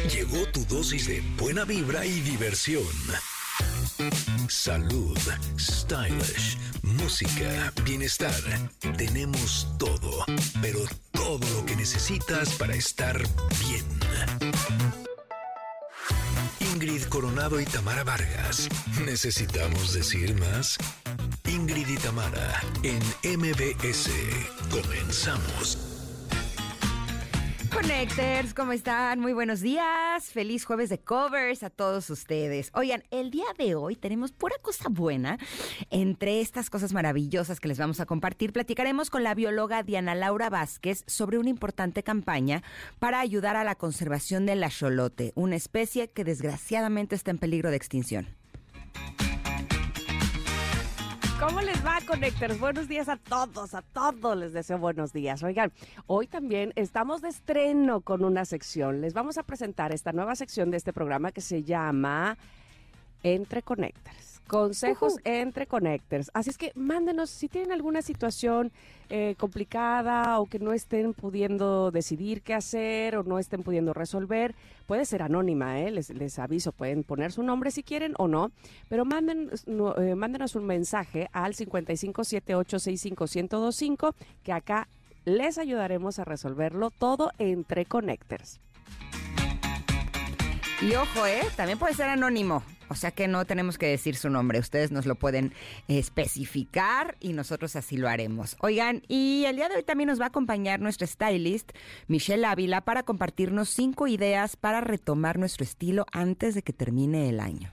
Llegó tu dosis de buena vibra y diversión. Salud, stylish, música, bienestar. Tenemos todo, pero todo lo que necesitas para estar bien. Ingrid Coronado y Tamara Vargas. ¿Necesitamos decir más? Ingrid y Tamara en MBS. Comenzamos. Connectors, ¿cómo están? Muy buenos días. Feliz jueves de covers a todos ustedes. Oigan, el día de hoy tenemos pura cosa buena. Entre estas cosas maravillosas que les vamos a compartir, platicaremos con la bióloga Diana Laura Vázquez sobre una importante campaña para ayudar a la conservación del axolote, una especie que desgraciadamente está en peligro de extinción. ¿Cómo les va, Connectors? Buenos días a todos les deseo buenos días. Oigan, hoy también estamos de estreno con una sección. Les vamos a presentar esta nueva sección de este programa que se llama Entre Connectors. Consejos entre Connectors. Así es que mándenos si tienen alguna situación complicada o que no estén pudiendo decidir qué hacer o no estén pudiendo resolver. Puede ser anónima, les aviso, pueden poner su nombre si quieren o no, pero mándenos un mensaje al 5578651025 que acá les ayudaremos a resolverlo todo entre Connectors. Y ojo, también puede ser anónimo. O sea que no tenemos que decir su nombre. Ustedes nos lo pueden especificar y nosotros así lo haremos. Oigan, y el día de hoy también nos va a acompañar nuestra stylist, Michelle Ávila, para compartirnos 5 ideas para retomar nuestro estilo antes de que termine el año.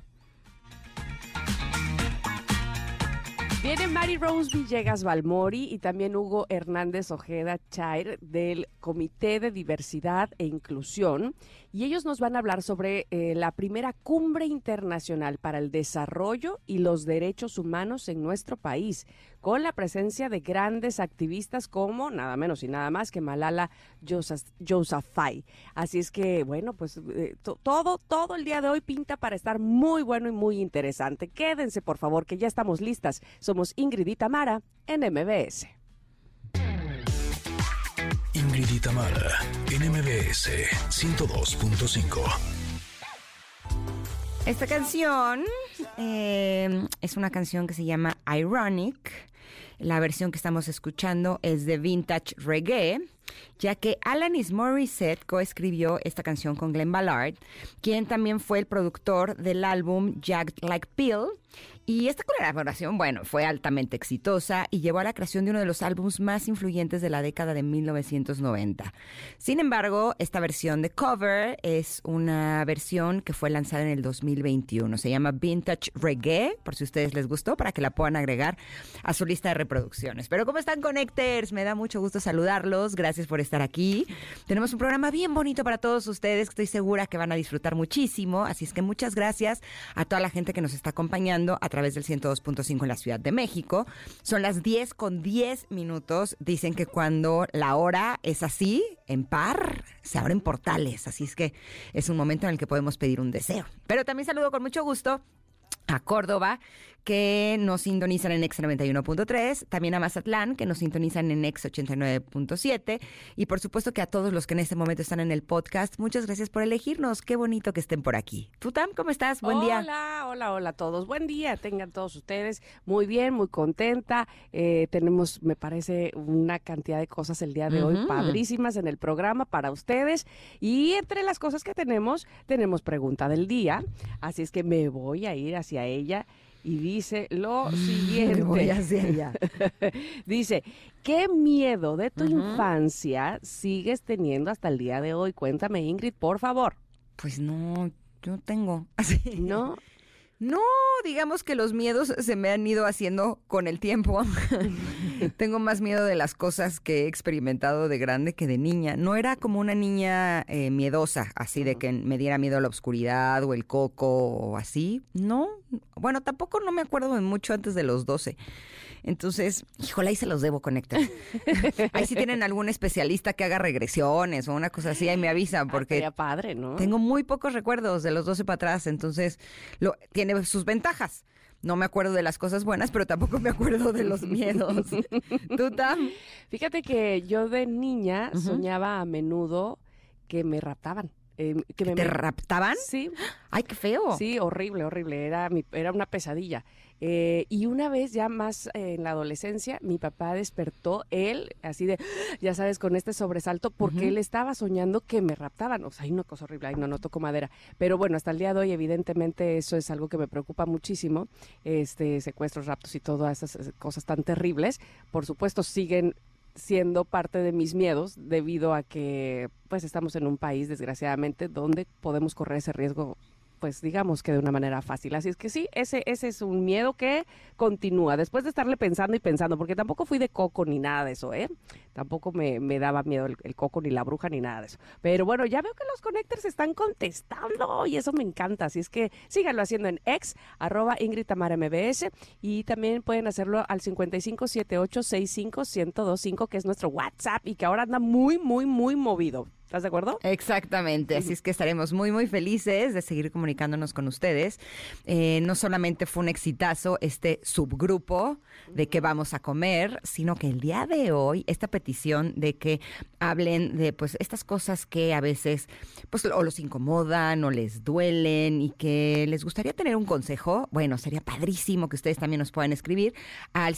Viene Mary Rose Villegas Balmori y también Hugo Hernández Ojeda Chair del Comité de Diversidad e Inclusión, y ellos nos van a hablar sobre la primera cumbre internacional para el desarrollo y los derechos humanos en nuestro país, con la presencia de grandes activistas como nada menos y nada más que Malala Yousafzai. Así es que, bueno, pues todo el día de hoy pinta para estar muy bueno y muy interesante. Quédense, por favor, que ya estamos listas. Somos Ingrid y Tamara en MBS. Ingrid y Tamara en MBS 102.5. Esta canción es una canción que se llama Ironic. La versión que estamos escuchando es de Vintage Reggae, ya que Alanis Morissette coescribió esta canción con Glenn Ballard, quien también fue el productor del álbum Jagged Like Pill. Y esta colaboración, bueno, fue altamente exitosa y llevó a la creación de uno de los álbumes más influyentes de la década de 1990. Sin embargo, esta versión de cover es una versión que fue lanzada en el 2021. Se llama Vintage Reggae, por si a ustedes les gustó, para que la puedan agregar a su lista de reproducciones. Pero ¿cómo están, Connectors? Me da mucho gusto saludarlos. Gracias por estar aquí. Tenemos un programa bien bonito para todos ustedes, que estoy segura que van a disfrutar muchísimo. Así es que muchas gracias a toda la gente que nos está acompañando a través del 102.5 en la Ciudad de México. Son las 10:10. Dicen que cuando la hora es así, en par, se abren portales. Así es que es un momento en el que podemos pedir un deseo. Pero también saludo con mucho gusto a Córdoba, que nos sintonizan en Ex 91.3, también a Mazatlán, que nos sintonizan en Ex 89.7, y por supuesto que a todos los que en este momento están en el podcast, muchas gracias por elegirnos, qué bonito que estén por aquí. ¿Tú, Tam, cómo estás? Buen día. Hola a todos, buen día, tengan todos ustedes, muy bien, muy contenta, tenemos, me parece, una cantidad de cosas el día de hoy padrísimas en el programa para ustedes, y entre las cosas que tenemos pregunta del día, así es que me voy a ir hacia ella. Y dice lo siguiente. Me voy hacia allá. Dice, ¿qué miedo de tu infancia sigues teniendo hasta el día de hoy? Cuéntame, Ingrid, por favor. Pues no, yo tengo. Así. ¿No? No, digamos que los miedos se me han ido haciendo con el tiempo. Tengo más miedo de las cosas que he experimentado de grande que de niña. No era como una niña miedosa, así de que me diera miedo a la oscuridad o el coco o así. No, bueno, tampoco no me acuerdo de mucho antes de los 12. Entonces, híjole, ahí se los debo, conectar. Ahí si tienen algún especialista que haga regresiones o una cosa así, ahí me avisan, porque sería padre, ¿no? Tengo muy pocos recuerdos de los 12 para atrás, entonces tiene sus ventajas. No me acuerdo de las cosas buenas, pero tampoco me acuerdo de los miedos. ¿Tú, Tam? Fíjate que yo de niña soñaba a menudo que me raptaban. que ¿Te raptaban? Sí. ¡Ay, qué feo! Sí, horrible, horrible. Era una pesadilla. Y una vez ya más en la adolescencia, mi papá despertó, él, así de, ya sabes, con este sobresalto, porque él estaba soñando que me raptaban. O sea, hay una cosa horrible, ay, no toco madera. Pero bueno, hasta el día de hoy, evidentemente, eso es algo que me preocupa muchísimo. Secuestros, raptos y todas esas cosas tan terribles, por supuesto, siguen siendo parte de mis miedos debido a que pues estamos en un país desgraciadamente donde podemos correr ese riesgo, pues digamos que de una manera fácil. Así es que sí, ese es un miedo que continúa después de estarle pensando y pensando, porque tampoco fui de coco ni nada de eso, tampoco me daba miedo el coco ni la bruja ni nada de eso. Pero bueno, ya veo que los connectors están contestando y eso me encanta, así es que síganlo haciendo en X, @IngridTamaraMBS, y también pueden hacerlo al 5578651025, que es nuestro WhatsApp y que ahora anda muy, muy, muy movido. ¿Estás de acuerdo? Exactamente, así es que estaremos muy, muy felices de seguir comunicándonos con ustedes. No solamente fue un exitazo este subgrupo de qué vamos a comer, sino que el día de hoy, esta petición de que hablen de pues estas cosas que a veces pues o los incomodan o les duelen y que les gustaría tener un consejo, bueno, sería padrísimo que ustedes también nos puedan escribir al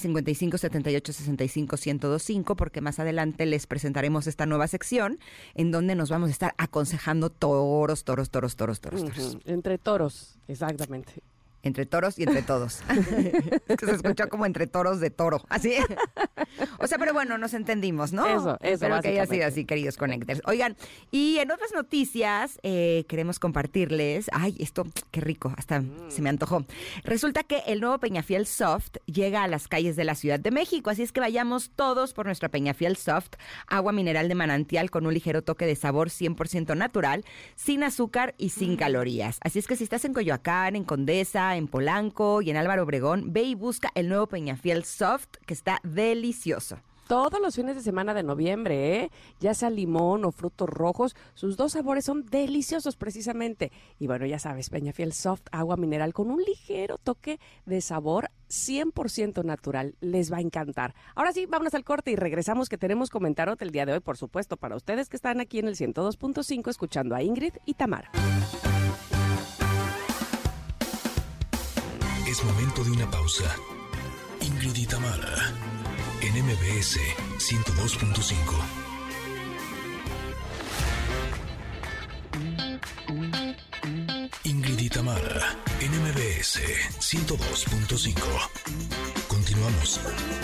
5578651025, porque más adelante les presentaremos esta nueva sección en donde nos vamos a estar aconsejando toros. Entre toros, exactamente. Entre toros y entre todos. Es que se escuchó como entre toros de toro. Así. O sea, pero bueno, nos entendimos, ¿no? Eso. Espero que haya sido así, queridos Connectors. Oigan, y en otras noticias queremos compartirles. Ay, esto, qué rico, hasta se me antojó. Resulta que el nuevo Peñafiel Soft llega a las calles de la Ciudad de México. Así es que vayamos todos por nuestra Peñafiel Soft, agua mineral de manantial con un ligero toque de sabor 100% natural, sin azúcar y sin calorías. Así es que si estás en Coyoacán, en Condesa, en Polanco y en Álvaro Obregón, ve y busca el nuevo Peñafiel Soft, que está delicioso. Todos los fines de semana de noviembre, ya sea limón o frutos rojos, sus dos sabores son deliciosos precisamente. Y bueno, ya sabes, Peñafiel Soft, agua mineral con un ligero toque de sabor 100% natural. Les va a encantar. Ahora sí, vámonos al corte y regresamos, que tenemos comentario del día de hoy, por supuesto, para ustedes que están aquí en el 102.5 escuchando a Ingrid y Tamara. Es momento de una pausa. Ingrid y Tamara, en MBS 102.5. Ingrid y Tamara, en MBS 102.5. Continuamos.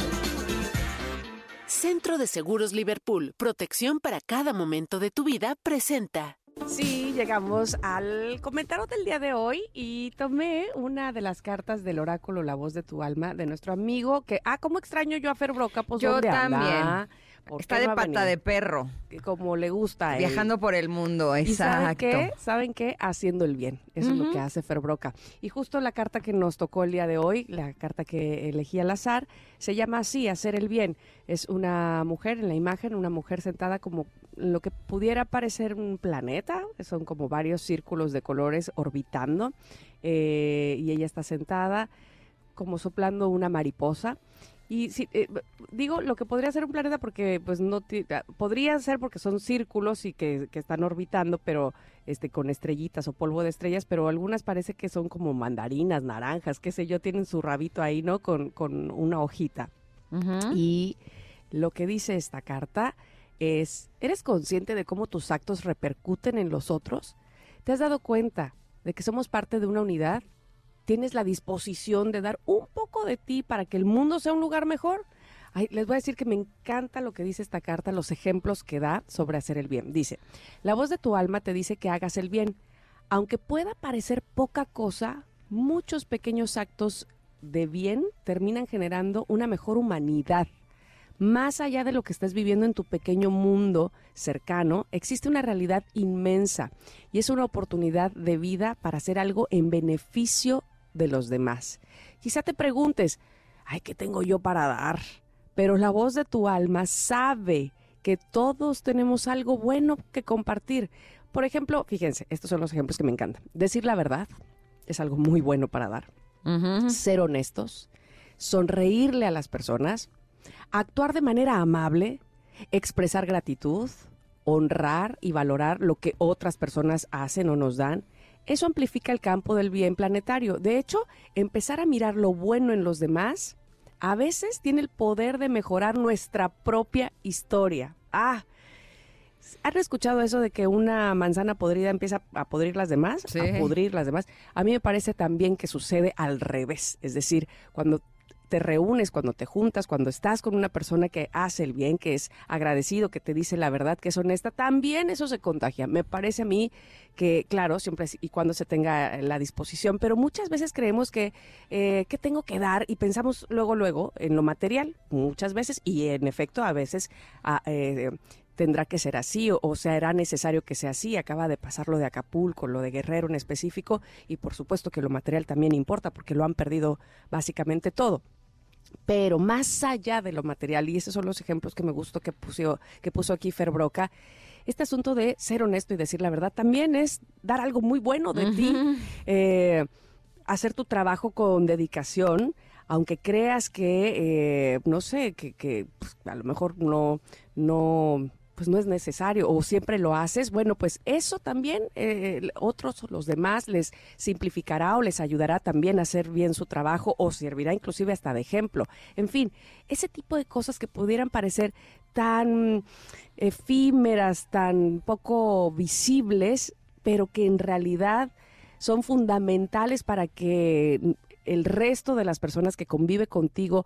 Centro de Seguros Liverpool, protección para cada momento de tu vida, presenta. Sí, llegamos al comentario del día de hoy y tomé una de las cartas del oráculo La Voz de tu Alma de nuestro amigo que, cómo extraño yo a Fer Broca, pues yo ¿dónde también. anda? Está de pata de perro. Como le gusta a él. Viajando por el mundo, exacto. ¿Y saben qué? Haciendo el bien. Eso es lo que hace Fer Broca. Y justo la carta que nos tocó el día de hoy, la carta que elegí al azar, se llama así, hacer el bien. Es una mujer en la imagen, una mujer sentada como lo que pudiera parecer un planeta. Son como varios círculos de colores orbitando. Y ella está sentada como soplando una mariposa. Y sí, digo lo que podría ser un planeta porque pues no podría ser porque son círculos y que están orbitando, pero con estrellitas o polvo de estrellas, pero algunas parece que son como mandarinas, naranjas, qué sé yo, tienen su rabito ahí, ¿no? Con una hojita. Y lo que dice esta carta es, ¿eres consciente de cómo tus actos repercuten en los otros? ¿Te has dado cuenta de que somos parte de una unidad? ¿Tienes la disposición de dar un poco de ti para que el mundo sea un lugar mejor? Ay, les voy a decir que me encanta lo que dice esta carta, los ejemplos que da sobre hacer el bien. Dice, la voz de tu alma te dice que hagas el bien. Aunque pueda parecer poca cosa, muchos pequeños actos de bien terminan generando una mejor humanidad. Más allá de lo que estás viviendo en tu pequeño mundo cercano, existe una realidad inmensa y es una oportunidad de vida para hacer algo en beneficio de los demás. Quizá te preguntes, ay, ¿qué tengo yo para dar? Pero la voz de tu alma sabe que todos tenemos algo bueno que compartir. Por ejemplo, fíjense, estos son los ejemplos que me encantan. Decir la verdad es algo muy bueno para dar. Ser honestos, sonreírle a las personas, actuar de manera amable, expresar gratitud, honrar y valorar lo que otras personas hacen o nos dan, eso amplifica el campo del bien planetario. De hecho, empezar a mirar lo bueno en los demás a veces tiene el poder de mejorar nuestra propia historia. ¿Han escuchado eso de que una manzana podrida empieza a podrir las demás? Sí. A pudrir las demás. A mí me parece también que sucede al revés. Es decir, cuando te reúnes, cuando te juntas, cuando estás con una persona que hace el bien, que es agradecido, que te dice la verdad, que es honesta, también eso se contagia. Me parece a mí que, claro, siempre y cuando se tenga la disposición, pero muchas veces creemos que tengo que dar y pensamos luego en lo material, muchas veces, y en efecto a veces tendrá que ser así o será necesario que sea así. Acaba de pasar lo de Acapulco, lo de Guerrero en específico, y por supuesto que lo material también importa porque lo han perdido básicamente todo. Pero más allá de lo material, y esos son los ejemplos que me gustó que puso aquí Fer Broca, este asunto de ser honesto y decir la verdad también es dar algo muy bueno de ti, hacer tu trabajo con dedicación, aunque creas que, no sé, que pues, a lo mejor no es necesario o siempre lo haces, bueno, pues eso también los demás les simplificará o les ayudará también a hacer bien su trabajo o servirá inclusive hasta de ejemplo. En fin, ese tipo de cosas que pudieran parecer tan efímeras, tan poco visibles, pero que en realidad son fundamentales para que el resto de las personas que convive contigo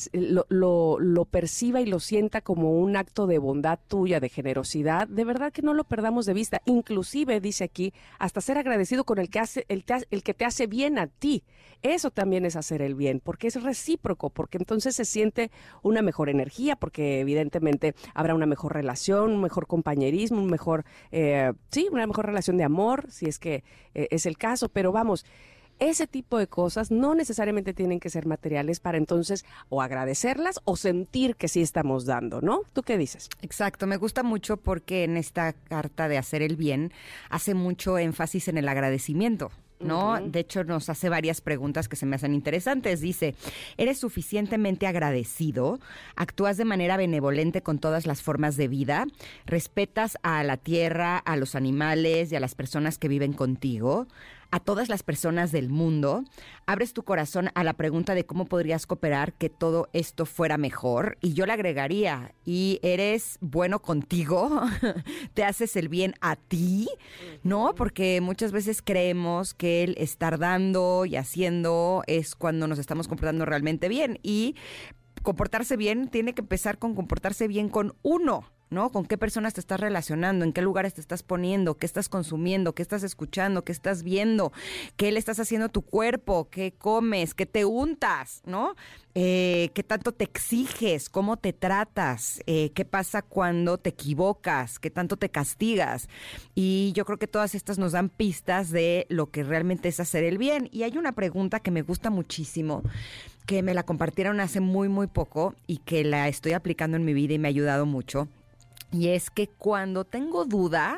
lo perciba y lo sienta como un acto de bondad tuya, de generosidad. De verdad que no lo perdamos de vista. Inclusive, dice aquí, hasta ser agradecido con el que te hace bien a ti. Eso también es hacer el bien, porque es recíproco, porque entonces se siente una mejor energía, porque evidentemente habrá una mejor relación, un mejor compañerismo, una mejor relación de amor, si es que es el caso. Pero vamos, ese tipo de cosas no necesariamente tienen que ser materiales para entonces o agradecerlas o sentir que sí estamos dando, ¿no? ¿Tú qué dices? Exacto, me gusta mucho porque en esta carta de hacer el bien hace mucho énfasis en el agradecimiento, ¿no? Uh-huh. De hecho, nos hace varias preguntas que se me hacen interesantes. Dice, ¿eres suficientemente agradecido? ¿Actúas de manera benevolente con todas las formas de vida? ¿Respetas a la tierra, a los animales y a las personas que viven contigo? ¿A todas las personas del mundo? ¿Abres tu corazón a la pregunta de cómo podrías cooperar que todo esto fuera mejor? Y yo le agregaría, ¿y eres bueno contigo? ¿Te haces el bien a ti? ¿No? Porque muchas veces creemos que el estar dando y haciendo es cuando nos estamos comportando realmente bien. Y comportarse bien tiene que empezar con comportarse bien con uno, ¿no? ¿Con qué personas te estás relacionando? ¿En qué lugares te estás poniendo? ¿Qué estás consumiendo? ¿Qué estás escuchando? ¿Qué estás viendo? ¿Qué le estás haciendo a tu cuerpo? ¿Qué comes? ¿Qué te untas? ¿No? ¿Qué tanto te exiges? ¿Cómo te tratas? ¿Qué pasa cuando te equivocas? ¿Qué tanto te castigas? Y yo creo que todas estas nos dan pistas de lo que realmente es hacer el bien. Y hay una pregunta que me gusta muchísimo, que me la compartieron hace muy, muy poco y que la estoy aplicando en mi vida y me ha ayudado mucho. Y es que cuando tengo duda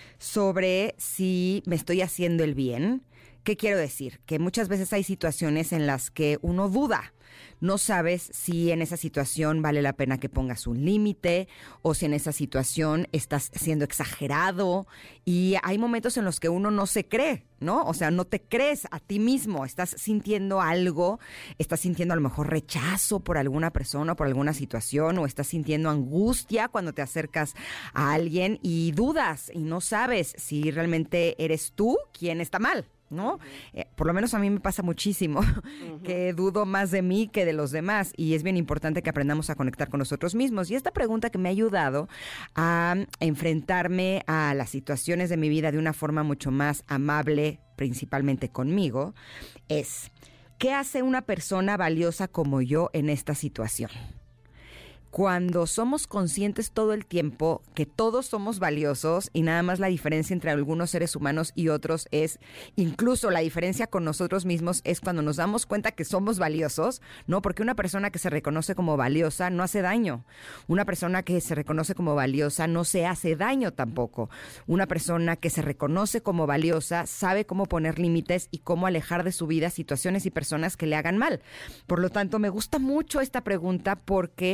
sobre si me estoy haciendo el bien, ¿qué quiero decir? Que muchas veces hay situaciones en las que uno duda. No sabes si en esa situación vale la pena que pongas un límite o si en esa situación estás siendo exagerado. Y hay momentos en los que uno no se cree, ¿no? O sea, no te crees a ti mismo. Estás sintiendo algo, estás sintiendo a lo mejor rechazo por alguna persona o por alguna situación, o estás sintiendo angustia cuando te acercas a alguien y dudas y no sabes si realmente eres tú quien está mal, ¿no? Por lo menos a mí me pasa muchísimo, que dudo más de mí que de los demás, y es bien importante que aprendamos a conectar con nosotros mismos. Y esta pregunta que me ha ayudado a enfrentarme a las situaciones de mi vida de una forma mucho más amable, principalmente conmigo, es: ¿qué hace una persona valiosa como yo en esta situación? Cuando somos conscientes todo el tiempo que todos somos valiosos y nada más la diferencia entre algunos seres humanos y otros es, incluso la diferencia con nosotros mismos es cuando nos damos cuenta que somos valiosos, ¿no? Porque una persona que se reconoce como valiosa no hace daño. Una persona que se reconoce como valiosa no se hace daño tampoco. Una persona que se reconoce como valiosa sabe cómo poner límites y cómo alejar de su vida situaciones y personas que le hagan mal. Por lo tanto, me gusta mucho esta pregunta porque nos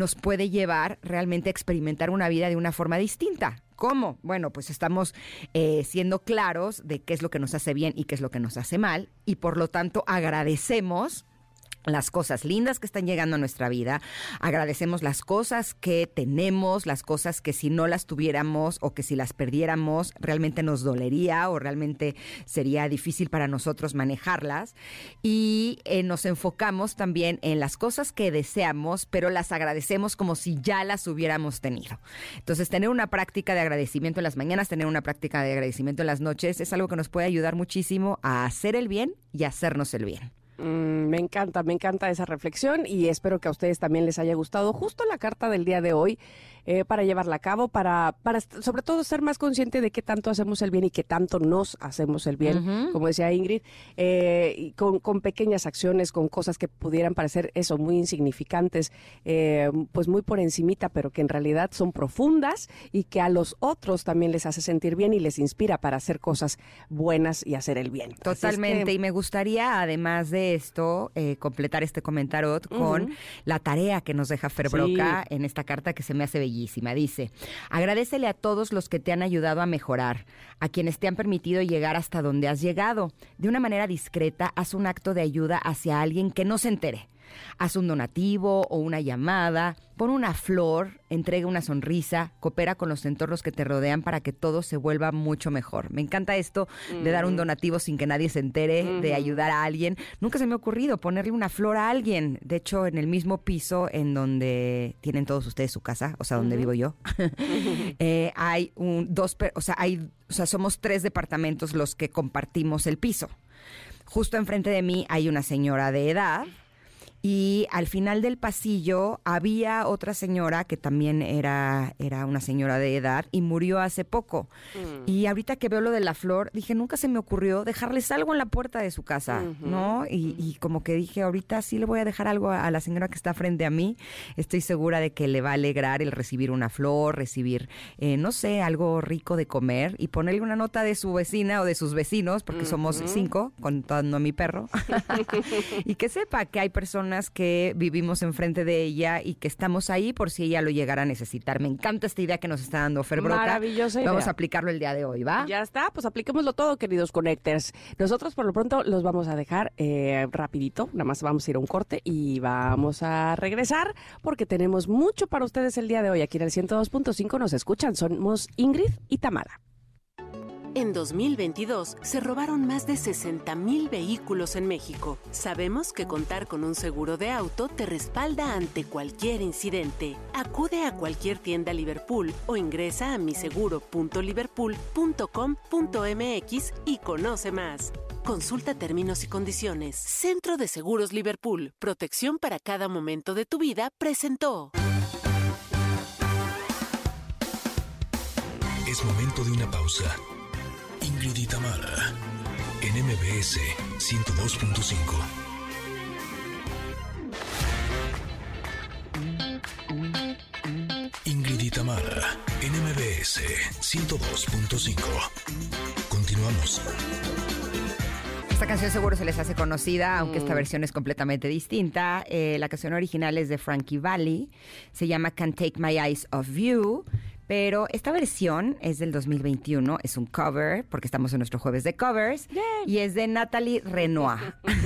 nos puede llevar realmente a experimentar una vida de una forma distinta. ¿Cómo? Bueno, pues estamos siendo claros de qué es lo que nos hace bien y qué es lo que nos hace mal, y por lo tanto agradecemos las cosas lindas que están llegando a nuestra vida, agradecemos las cosas que tenemos, las cosas que si no las tuviéramos o que si las perdiéramos realmente nos dolería o realmente sería difícil para nosotros manejarlas, y nos enfocamos también en las cosas que deseamos, pero las agradecemos como si ya las hubiéramos tenido. Entonces, tener una práctica de agradecimiento en las mañanas, tener una práctica de agradecimiento en las noches es algo que nos puede ayudar muchísimo a hacer el bien y a hacernos el bien. Me encanta esa reflexión, y espero que a ustedes también les haya gustado justo la carta del día de hoy, para llevarla a cabo, para sobre todo ser más consciente de qué tanto hacemos el bien y qué tanto nos hacemos el bien, como decía Ingrid, y con pequeñas acciones, con cosas que pudieran parecer eso, muy insignificantes, pues muy por encimita, pero que en realidad son profundas y que a los otros también les hace sentir bien y les inspira para hacer cosas buenas y hacer el bien. Totalmente, y me gustaría, además de esto, completar este comentario con la tarea que nos deja Fer Broca en esta carta, que se me hace bellísima. Dice: agradécele a todos los que te han ayudado a mejorar, a quienes te han permitido llegar hasta donde has llegado. De una manera discreta, haz un acto de ayuda hacia alguien que no se entere. Haz un donativo o una llamada, pon una flor, entrega una sonrisa, coopera con los entornos que te rodean para que todo se vuelva mucho mejor. Me encanta esto de dar un donativo sin que nadie se entere, de ayudar a alguien. Nunca se me ha ocurrido ponerle una flor a alguien. De hecho, en el mismo piso en donde tienen todos ustedes su casa, o sea, donde vivo yo, hay somos 3 departamentos los que compartimos el piso. Justo enfrente de mí hay una señora de edad, y al final del pasillo había otra señora que también era una señora de edad y murió hace poco. Y ahorita que veo lo de la flor, dije, nunca se me ocurrió dejarles algo en la puerta de su casa, ¿no? Y como que dije, ahorita sí le voy a dejar algo a la señora que está frente a mí. Estoy segura de que le va a alegrar el recibir una flor, recibir, no sé, algo rico de comer, y ponerle una nota de su vecina o de sus vecinos, porque somos 5, contando a mi perro. Y que sepa que hay personas que vivimos enfrente de ella y que estamos ahí por si ella lo llegara a necesitar. Me encanta esta idea que nos está dando Fer Broca. Maravillosa idea. Vamos a aplicarlo el día de hoy, ¿va? Ya está, pues apliquémoslo todo, queridos Connectors. Nosotros por lo pronto los vamos a dejar rapidito, nada más vamos a ir a un corte y vamos a regresar porque tenemos mucho para ustedes el día de hoy. Aquí en el 102.5 nos escuchan, somos Ingrid y Tamara. En 2022 se robaron más de 60,000 vehículos en México. Sabemos que contar con un seguro de auto te respalda ante cualquier incidente. Acude a cualquier tienda Liverpool o ingresa a miseguro.liverpool.com.mx y conoce más. Consulta términos y condiciones. Centro de Seguros Liverpool. Protección para cada momento de tu vida presentó. Es momento de una pausa. Ingrid y Tamara, en MBS 102.5. Ingrid y Tamara, en MBS 102.5. Continuamos. Esta canción seguro se les hace conocida, aunque esta versión es completamente distinta. La canción original es de Frankie Valli, se llama Can't Take My Eyes Off You. Pero esta versión es del 2021, es un cover, porque estamos en nuestro jueves de covers, y es de Nathalie Renoir.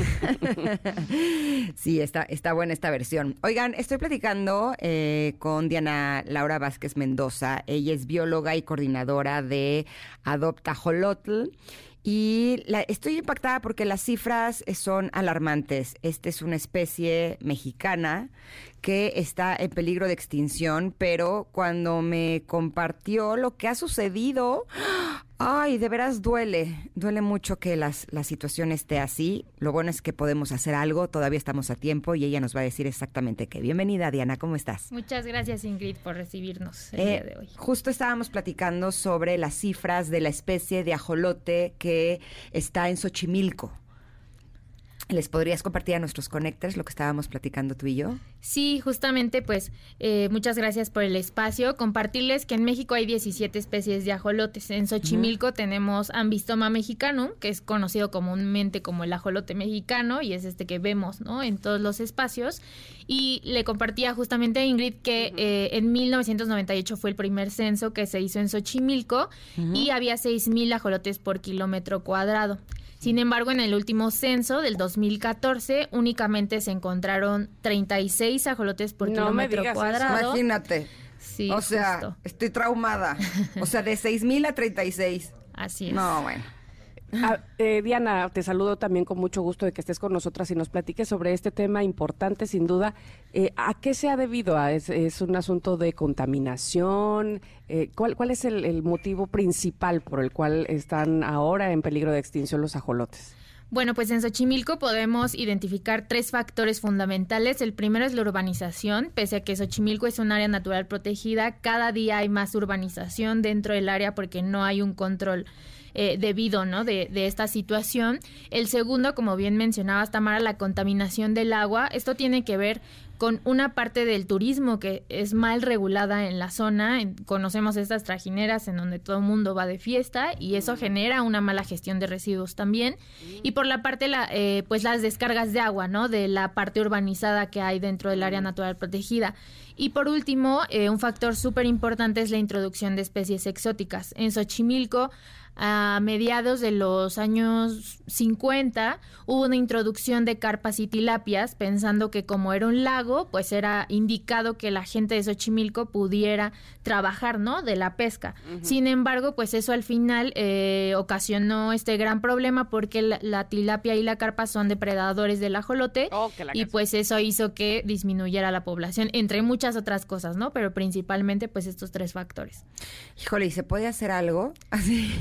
Sí, está buena esta versión. Oigan, estoy platicando con Diana Laura Vázquez Mendoza. Ella es bióloga y coordinadora de Adopta Ajolotl. Y estoy impactada porque las cifras son alarmantes. Esta es una especie mexicana que está en peligro de extinción, pero cuando me compartió lo que ha sucedido, ay, de veras duele mucho que la situación esté así. Lo bueno es que podemos hacer algo, todavía estamos a tiempo y ella nos va a decir exactamente qué. Bienvenida, Diana, ¿cómo estás? Muchas gracias, Ingrid, por recibirnos el día de hoy. Justo estábamos platicando sobre las cifras de la especie de ajolote que está en Xochimilco. ¿Les podrías compartir a nuestros connectors lo que estábamos platicando tú y yo? Sí, justamente, pues, muchas gracias por el espacio. Compartirles que en México hay 17 especies de ajolotes. En Xochimilco tenemos Ambistoma mexicanum, que es conocido comúnmente como el ajolote mexicano, y es este que vemos, ¿no?, en todos los espacios. Y le compartía justamente a Ingrid que en 1998 fue el primer censo que se hizo en Xochimilco y había 6,000 ajolotes por kilómetro cuadrado. Sin embargo, en el último censo del 2014 únicamente se encontraron 36 ajolotes por kilómetro cuadrado. Imagínate. Sí, o sea, justo. Estoy traumada. O sea, de 6,000 a 36. Así es. No, bueno. Diana, te saludo también con mucho gusto de que estés con nosotras y nos platiques sobre este tema importante, sin duda. ¿A qué se ha debido? ¿Es un asunto de contaminación? ¿Cuál es el motivo principal por el cual están ahora en peligro de extinción los ajolotes? Bueno, pues en Xochimilco podemos identificar 3 factores fundamentales. El primero es la urbanización. Pese a que Xochimilco es un área natural protegida, cada día hay más urbanización dentro del área porque no hay un control debido, ¿no?, de esta situación. El segundo, como bien mencionabas, Tamara, la contaminación del agua. Esto tiene que ver con una parte del turismo que es mal regulada en la zona. Conocemos estas trajineras en donde todo el mundo va de fiesta y eso genera una mala gestión de residuos también. Y por la parte, pues las descargas de agua, ¿no?, de la parte urbanizada que hay dentro del área natural protegida. Y por último, un factor súper importante es la introducción de especies exóticas. En Xochimilco, a mediados de los años 50, hubo una introducción de carpas y tilapias, pensando que como era un lago, pues era indicado que la gente de Xochimilco pudiera trabajar, ¿no?, de la pesca. Sin embargo, pues eso al final ocasionó este gran problema porque la tilapia y la carpa son depredadores del ajolote y pues eso hizo que disminuyera la población, entre muchas otras cosas, ¿no? Pero principalmente pues estos 3 factores. Híjole, ¿y se puede hacer algo así?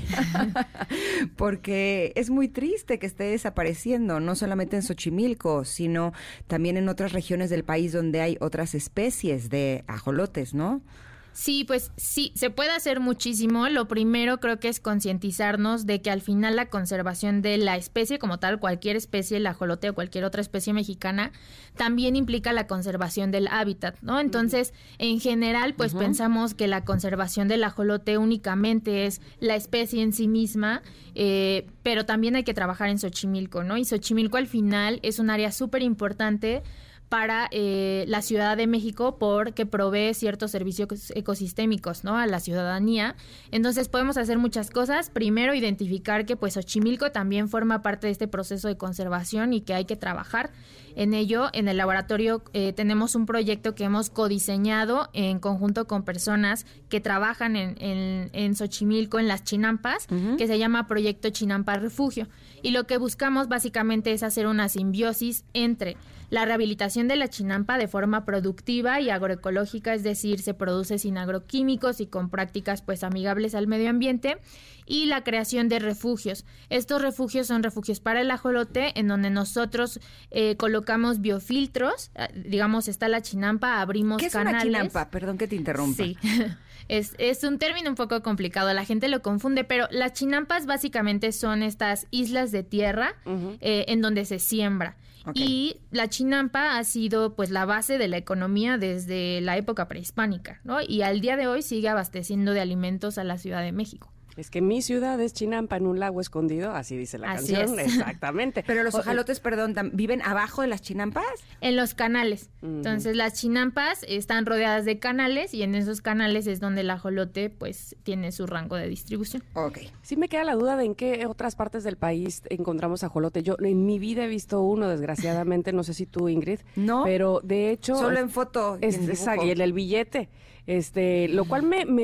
Porque es muy triste que esté desapareciendo, no solamente en Xochimilco, sino también en otras regiones del país donde hay otras especies de ajolotes, ¿no? Sí, pues sí, se puede hacer muchísimo. Lo primero creo que es concientizarnos de que al final la conservación de la especie como tal, cualquier especie, el ajolote o cualquier otra especie mexicana, también implica la conservación del hábitat, ¿no? Entonces, en general, pues pensamos que la conservación del ajolote únicamente es la especie en sí misma, pero también hay que trabajar en Xochimilco, ¿no? Y Xochimilco al final es un área súper importante para la Ciudad de México porque provee ciertos servicios ecosistémicos, ¿no?, a la ciudadanía. Entonces podemos hacer muchas cosas. Primero, identificar que pues Xochimilco también forma parte de este proceso de conservación y que hay que trabajar en ello. En el laboratorio tenemos un proyecto que hemos codiseñado en conjunto con personas que trabajan en Xochimilco, en las chinampas, que se llama Proyecto Chinampa Refugio. Y lo que buscamos básicamente es hacer una simbiosis entre la rehabilitación de la chinampa de forma productiva y agroecológica, es decir, se produce sin agroquímicos y con prácticas pues amigables al medio ambiente, y la creación de refugios. Estos refugios son refugios para el ajolote, en donde nosotros colocamos biofiltros, digamos, está la chinampa, abrimos canales. ¿Qué es una chinampa? Perdón que te interrumpa. Sí. Es un término un poco complicado, la gente lo confunde, pero las chinampas básicamente son estas islas de tierra en donde se siembra. Okay. Y la chinampa ha sido pues la base de la economía desde la época prehispánica, ¿no? Y al día de hoy sigue abasteciendo de alimentos a la Ciudad de México. Es que mi ciudad es Chinampa en un lago escondido, así dice la canción. Es. Exactamente. Pero los ajolotes, perdón, ¿viven abajo de las chinampas? En los canales. Entonces las chinampas están rodeadas de canales y en esos canales es donde el ajolote pues tiene su rango de distribución. Ok. Sí me queda la duda de en qué otras partes del país encontramos ajolote. Yo en mi vida he visto uno, desgraciadamente, no sé si tú, Ingrid. No. Pero de hecho... Solo en foto. Y en el billete. Lo cual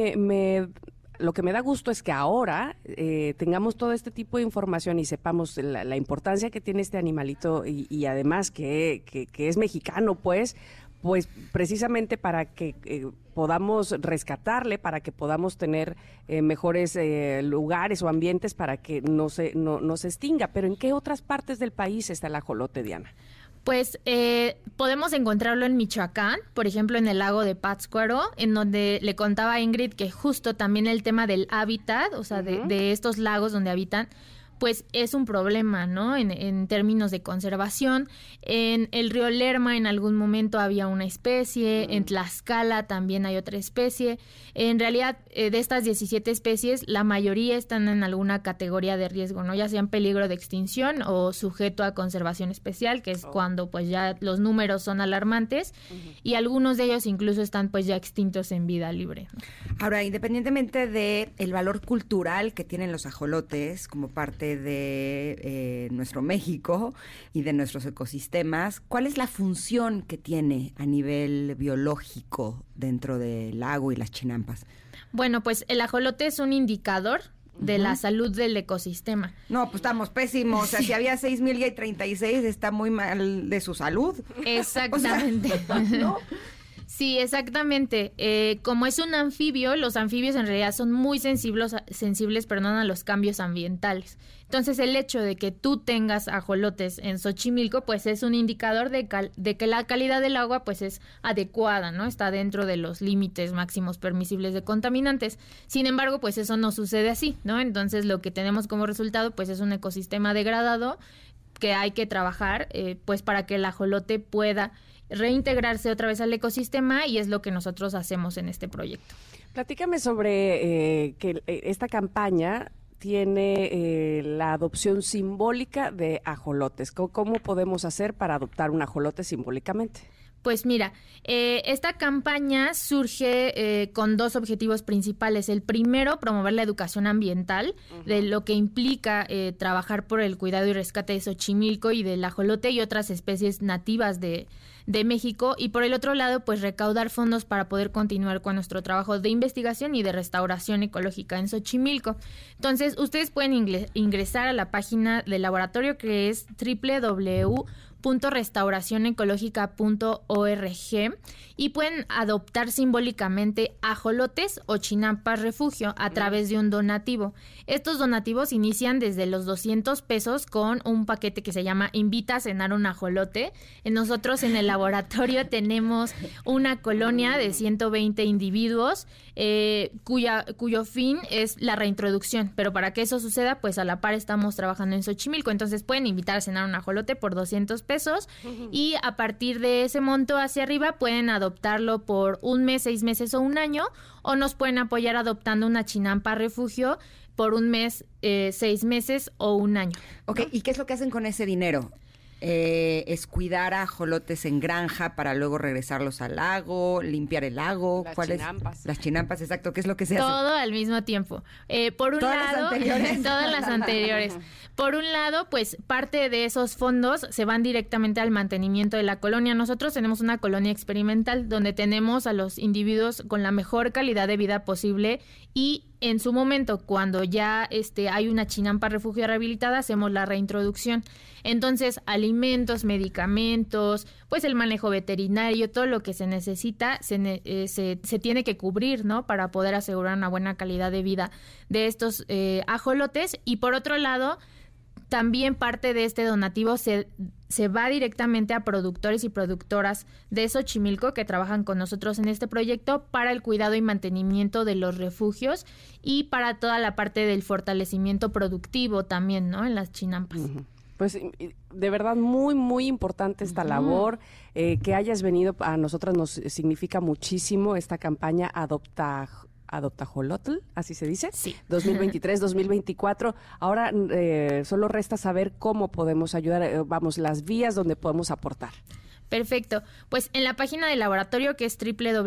lo que me da gusto es que ahora tengamos todo este tipo de información y sepamos la importancia que tiene este animalito y además que es mexicano, pues precisamente para que podamos rescatarle, para que podamos tener mejores lugares o ambientes para que no se extinga. Pero ¿en qué otras partes del país está el ajolote, Diana? Pues podemos encontrarlo en Michoacán, por ejemplo en el lago de Pátzcuaro, en donde le contaba a Ingrid que justo también el tema del hábitat, o sea, de estos lagos donde habitan, pues es un problema, ¿no? En términos de conservación. En el río Lerma en algún momento había una especie, en Tlaxcala también hay otra especie. En realidad, de estas 17 especies, la mayoría están en alguna categoría de riesgo, ¿no? Ya sea en peligro de extinción o sujeto a conservación especial, que es cuando pues ya los números son alarmantes, y algunos de ellos incluso están pues ya extintos en vida libre, ¿no? Ahora, independientemente de el valor cultural que tienen los ajolotes como parte de nuestro México y de nuestros ecosistemas, ¿cuál es la función que tiene a nivel biológico dentro del lago y las chinampas? Bueno, pues el ajolote es un indicador de la salud del ecosistema. No, pues estamos pésimos. O sea, si había 6,000 y hay 36, está muy mal de su salud. Exactamente. O sea, ¿no? Sí, exactamente. Como es un anfibio, los anfibios en realidad son muy sensibles, a los cambios ambientales. Entonces, el hecho de que tú tengas ajolotes en Xochimilco, pues es un indicador de que la calidad del agua pues es adecuada, ¿no? Está dentro de los límites máximos permisibles de contaminantes. Sin embargo, pues eso no sucede así, ¿no? Entonces, lo que tenemos como resultado pues es un ecosistema degradado que hay que trabajar pues para que el ajolote pueda reintegrarse otra vez al ecosistema, y es lo que nosotros hacemos en este proyecto. Platícame sobre que esta campaña tiene la adopción simbólica de ajolotes. ¿Cómo podemos hacer para adoptar un ajolote simbólicamente? Pues mira, esta campaña surge con dos objetivos principales. El primero, promover la educación ambiental, de lo que implica trabajar por el cuidado y rescate de Xochimilco y del ajolote y otras especies nativas de México. Y por el otro lado, pues recaudar fondos para poder continuar con nuestro trabajo de investigación y de restauración ecológica en Xochimilco. Entonces, ustedes pueden ingresar a la página del laboratorio, que es www.restauracionecológica.org, y pueden adoptar simbólicamente ajolotes o chinampas refugio a través de un donativo. Estos donativos inician desde los 200 pesos con un paquete que se llama Invita a cenar un ajolote. Nosotros en el laboratorio tenemos una colonia de 120 individuos cuyo fin es la reintroducción, pero para que eso suceda, pues a la par estamos trabajando en Xochimilco. Entonces pueden invitar a cenar un ajolote por 200 pesos y a partir de ese monto hacia arriba pueden adoptarlo por un mes, 6 meses o un año, o nos pueden apoyar adoptando una chinampa refugio por un mes, 6 meses o un año. Ok, ¿y qué es lo que hacen con ese dinero? Es cuidar a ajolotes en granja para luego regresarlos al lago, limpiar el lago. Las chinampas. Las chinampas, exacto. ¿Qué es lo que se hace? Todo al mismo tiempo. Por un ¿Todas lado, las anteriores? Todas las anteriores. Por un lado, pues parte de esos fondos se van directamente al mantenimiento de la colonia. Nosotros tenemos una colonia experimental donde tenemos a los individuos con la mejor calidad de vida posible, y en su momento, cuando ya hay una chinampa refugio rehabilitada, hacemos la reintroducción. Entonces, alimentos, medicamentos, pues el manejo veterinario, todo lo que se necesita, se tiene que cubrir, ¿no? Para poder asegurar una buena calidad de vida de estos ajolotes. Y por otro lado, también parte de este donativo se va directamente a productores y productoras de Xochimilco que trabajan con nosotros en este proyecto para el cuidado y mantenimiento de los refugios y para toda la parte del fortalecimiento productivo también, ¿no? En las chinampas. Pues de verdad muy, muy importante esta labor. Que hayas venido a nosotras nos significa muchísimo esta campaña Adopta Ajolotl, ¿así se dice? Sí. 2023-2024. Ahora solo resta saber cómo podemos ayudar, las vías donde podemos aportar. Perfecto. Pues en la página del laboratorio, que es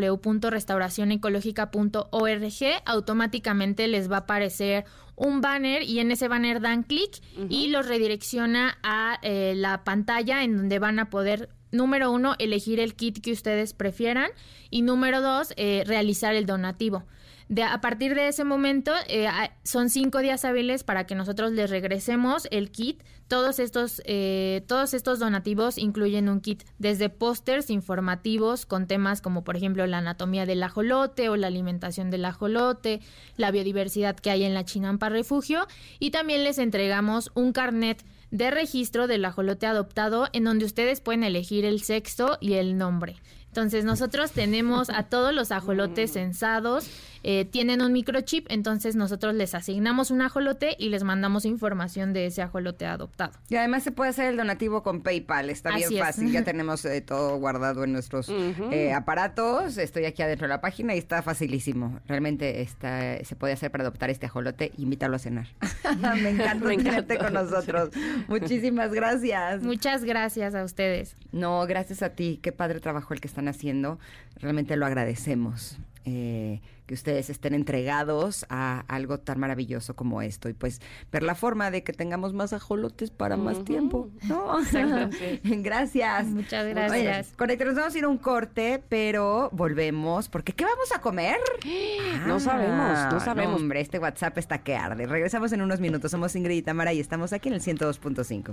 www.restauracionecológica.org, automáticamente les va a aparecer un banner, y en ese banner dan clic y los redirecciona a la pantalla en donde van a poder, número 1, elegir el kit que ustedes prefieran, y número 2, realizar el donativo. A partir de ese momento, son 5 días hábiles para que nosotros les regresemos el kit. Todos estos donativos incluyen un kit desde pósters informativos con temas como, por ejemplo, la anatomía del ajolote o la alimentación del ajolote, la biodiversidad que hay en la chinampa refugio, y también les entregamos un carnet de registro del ajolote adoptado en donde ustedes pueden elegir el sexo y el nombre. Entonces, nosotros tenemos a todos los ajolotes censados, tienen un microchip, entonces nosotros les asignamos un ajolote y les mandamos información de ese ajolote adoptado. Y además se puede hacer el donativo con PayPal, está bien Así es. fácil, ya tenemos todo guardado en nuestros aparatos, estoy aquí adentro de la página y está facilísimo, realmente se puede hacer para adoptar este ajolote, invítalo a cenar. Me encanta tenerte con nosotros, muchísimas gracias. Muchas gracias a ustedes. No, gracias a ti, qué padre trabajo el que están haciendo, realmente lo agradecemos. Que ustedes estén entregados a algo tan maravilloso como esto y pues ver la forma de que tengamos más ajolotes para más tiempo, ¿no? Sí. Gracias. Muchas gracias. Oye, Conecta, nos vamos a ir a un corte, pero volvemos porque ¿qué vamos a comer? No sabemos. No, hombre, este WhatsApp está que arde. Regresamos en unos minutos. Somos Ingrid y Tamara y estamos aquí en el 102.5.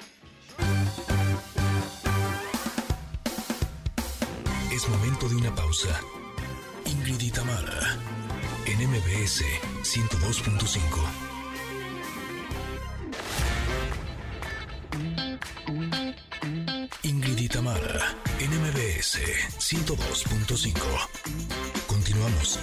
Es momento de una pausa. Ingrid y Tamara, en MBS 102.5. Ingrid y Tamara, en MBS 102.5. Continuamos.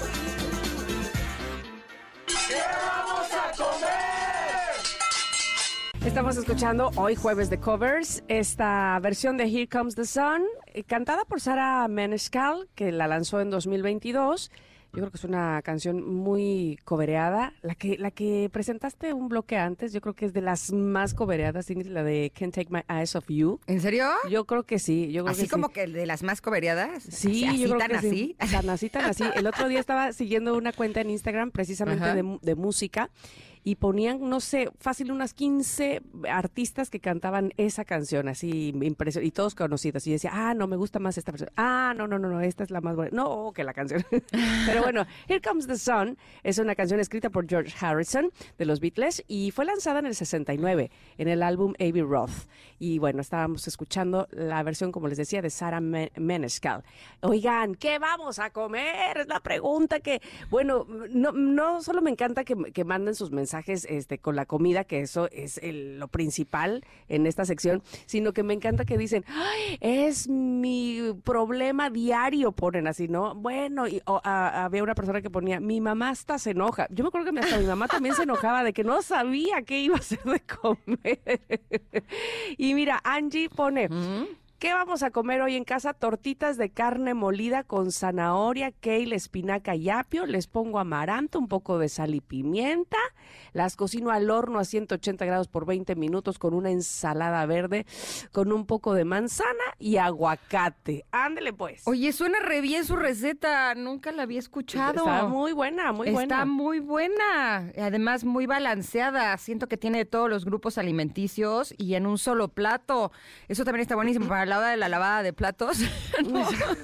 Estamos escuchando hoy jueves de covers esta versión de Here Comes the Sun, cantada por Sarah Menescal, que la lanzó en 2022. Yo creo que es una canción muy covereada. La que presentaste un bloque antes, yo creo que es de las más covereadas, Ingrid, la de Can't Take My Eyes Off You. ¿En serio? Yo creo que sí. Así como que de las más covereadas. Sí, así, yo creo tan que así. Sí. Tan así. El otro día estaba siguiendo una cuenta en Instagram precisamente de música y ponían, no sé, fácil unas 15 artistas que cantaban esa canción, así impresionante, y todos conocidos. Y decía, no, me gusta más esta versión. No, esta es la más buena. No, que la canción. Pero bueno, Here Comes the Sun es una canción escrita por George Harrison de los Beatles y fue lanzada en el 69 en el álbum Abbey Road. Y bueno, estábamos escuchando la versión, como les decía, de Sarah Menescal. Oigan, ¿qué vamos a comer? Es la pregunta que, bueno, no solo me encanta que manden sus mensajes con la comida, que eso es lo principal en esta sección, sino que me encanta que dicen, ¡ay, es mi problema diario! Ponen así, ¿no? Bueno, había una persona que ponía, mi mamá hasta se enoja. Yo me acuerdo que hasta mi mamá también se enojaba de que no sabía qué iba a hacer de comer. Y mira, Angie pone... ¿Qué vamos a comer hoy en casa? Tortitas de carne molida con zanahoria, kale, espinaca y apio. Les pongo amaranto, un poco de sal y pimienta. Las cocino al horno a 180 grados por 20 minutos con una ensalada verde, con un poco de manzana y aguacate. Ándele pues. Oye, suena re bien su receta. Nunca la había escuchado. Está muy buena, muy buena. Está muy buena. Además, muy balanceada. Siento que tiene de todos los grupos alimenticios y en un solo plato. Eso también está buenísimo para la hora de la lavada de platos. ¿No?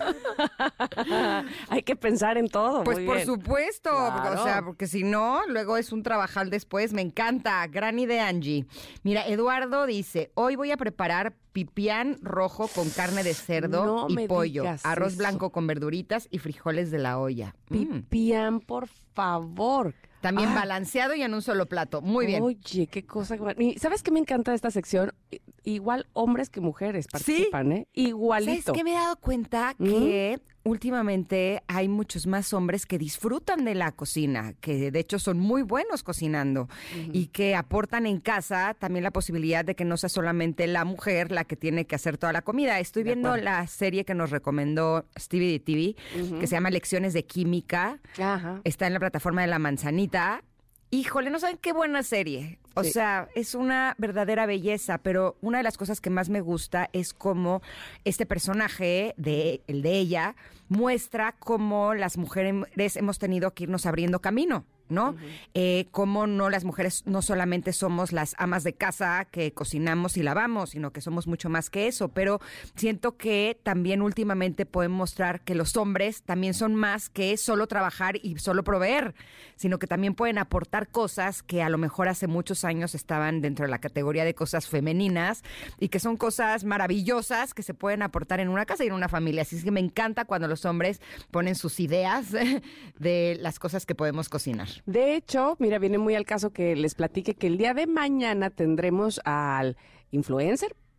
Hay que pensar en todo. Pues muy por bien. supuesto, Claro. o sea, porque si no, luego es un trabajal después. Me encanta, gran idea, Angie. Mira, Eduardo dice, hoy voy a preparar pipián rojo con carne de cerdo No y me pollo, digas arroz eso. blanco con verduritas y frijoles de la olla. Pipián, por favor. También balanceado y en un solo plato. Muy bien. Oye, qué cosa. Y ¿sabes qué me encanta de esta sección? Igual hombres que mujeres participan, ¿eh? Igualito. ¿Sabes qué? Me he dado cuenta que últimamente hay muchos más hombres que disfrutan de la cocina, que de hecho son muy buenos cocinando y que aportan en casa también la posibilidad de que no sea solamente la mujer la que tiene que hacer toda la comida. Estoy viendo la serie que nos recomendó Stevie de TV, que se llama Lecciones de Química. Ajá. Está en la plataforma de La Manzanita. Híjole, no saben qué buena serie. O sea, es una verdadera belleza, pero una de las cosas que más me gusta es cómo este personaje, el de ella, muestra cómo las mujeres hemos tenido que irnos abriendo camino, ¿no? Cómo no las mujeres no solamente somos las amas de casa que cocinamos y lavamos, sino que somos mucho más que eso, pero siento que también últimamente pueden mostrar que los hombres también son más que solo trabajar y solo proveer, sino que también pueden aportar cosas que a lo mejor hace muchos años estaban dentro de la categoría de cosas femeninas y que son cosas maravillosas que se pueden aportar en una casa y en una familia. Así es que me encanta cuando los hombres ponen sus ideas de las cosas que podemos cocinar. De hecho, mira, viene muy al caso que les platique que el día de mañana tendremos al influencer,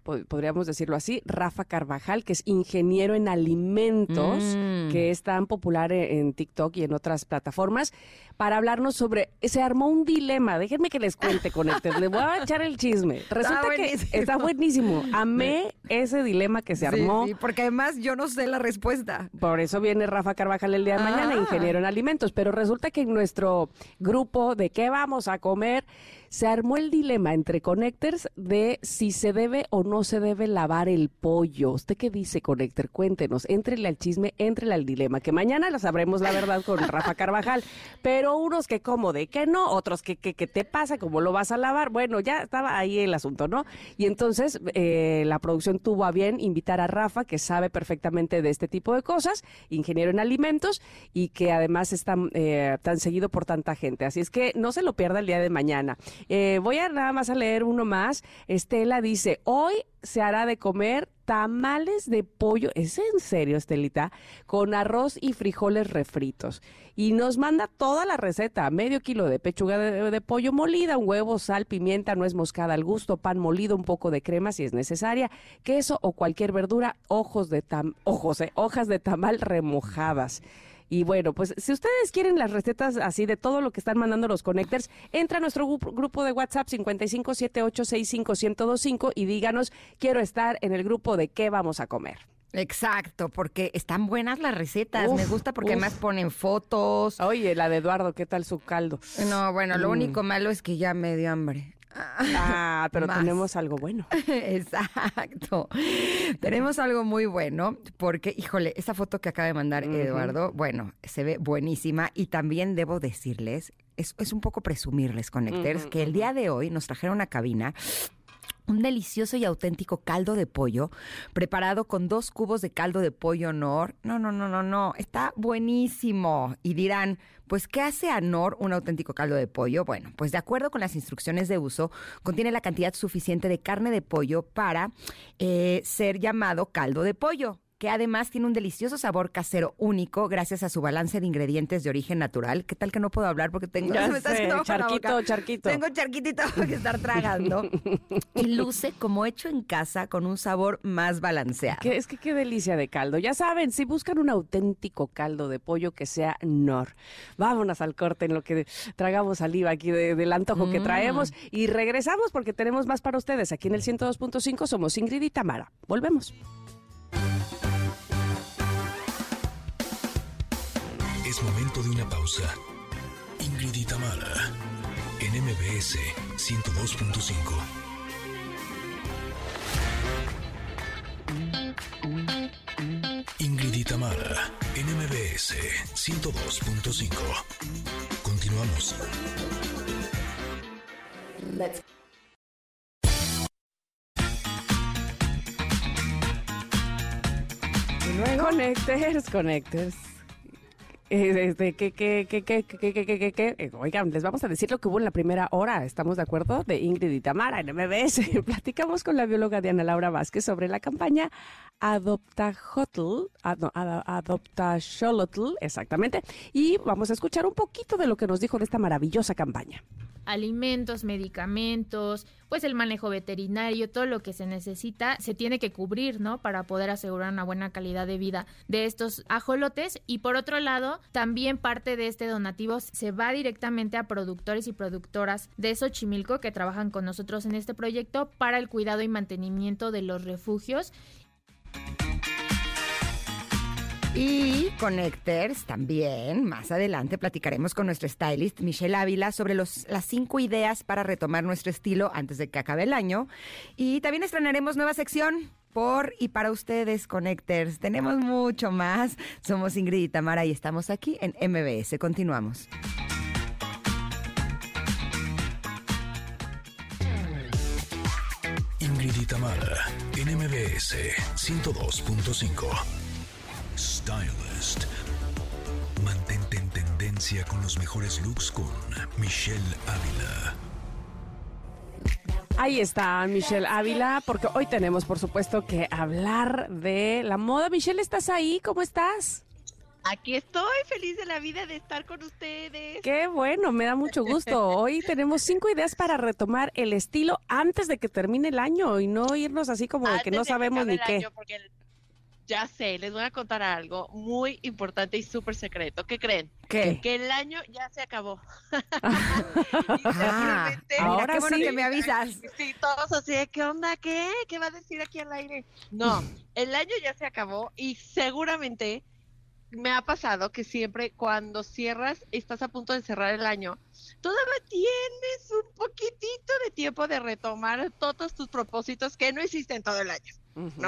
podríamos decirlo así, Rafa Carvajal, que es ingeniero en alimentos, que es tan popular en TikTok y en otras plataformas, para hablarnos sobre, se armó un dilema, déjenme que les cuente, Connectors, les voy a echar el chisme. Resulta que está buenísimo, amé ese dilema que se armó. Sí, porque además yo no sé la respuesta. Por eso viene Rafa Carvajal el día de mañana, ingeniero en alimentos, pero resulta que en nuestro grupo de qué vamos a comer, se armó el dilema entre Connectors de si se debe o no se debe lavar el pollo. ¿Usted qué dice, Connector? Cuéntenos, éntrele al chisme, éntrele al dilema, que mañana lo sabremos la verdad con Rafa Carvajal, pero unos que como de que no, otros que te pasa, cómo lo vas a lavar. Bueno, ya estaba ahí el asunto, ¿no? Y entonces la producción tuvo a bien invitar a Rafa, que sabe perfectamente de este tipo de cosas, ingeniero en alimentos, y que además es tan seguido por tanta gente. Así es que no se lo pierda el día de mañana. Voy a nada más a leer uno más. Estela dice, hoy se hará de comer tamales de pollo, ¿es en serio, Estelita? Con arroz y frijoles refritos. Y nos manda toda la receta, medio kilo de pechuga de pollo molida, un huevo, sal, pimienta, nuez moscada al gusto, pan molido, un poco de crema si es necesaria, queso o cualquier verdura, hojas de tamal remojadas. Y bueno, pues si ustedes quieren las recetas así de todo lo que están mandando los Connectors, entra a nuestro grupo de WhatsApp 5578651025 y díganos, quiero estar en el grupo de qué vamos a comer. Exacto, porque están buenas las recetas. Me gusta porque además ponen fotos. Oye, la de Eduardo, ¿qué tal su caldo? No, bueno, lo único malo es que ya me dio hambre. Pero tenemos algo bueno. Exacto. Tenemos algo muy bueno porque, híjole, esa foto que acaba de mandar Eduardo, bueno, se ve buenísima y también debo decirles, es un poco presumirles, Connectors, que el día de hoy nos trajeron a cabina un delicioso y auténtico caldo de pollo preparado con 2 cubos de caldo de pollo Knorr. No, está buenísimo. Y dirán, pues, ¿qué hace a Knorr un auténtico caldo de pollo? Bueno, pues de acuerdo con las instrucciones de uso, contiene la cantidad suficiente de carne de pollo para ser llamado caldo de pollo, que además tiene un delicioso sabor casero único gracias a su balance de ingredientes de origen natural. ¿Qué tal que no puedo hablar porque tengo charquito? Tengo charquitito que estar tragando. Y luce como hecho en casa con un sabor más balanceado. Es que qué delicia de caldo. Ya saben, si buscan un auténtico caldo de pollo que sea Knorr. Vámonos al corte en lo que tragamos saliva aquí del antojo que traemos y regresamos porque tenemos más para ustedes. Aquí en el 102.5 somos Ingrid y Tamara. Volvemos. Es momento de una pausa. Ingrid y Tamara, en MBS 102.5. Ingrid y Tamara, en MBS 102.5. Continuamos. Y luego, Connectors. Oigan, les vamos a decir lo que hubo en la primera hora, ¿estamos de acuerdo? De Ingrid y Tamara en MBS. Platicamos con la bióloga Diana Laura Vázquez sobre la campaña Adoptaxolotl, exactamente, y vamos a escuchar un poquito de lo que nos dijo de esta maravillosa campaña. Alimentos, medicamentos, pues el manejo veterinario, todo lo que se necesita se tiene que cubrir, ¿no? Para poder asegurar una buena calidad de vida de estos ajolotes. Y por otro lado, también parte de este donativo se va directamente a productores y productoras de Xochimilco que trabajan con nosotros en este proyecto para el cuidado y mantenimiento de los refugios. Y Connectors también, más adelante platicaremos con nuestro stylist Michelle Ávila sobre las 5 ideas para retomar nuestro estilo antes de que acabe el año. Y también estrenaremos nueva sección por y para ustedes, Connectors. Tenemos mucho más. Somos Ingrid y Tamara y estamos aquí en MBS. Continuamos. Ingrid y Tamara, en MBS 102.5. Stylist. Mantente en tendencia con los mejores looks con Michelle Ávila. Ahí está Michelle Ávila, porque hoy tenemos, por supuesto, que hablar de la moda. Michelle, ¿estás ahí? ¿Cómo estás? Aquí estoy feliz de la vida de estar con ustedes. Qué bueno, me da mucho gusto. Hoy tenemos 5 ideas para retomar el estilo antes de que termine el año y no irnos así como de que no sabemos ni qué. Ya sé, les voy a contar algo muy importante y súper secreto. ¿Qué creen? ¿Qué? Que el año ya se acabó. Ahora qué bueno que me avisas. Sí, todos así de, ¿qué onda? ¿Qué? ¿Qué va a decir aquí al aire? No, el año ya se acabó y seguramente me ha pasado que siempre cuando cierras, estás a punto de cerrar el año, todavía tienes un poquitito de tiempo de retomar todos tus propósitos que no hiciste en todo el año, ¿no?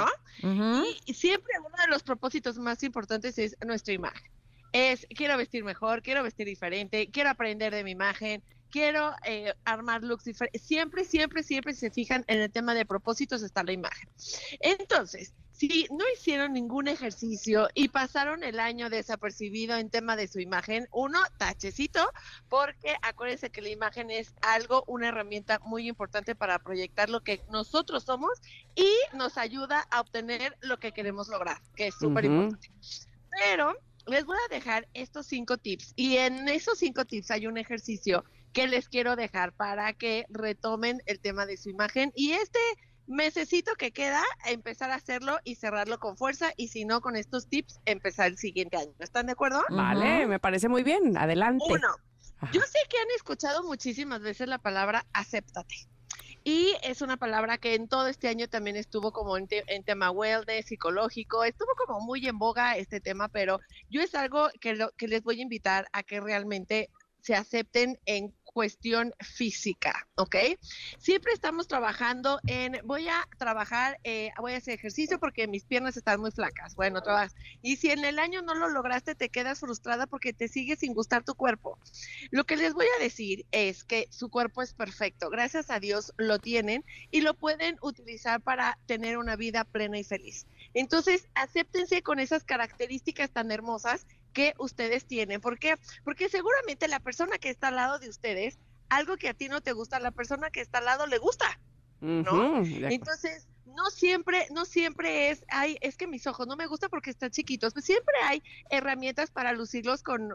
Y siempre uno de los propósitos más importantes es nuestra imagen. Quiero vestir mejor, quiero vestir diferente, quiero aprender de mi imagen, quiero armar looks diferentes. Siempre se fijan en el tema de propósitos, está la imagen. Entonces, si no hicieron ningún ejercicio y pasaron el año desapercibido en tema de su imagen, tachecito, porque acuérdense que la imagen es una herramienta muy importante para proyectar lo que nosotros somos y nos ayuda a obtener lo que queremos lograr, que es súper importante. Pero les voy a dejar estos 5 tips y en esos 5 tips hay un ejercicio que les quiero dejar para que retomen el tema de su imagen y mesecito que queda, empezar a hacerlo y cerrarlo con fuerza y si no, con estos tips, empezar el siguiente año. ¿Están de acuerdo? Vale, me parece muy bien. Adelante. 1, yo sé que han escuchado muchísimas veces la palabra acéptate. Y es una palabra que en todo este año también estuvo como en tema wellness, psicológico, estuvo como muy en boga este tema, pero yo es algo que les voy a invitar a que realmente se acepten en cuestión física, ¿ok? Siempre estamos trabajando voy a hacer ejercicio porque mis piernas están muy flacas. Bueno, y si en el año no lo lograste, te quedas frustrada porque te sigue sin gustar tu cuerpo. Lo que les voy a decir es que su cuerpo es perfecto. Gracias a Dios lo tienen y lo pueden utilizar para tener una vida plena y feliz. Entonces, acéptense con esas características tan hermosas que ustedes tienen. ¿Por qué? Porque seguramente la persona que está al lado de ustedes, algo que a ti no te gusta, a la persona que está al lado le gusta, ¿no? Entonces, no siempre es que mis ojos no me gustan porque están chiquitos, pues siempre hay herramientas para lucirlos con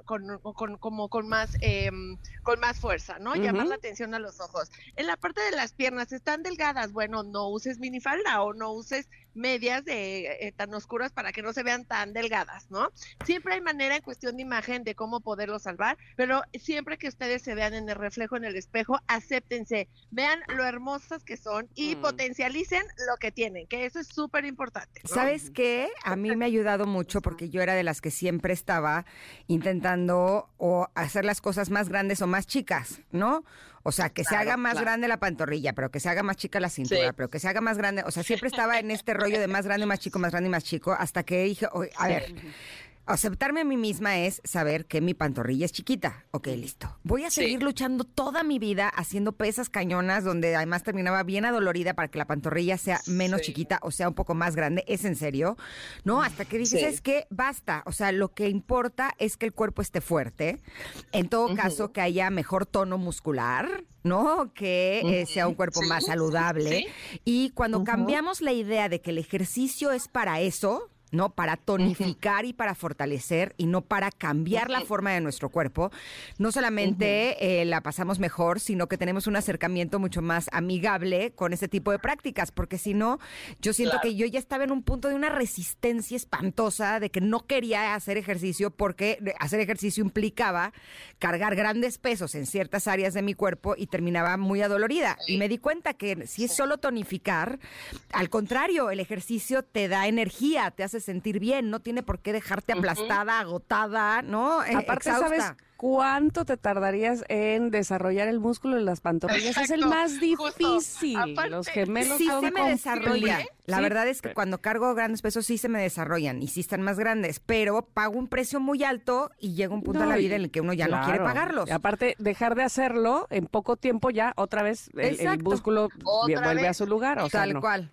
más fuerza, ¿no? Llamar la atención a los ojos. En la parte de las piernas, ¿están delgadas? Bueno, no uses minifalda o no uses medias tan oscuras para que no se vean tan delgadas, ¿no? Siempre hay manera en cuestión de imagen de cómo poderlo salvar, pero siempre que ustedes se vean en el reflejo en el espejo, acéptense, vean lo hermosas que son y potencialicen lo que tienen, que eso es súper importante, ¿no? ¿Sabes qué? A mí me ha ayudado mucho porque yo era de las que siempre estaba intentando o hacer las cosas más grandes o más chicas, ¿no? O sea, que se haga más grande la pantorrilla, pero que se haga más chica la cintura, pero que se haga más grande. O sea, siempre estaba en este rollo de más grande, más chico, más grande y más chico, hasta que dije, a ver, aceptarme a mí misma es saber que mi pantorrilla es chiquita. Ok, listo. Voy a seguir luchando toda mi vida haciendo pesas cañonas, donde además terminaba bien adolorida para que la pantorrilla sea menos chiquita o sea un poco más grande. ¿Es en serio? ¿No? Hasta que dices, es que basta. O sea, lo que importa es que el cuerpo esté fuerte. En todo caso, que haya mejor tono muscular, ¿no? Que sea un cuerpo más saludable. Y cuando cambiamos la idea de que el ejercicio es para eso, ¿no? Para tonificar y para fortalecer y no para cambiar la forma de nuestro cuerpo. No solamente la pasamos mejor, sino que tenemos un acercamiento mucho más amigable con ese tipo de prácticas, porque si no, yo siento que yo ya estaba en un punto de una resistencia espantosa de que no quería hacer ejercicio porque hacer ejercicio implicaba cargar grandes pesos en ciertas áreas de mi cuerpo y terminaba muy adolorida. Y me di cuenta que si es solo tonificar, al contrario, el ejercicio te da energía, te hace sentir bien, no tiene por qué dejarte aplastada, agotada, ¿no? Aparte, exhausta. ¿Sabes cuánto te tardarías en desarrollar el músculo de las pantorrillas? Exacto. Es el más difícil. Aparte, los gemelos sí son se me desarrolla. La verdad es que cuando cargo grandes pesos sí se me desarrollan y sí están más grandes, pero pago un precio muy alto y llega un punto en la vida en el que uno ya no quiere pagarlos. Y aparte, dejar de hacerlo en poco tiempo ya otra vez el músculo vuelve a su lugar. O sea, tal cual.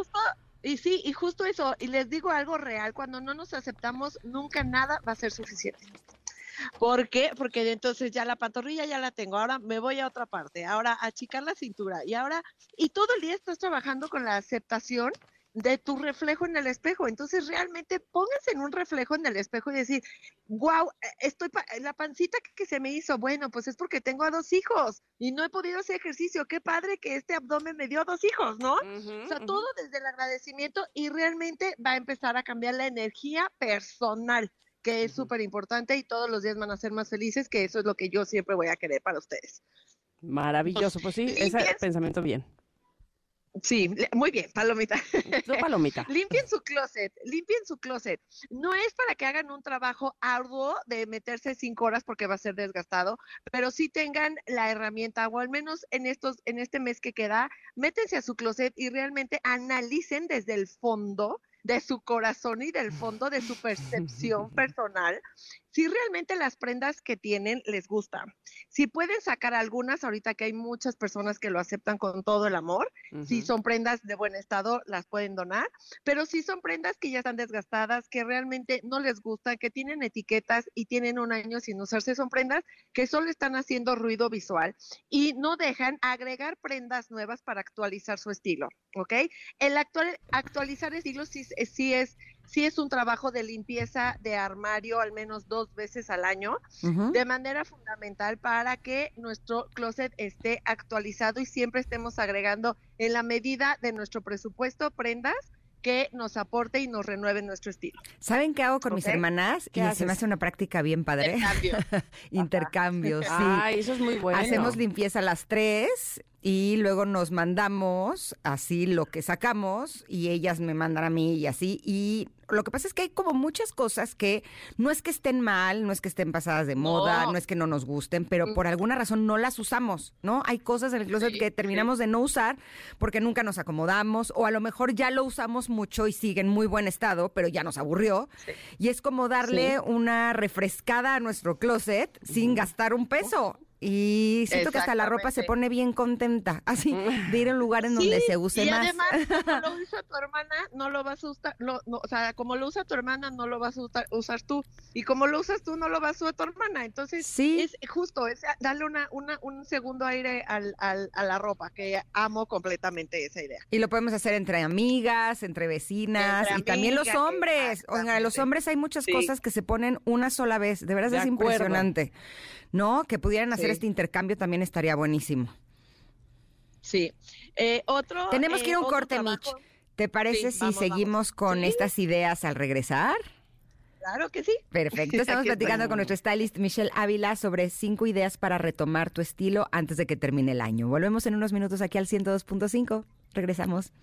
Y justo eso, y les digo algo real, cuando no nos aceptamos, nunca nada va a ser suficiente. ¿Por qué? Porque entonces ya la pantorrilla ya la tengo, ahora me voy a otra parte, ahora a achicar la cintura, y todo el día estás trabajando con la aceptación de tu reflejo en el espejo. Entonces realmente pónganse en un reflejo en el espejo y decir, wow, la pancita que se me hizo, bueno, pues es porque tengo a 2 hijos y no he podido hacer ejercicio. Qué padre que este abdomen me dio 2 hijos, ¿no? O sea, todo desde el agradecimiento, y realmente va a empezar a cambiar la energía personal, que es súper importante, y todos los días van a ser más felices, que eso es lo que yo siempre voy a querer para ustedes. Maravilloso, pues sí, ese pensamiento bien. Sí, muy bien, palomita. No, palomita. Limpien su closet. No es para que hagan un trabajo arduo de meterse 5 horas porque va a ser desgastado, pero sí tengan la herramienta, o al menos en este mes que queda, métense a su closet y realmente analicen desde el fondo de su corazón y del fondo de su percepción personal si realmente las prendas que tienen les gustan. Si pueden sacar algunas, ahorita que hay muchas personas que lo aceptan con todo el amor, si son prendas de buen estado, las pueden donar, pero si son prendas que ya están desgastadas, que realmente no les gustan, que tienen etiquetas y tienen 1 año sin usarse, son prendas que solo están haciendo ruido visual y no dejan agregar prendas nuevas para actualizar su estilo, ¿ok? El actualizar estilo sí es un trabajo de limpieza de armario al menos 2 veces al año, de manera fundamental, para que nuestro closet esté actualizado y siempre estemos agregando en la medida de nuestro presupuesto prendas que nos aporte y nos renueve nuestro estilo. ¿Saben qué hago con mis hermanas? Y se me hace una práctica bien padre. Intercambio, sí. Ay, eso es muy bueno. Hacemos limpieza las 3 y luego nos mandamos así lo que sacamos y ellas me mandan a mí y así. Y lo que pasa es que hay como muchas cosas que no es que estén mal, no es que estén pasadas de moda, no es que no nos gusten, pero por alguna razón no las usamos, ¿no? Hay cosas en el closet que terminamos de no usar porque nunca nos acomodamos, o a lo mejor ya lo usamos mucho y sigue en muy buen estado, pero ya nos aburrió. Y es como darle una refrescada a nuestro closet sin gastar un peso. Y siento que hasta la ropa se pone bien contenta, así, de ir a un lugar en donde se use más. Y además, como lo usa tu hermana, no lo vas a usar, o sea, como lo usa tu hermana, no lo vas a usar tú. Y como lo usas tú, no lo vas a usar tu hermana. Entonces, es justo, es darle un segundo aire a la ropa, que amo completamente esa idea. Y lo podemos hacer entre amigas, entre vecinas, y también los hombres. Oigan, los hombres hay muchas cosas que se ponen una sola vez. De verdad es impresionante. ¿No? Que pudieran hacer este intercambio también estaría buenísimo. Sí. Tenemos que ir a un corte, trabajo. Mitch. ¿Te parece si seguimos con estas ideas al regresar? Claro que sí. Perfecto. Estamos platicando con nuestro stylist Michelle Ávila sobre 5 ideas para retomar tu estilo antes de que termine el año. Volvemos en unos minutos aquí al 102.5. Regresamos.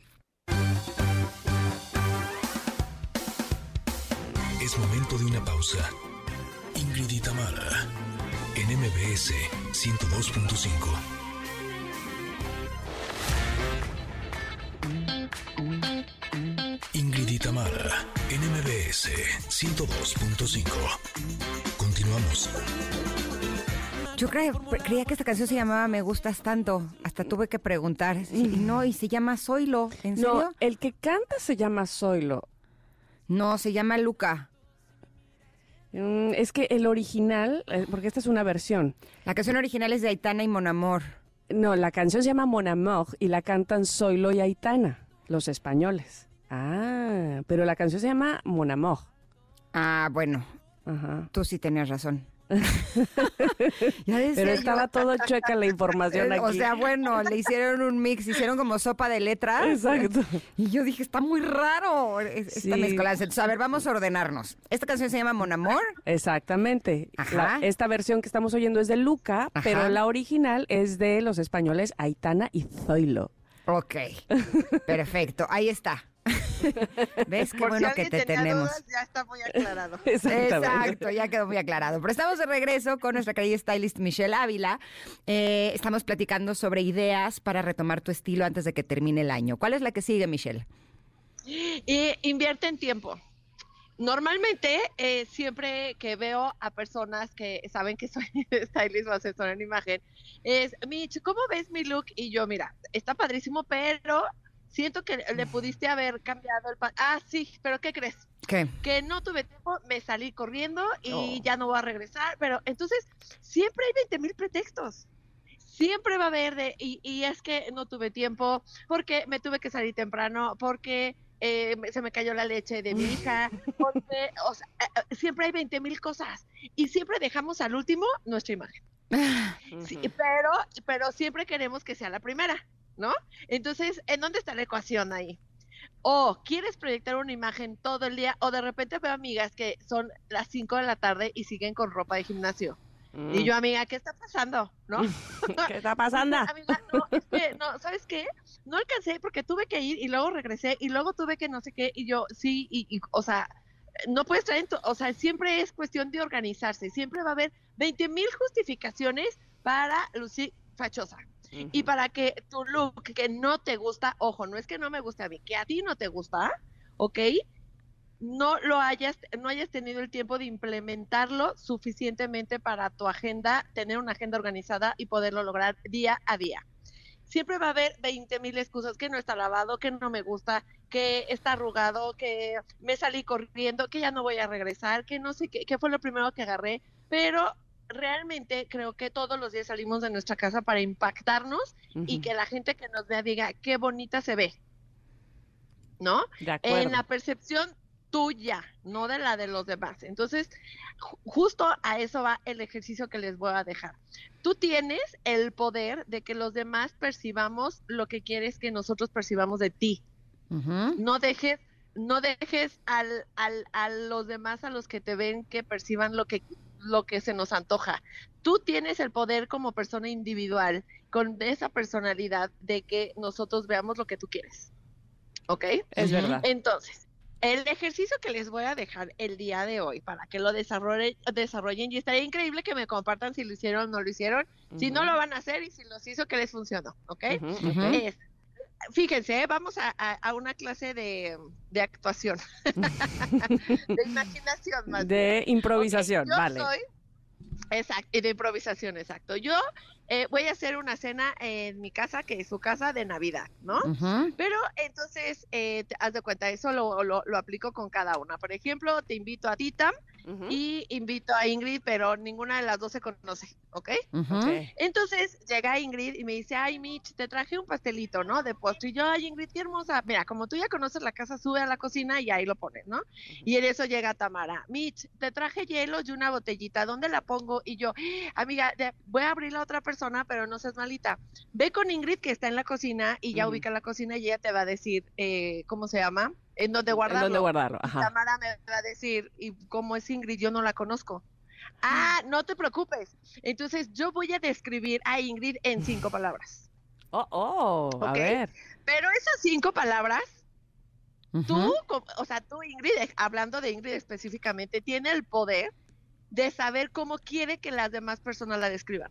Es momento de una pausa. Ingrid y Tamara, en MBS 102.5. Ingrid y Tamara, en MBS 102.5. Continuamos. Yo creía que esta canción se llamaba Me Gustas Tanto. Hasta tuve que preguntar. Y se llama Zoilo. ¿En serio? No, el que canta se llama Zoilo. No, se llama Luca. Es que el original, porque esta es una versión. La canción original es de Aitana y Mon Amour. No, la canción se llama Mon Amour y la cantan Zoilo y Aitana, los españoles. Ah, pero la canción se llama Mon Amour. Ah, bueno. Ajá. Tú sí tenías razón. Pero estaba todo chueca la información aquí. O sea, bueno, le hicieron un mix, hicieron como sopa de letras. Exacto. Y yo dije, está muy raro esta mezcolanza. Entonces, a ver, vamos a ordenarnos. Esta canción se llama Mon Amour. Exactamente. Esta versión que estamos oyendo es de Luca, pero la original es de los españoles Aitana y Zoilo. Ok, perfecto. Ahí está. ¿Ves? Qué bueno que te tenemos. Dudas, ya está muy aclarado. Exacto, ya quedó muy aclarado. Pero estamos de regreso con nuestra querida stylist Michelle Ávila. Estamos platicando sobre ideas para retomar tu estilo antes de que termine el año. ¿Cuál es la que sigue, Michelle? Invierte en tiempo. Normalmente, siempre que veo a personas que saben que soy stylist o asesora en imagen, es, Mitch, ¿cómo ves mi look? Y yo, mira, está padrísimo, pero siento que le pudiste haber cambiado el... sí, pero ¿qué crees? ¿Qué? Que no tuve tiempo, me salí corriendo y ya no voy a regresar. Pero entonces, siempre hay 20,000 pretextos. siempre va a haber y es que no tuve tiempo, porque me tuve que salir temprano, porque se me cayó la leche de mi hija, porque, o sea, siempre hay 20,000 cosas y siempre dejamos al último nuestra imagen. Sí, pero siempre queremos que sea la primera, ¿no? Entonces, ¿en dónde está la ecuación ahí? O quieres proyectar una imagen todo el día, o de repente veo amigas que son las 5 de la tarde y siguen con ropa de gimnasio. Y yo, amiga, ¿qué está pasando? ¿No? ¿Qué está pasando? Amiga, no, es que, no, ¿sabes qué? No alcancé porque tuve que ir y luego regresé y luego tuve que no sé qué y yo, sí, o sea, no puedes traer, o sea, siempre es cuestión de organizarse, siempre va a haber 20,000 justificaciones para lucir fachosa. Y para que tu look que no te gusta, ojo, no es que no me guste a mí, que a ti no te gusta, ¿ok? No hayas tenido el tiempo de implementarlo suficientemente para tu agenda, tener una agenda organizada y poderlo lograr día a día. Siempre va a haber 20,000 excusas, que no está lavado, que no me gusta, que está arrugado, que me salí corriendo, que ya no voy a regresar, que no sé qué, que fue lo primero que agarré, pero realmente creo que todos los días salimos de nuestra casa para impactarnos y que la gente que nos vea diga, qué bonita se ve, ¿no? De acuerdo. En la percepción tuya, no de la de los demás. Entonces, justo a eso va el ejercicio que les voy a dejar. Tú tienes el poder de que los demás percibamos lo que quieres que nosotros percibamos de ti. No dejes a los demás, a los que te ven, que perciban lo que se nos antoja. Tú tienes el poder como persona individual, con esa personalidad, de que nosotros veamos lo que tú quieres. ¿Ok? Es verdad. Entonces, el ejercicio que les voy a dejar el día de hoy para que lo desarrollen, y estaría increíble que me compartan si lo hicieron o no lo hicieron, si no lo van a hacer y si los hizo, que les funcionó, ¿ok? Fíjense, vamos a una clase de actuación, de imaginación más de bien. improvisación, Okay, vale. Exacto, y de improvisación, exacto. Yo voy a hacer una cena en mi casa, que es su casa, de Navidad, ¿no? Pero entonces, haz de cuenta, eso lo aplico con cada una. Por ejemplo, te invito a Tita y invito a Ingrid, pero ninguna de las dos se conoce, ¿ok? Entonces llega Ingrid y me dice, ay, Mitch, te traje un pastelito, ¿no? De postre. Y yo, ay, Ingrid, qué hermosa. Mira, como tú ya conoces la casa, sube a la cocina y ahí lo pones, ¿no? Y en eso llega Tamara, Mitch, te traje hielos y una botellita, ¿dónde la pongo? Y yo, amiga, voy a abrir la otra persona, pero no seas malita. Ve con Ingrid, que está en la cocina, y ya ubica la cocina y ella te va a decir, ¿cómo se llama? En dónde guardarlo. En dónde guardarlo, ajá. Tamara me va a decir, ¿y cómo es Ingrid? Yo no la conozco. Ah, no te preocupes. Entonces yo voy a describir a Ingrid en 5 palabras. A ver. Pero esas 5 palabras, tú, Ingrid, hablando de Ingrid específicamente, tiene el poder de saber cómo quiere que las demás personas la describan.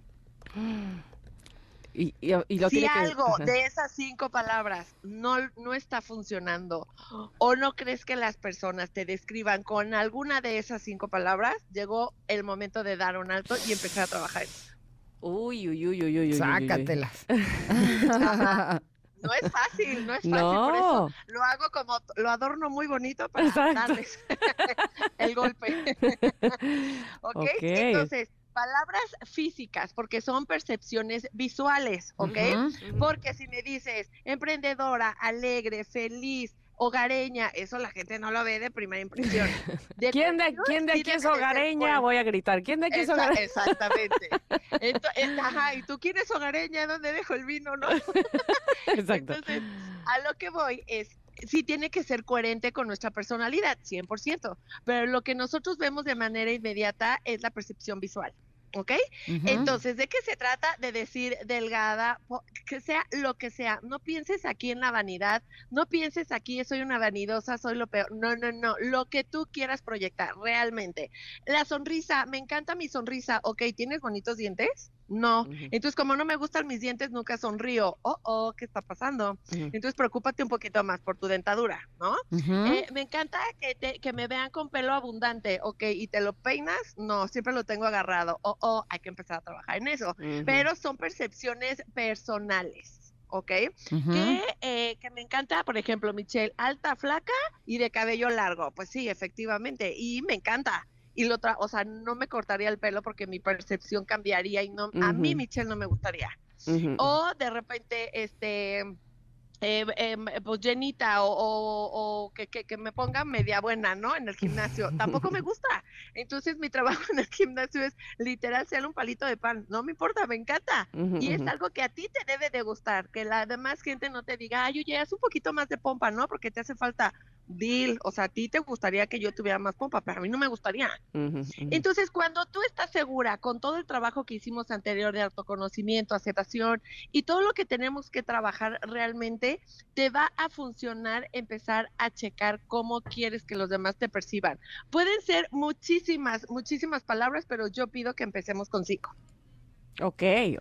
Y lo si tiene algo de esas 5 palabras no está funcionando, o no crees que las personas te describan con alguna de esas 5 palabras, llegó el momento de dar un alto y empezar a trabajar. Uy. Sácatelas. No es fácil, por eso lo hago lo adorno muy bonito para darles el golpe. ¿Ok? Entonces, palabras físicas, porque son percepciones visuales, ¿ok? Porque si me dices emprendedora, alegre, feliz, hogareña, eso la gente no lo ve de primera impresión. ¿Quién de aquí es hogareña? Voy a gritar. ¿Quién de aquí es hogareña? Exactamente. ¿Y tú quién es hogareña? ¿Dónde dejo el vino, no? Exacto. Entonces, a lo que voy es, sí tiene que ser coherente con nuestra personalidad, 100%, pero lo que nosotros vemos de manera inmediata es la percepción visual. ¿Ok? Entonces, ¿de qué se trata? De decir delgada, que sea lo que sea. No pienses aquí en la vanidad, no pienses aquí, soy una vanidosa, soy lo peor. No, lo que tú quieras proyectar, realmente. La sonrisa, me encanta mi sonrisa. ¿Ok? ¿Tienes bonitos dientes? No. Entonces, como no me gustan mis dientes, nunca sonrío. ¿Qué está pasando? Entonces, preocúpate un poquito más por tu dentadura, ¿no? Me encanta que me vean con pelo abundante. ¿Ok? ¿Y te lo peinas? No, siempre lo tengo agarrado. Hay que empezar a trabajar en eso. Pero son percepciones personales, ¿ok? Que me encanta, por ejemplo, Michelle, alta, flaca y de cabello largo. Pues sí, efectivamente, y me encanta. Y no me cortaría el pelo porque mi percepción cambiaría y no, a mí, Michelle, no me gustaría. O de repente, pues llenita o que me ponga media buena, ¿no? En el gimnasio. Tampoco me gusta. Entonces mi trabajo en el gimnasio es literal ser un palito de pan. No me importa, me encanta. Y es algo que a ti te debe de gustar, que la demás gente no te diga, ay, oye, haz un poquito más de pompa, ¿no? Porque te hace falta. Deal, o sea, a ti te gustaría que yo tuviera más pompa, pero a mí no me gustaría. Entonces, cuando tú estás segura con todo el trabajo que hicimos anterior de autoconocimiento, aceptación y todo lo que tenemos que trabajar realmente, te va a funcionar empezar a checar cómo quieres que los demás te perciban. Pueden ser muchísimas palabras, pero yo pido que empecemos con 5. Ok.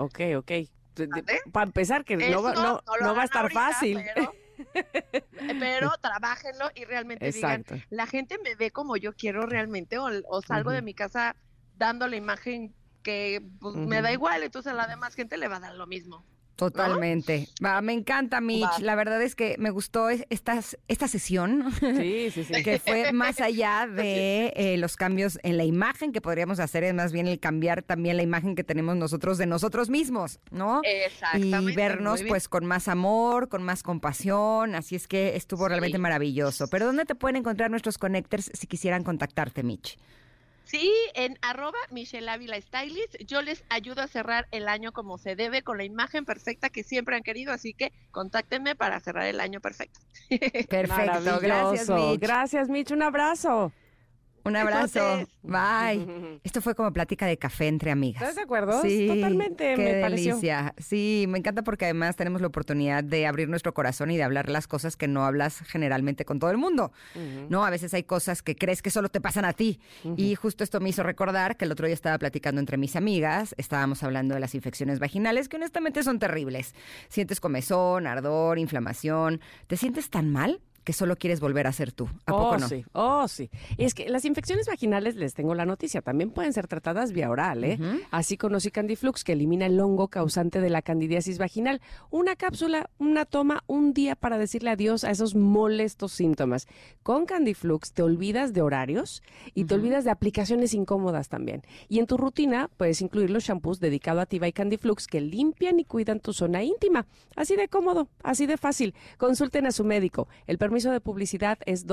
Para empezar, que no va a estar ahorita, fácil. Pero trabájenlo y realmente digan, la gente me ve como yo quiero realmente, o salgo de mi casa dando la imagen que pues, me da igual, entonces a la demás gente le va a dar lo mismo. Totalmente. ¿No? Me encanta, Mitch. La verdad es que me gustó esta sesión. Sí. Que fue más allá de los cambios en la imagen que podríamos hacer, es más bien el cambiar también la imagen que tenemos nosotros de nosotros mismos, ¿no? Exactamente. Y vernos pues con más amor, con más compasión. Así es que estuvo realmente maravilloso. Pero ¿dónde te pueden encontrar nuestros connectors si quisieran contactarte, Mitch? Sí, en @MichelleAvilaStylist. Yo les ayudo a cerrar el año como se debe, con la imagen perfecta que siempre han querido, así que contáctenme para cerrar el año perfecto. Perfecto, gracias, Mitch. Gracias, Mitch, un abrazo. Un abrazo. Bye. Esto fue como plática de café entre amigas. ¿Estás de acuerdo? Sí, totalmente. Qué me pareció. delicia. Sí, me encanta porque además tenemos la oportunidad de abrir nuestro corazón y de hablar las cosas que no hablas generalmente con todo el mundo. ¿No? A veces hay cosas que crees que solo te pasan a ti. Y justo esto me hizo recordar que el otro día estaba platicando entre mis amigas, estábamos hablando de las infecciones vaginales, que honestamente son terribles. Sientes comezón, ardor, inflamación. ¿Te sientes tan mal que solo quieres volver a ser tú? ¿A poco no? Sí. Es que las infecciones vaginales, les tengo la noticia, también pueden ser tratadas vía oral, ¿eh? Así conocí Candiflux, que elimina el hongo causante de la candidiasis vaginal. Una cápsula, una toma, un día para decirle adiós a esos molestos síntomas. Con Candiflux te olvidas de horarios y te olvidas de aplicaciones incómodas también. Y en tu rutina puedes incluir los shampoos dedicados a Tiva y Candiflux que limpian y cuidan tu zona íntima. Así de cómodo, así de fácil. Consulten a su médico. El permiso de publicidad es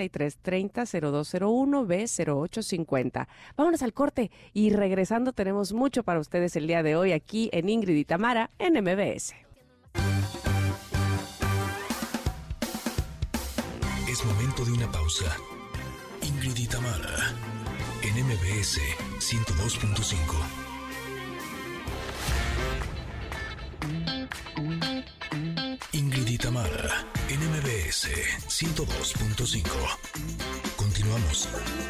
233-30-0201-B0850. Vámonos al corte y regresando tenemos mucho para ustedes el día de hoy aquí en Ingrid y Tamara en MBS. Es momento de una pausa. Ingrid y Tamara en MBS 102.5. Ingrid y Tamara en MBS 102.5. Continuamos.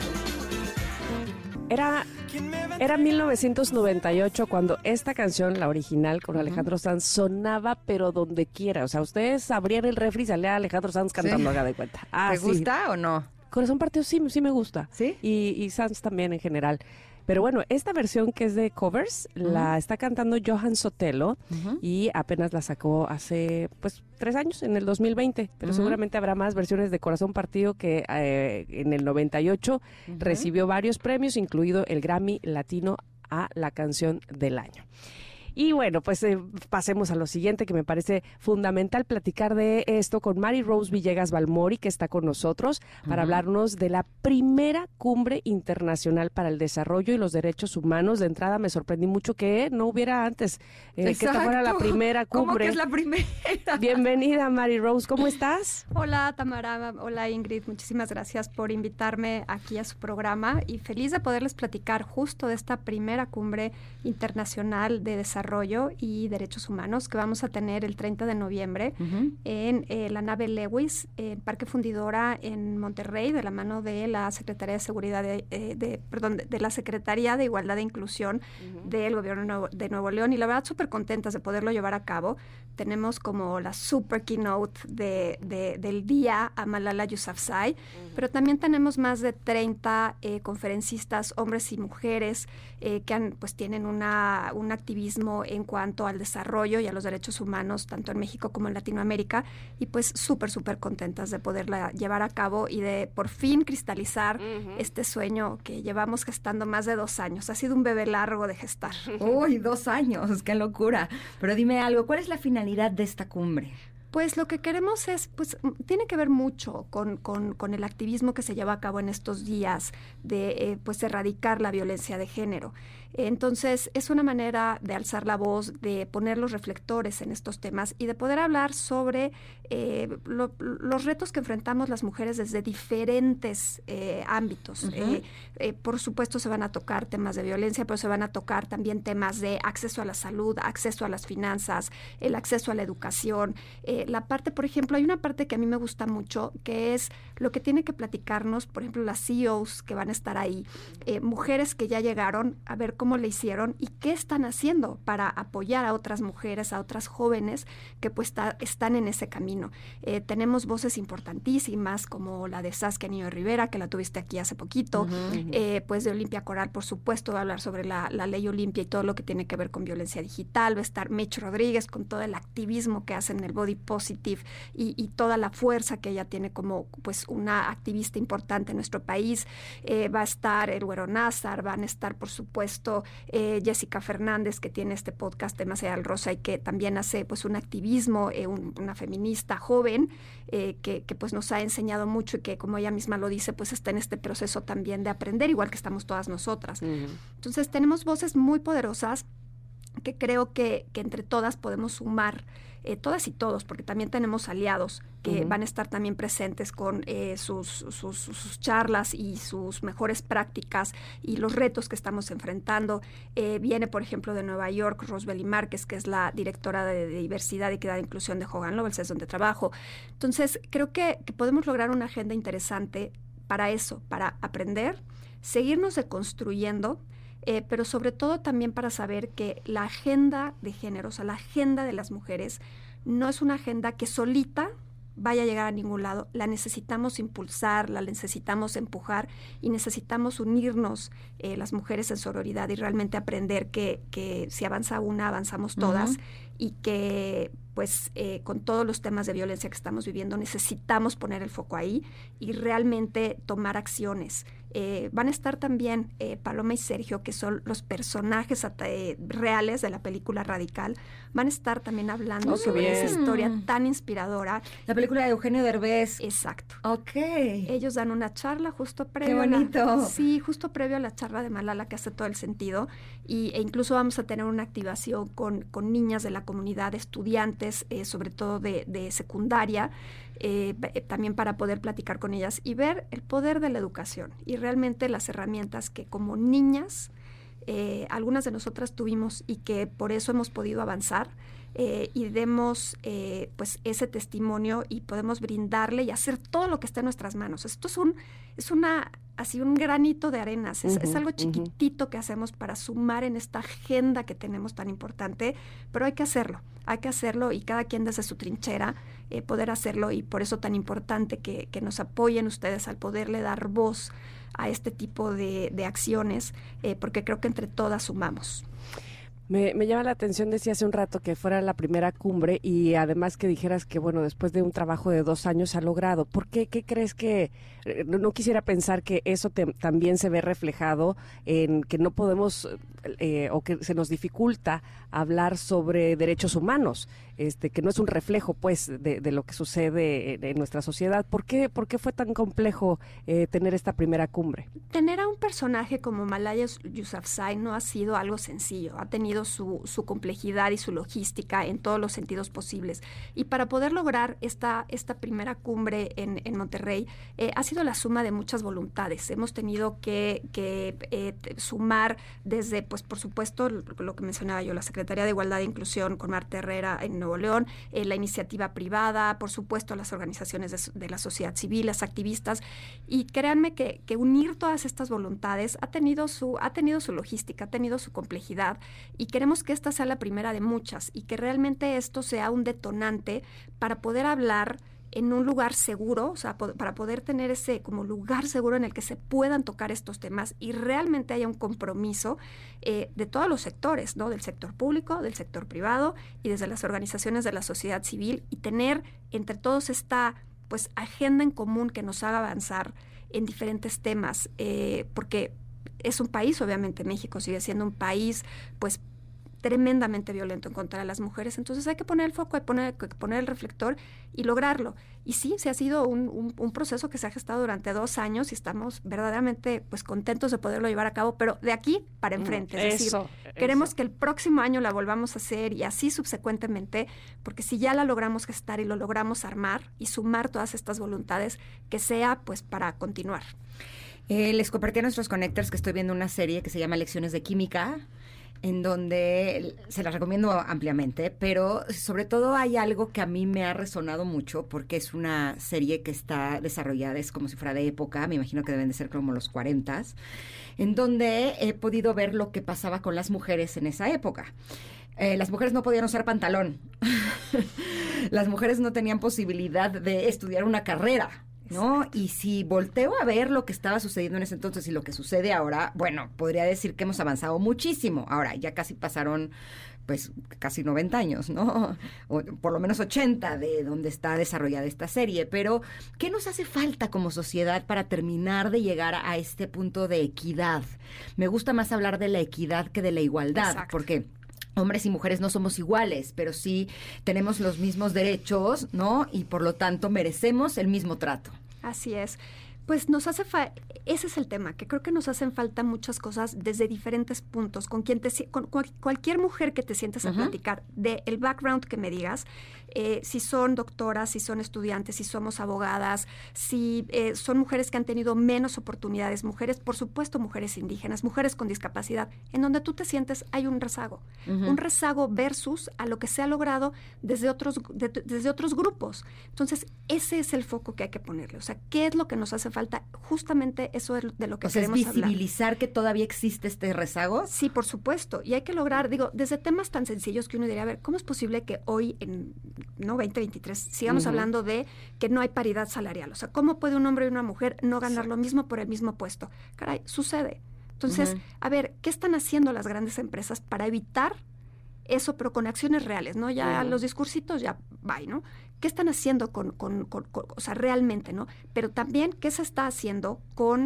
Era 1998 cuando esta canción, la original con Alejandro Sanz, sonaba pero donde quiera. O sea, ustedes abrían el refri y salía Alejandro Sanz cantando, haga de cuenta. ¿Te gusta o no? Corazón Partido sí me gusta. ¿Sí? Y Sanz también en general. Pero bueno, esta versión que es de covers la está cantando Johan Sotelo y apenas la sacó hace 3 años, en el 2020. Pero seguramente habrá más versiones de Corazón Partido que en el 98 recibió varios premios, incluido el Grammy Latino a la canción del año. Y bueno, pues pasemos a lo siguiente, que me parece fundamental platicar de esto con Mary Rose Villegas Balmori, que está con nosotros para hablarnos de la primera cumbre internacional para el desarrollo y los derechos humanos. De entrada me sorprendí mucho que no hubiera antes, que esta fuera la primera cumbre. ¿Cómo que es la primera? Bienvenida, Mary Rose, ¿cómo estás? Hola, Tamara, hola, Ingrid, muchísimas gracias por invitarme aquí a su programa y feliz de poderles platicar justo de esta primera cumbre internacional de desarrollo y derechos humanos que vamos a tener el 30 de noviembre en la nave Lewis, en Parque Fundidora en Monterrey, de la mano de la Secretaría de Seguridad de la Secretaría de Igualdad e Inclusión del Gobierno de Nuevo León, y la verdad súper contentas de poderlo llevar a cabo. Tenemos como la super keynote del día a Malala Yousafzai, pero también tenemos más de 30 conferencistas, hombres y mujeres, que tienen un activismo activismo en cuanto al desarrollo y a los derechos humanos, tanto en México como en Latinoamérica, y pues súper contentas de poderla llevar a cabo y de por fin cristalizar este sueño que llevamos gestando más de 2 años. Ha sido un bebé largo de gestar. ¡Uy, 2 años! ¡Qué locura! Pero dime algo, ¿cuál es la finalidad de esta cumbre? Pues lo que queremos es, pues tiene que ver mucho con el activismo que se lleva a cabo en estos días de pues erradicar la violencia de género. Entonces, es una manera de alzar la voz, de poner los reflectores en estos temas y de poder hablar sobre los retos que enfrentamos las mujeres desde diferentes ámbitos. Por supuesto, se van a tocar temas de violencia, pero se van a tocar también temas de acceso a la salud, acceso a las finanzas, el acceso a la educación. La parte, por ejemplo, hay una parte que a mí me gusta mucho, que es lo que tiene que platicarnos, por ejemplo, las CEOs que van a estar ahí, mujeres que ya llegaron a ver cómo le hicieron y qué están haciendo para apoyar a otras mujeres, a otras jóvenes que pues están en ese camino. Tenemos voces importantísimas como la de Saskia Niño Rivera, que la tuviste aquí hace poquito, pues de Olimpia Coral, por supuesto, va a hablar sobre la ley Olimpia y todo lo que tiene que ver con violencia digital. Va a estar Mitch Rodríguez con todo el activismo que hace en el Body Positive y toda la fuerza que ella tiene como pues una activista importante en nuestro país. Va a estar el Güero Nazar, van a estar, por supuesto, Jessica Fernández, que tiene este podcast de Más allá del Rosa y que también hace pues un activismo, una feminista joven que pues nos ha enseñado mucho y que, como ella misma lo dice, pues está en este proceso también de aprender, igual que estamos todas nosotras. Entonces tenemos voces muy poderosas que creo que entre todas podemos sumar, todas y todos, porque también tenemos aliados que van a estar también presentes con sus charlas y sus mejores prácticas y los retos que estamos enfrentando. Viene, por ejemplo, de Nueva York, Rosbely Márquez, que es la directora de Diversidad, Equidad e Inclusión de Hogan Lovells, es donde trabajo. Entonces, creo que podemos lograr una agenda interesante para eso, para aprender, seguirnos deconstruyendo, pero sobre todo también para saber que la agenda de género, o sea, la agenda de las mujeres, no es una agenda que solita vaya a llegar a ningún lado. La necesitamos impulsar, la necesitamos empujar y necesitamos unirnos las mujeres en sororidad y realmente aprender que si avanza una, avanzamos todas y que pues con todos los temas de violencia que estamos viviendo necesitamos poner el foco ahí y realmente tomar acciones. Van a estar también Paloma y Sergio, que son los personajes reales de la película Radical. Van a estar también hablando sobre esa historia tan inspiradora. La película de Eugenio Derbez. Exacto. Ok. Ellos dan una charla justo previo. ¡Qué bonito! Sí, justo previo a la charla de Malala, que hace todo el sentido. E incluso vamos a tener una activación con niñas de la comunidad, estudiantes, sobre todo de secundaria, también para poder platicar con ellas y ver el poder de la educación y realmente las herramientas que como niñas algunas de nosotras tuvimos y que por eso hemos podido avanzar y demos pues ese testimonio y podemos brindarle y hacer todo lo que está en nuestras manos. Esto es un granito de arena, es algo chiquitito que hacemos para sumar en esta agenda que tenemos tan importante, pero hay que hacerlo y cada quien desde su trinchera poder hacerlo y por eso tan importante que nos apoyen ustedes al poderle dar voz a este tipo de acciones, porque creo que entre todas sumamos. Me llama la atención, decía hace un rato que fuera la primera cumbre y además que dijeras que, bueno, después de un trabajo de 2 años ha logrado. ¿Por qué? ¿Qué crees que...? No quisiera pensar que eso también se ve reflejado en que no podemos o que se nos dificulta hablar sobre derechos humanos, que no es un reflejo, pues, de lo que sucede en nuestra sociedad. ¿Por qué fue tan complejo tener esta primera cumbre? Tener a un personaje como Malala Yousafzai no ha sido algo sencillo. Ha tenido su complejidad y su logística en todos los sentidos posibles. Y para poder lograr esta primera cumbre en Monterrey, ha sido la suma de muchas voluntades. Hemos tenido que sumar desde, pues por supuesto, lo que mencionaba yo, la Secretaría de Igualdad e Inclusión con Marta Herrera en Nuevo León, la iniciativa privada, por supuesto, las organizaciones de la sociedad civil, las activistas. Y créanme que unir todas estas voluntades ha tenido su logística, ha tenido su complejidad y queremos que esta sea la primera de muchas y que realmente esto sea un detonante para poder hablar en un lugar seguro, o sea, para poder tener ese como lugar seguro en el que se puedan tocar estos temas y realmente haya un compromiso de todos los sectores, ¿no? Del sector público, del sector privado y desde las organizaciones de la sociedad civil, y tener entre todos esta pues agenda en común que nos haga avanzar en diferentes temas, porque es un país, obviamente México sigue siendo un país pues tremendamente violento en contra de las mujeres, entonces hay que poner el foco, hay que poner el reflector y lograrlo. Y sí, se ha sido un proceso que se ha gestado durante 2 años y estamos verdaderamente pues contentos de poderlo llevar a cabo, pero de aquí para enfrente, es decir, queremos que el próximo año la volvamos a hacer y así subsecuentemente, porque si ya la logramos gestar y lo logramos armar y sumar todas estas voluntades, que sea pues para continuar. Les compartí a nuestros connectors que estoy viendo una serie que se llama Lecciones de Química, en donde se las recomiendo ampliamente, pero sobre todo hay algo que a mí me ha resonado mucho porque es una serie que está desarrollada, es como si fuera de época, me imagino que deben de ser como los 40s, en donde he podido ver lo que pasaba con las mujeres en esa época. Las mujeres no podían usar pantalón, las mujeres no tenían posibilidad de estudiar una carrera, ¿no? Exacto. Y si volteo a ver lo que estaba sucediendo en ese entonces y lo que sucede ahora, bueno, podría decir que hemos avanzado muchísimo. Ahora, ya casi pasaron, pues, casi 90 años, ¿no? O por lo menos 80 de donde está desarrollada esta serie. Pero, ¿qué nos hace falta como sociedad para terminar de llegar a este punto de equidad? Me gusta más hablar de la equidad que de la igualdad, exacto, porque hombres y mujeres no somos iguales, pero sí tenemos los mismos derechos, ¿no? Y por lo tanto merecemos el mismo trato. Así es. Pues nos hace ese es el tema, que creo que nos hacen falta muchas cosas desde diferentes puntos, con cualquier mujer que te sientes a platicar, del background que me digas, si son doctoras, si son estudiantes, si somos abogadas, si son mujeres que han tenido menos oportunidades, mujeres, por supuesto, mujeres indígenas, mujeres con discapacidad, en donde tú te sientes hay un rezago versus a lo que se ha logrado desde otros grupos. Entonces, ese es el foco que hay que ponerle. O sea, ¿qué es lo que nos hace falta? Justamente eso es de lo que queremos hablar. ¿Es visibilizar que todavía existe este rezago? Sí, por supuesto. Y hay que lograr, desde temas tan sencillos que uno diría, a ver, ¿cómo es posible que hoy, en 2023, sigamos hablando de que no hay paridad salarial? O sea, ¿cómo puede un hombre y una mujer no ganar lo mismo por el mismo puesto? Caray, sucede. Entonces, a ver, ¿qué están haciendo las grandes empresas para evitar eso, pero con acciones reales, ¿no? Ya los discursitos ya bye, ¿no? ¿Qué están haciendo o sea, realmente, ¿no? Pero también, ¿qué se está haciendo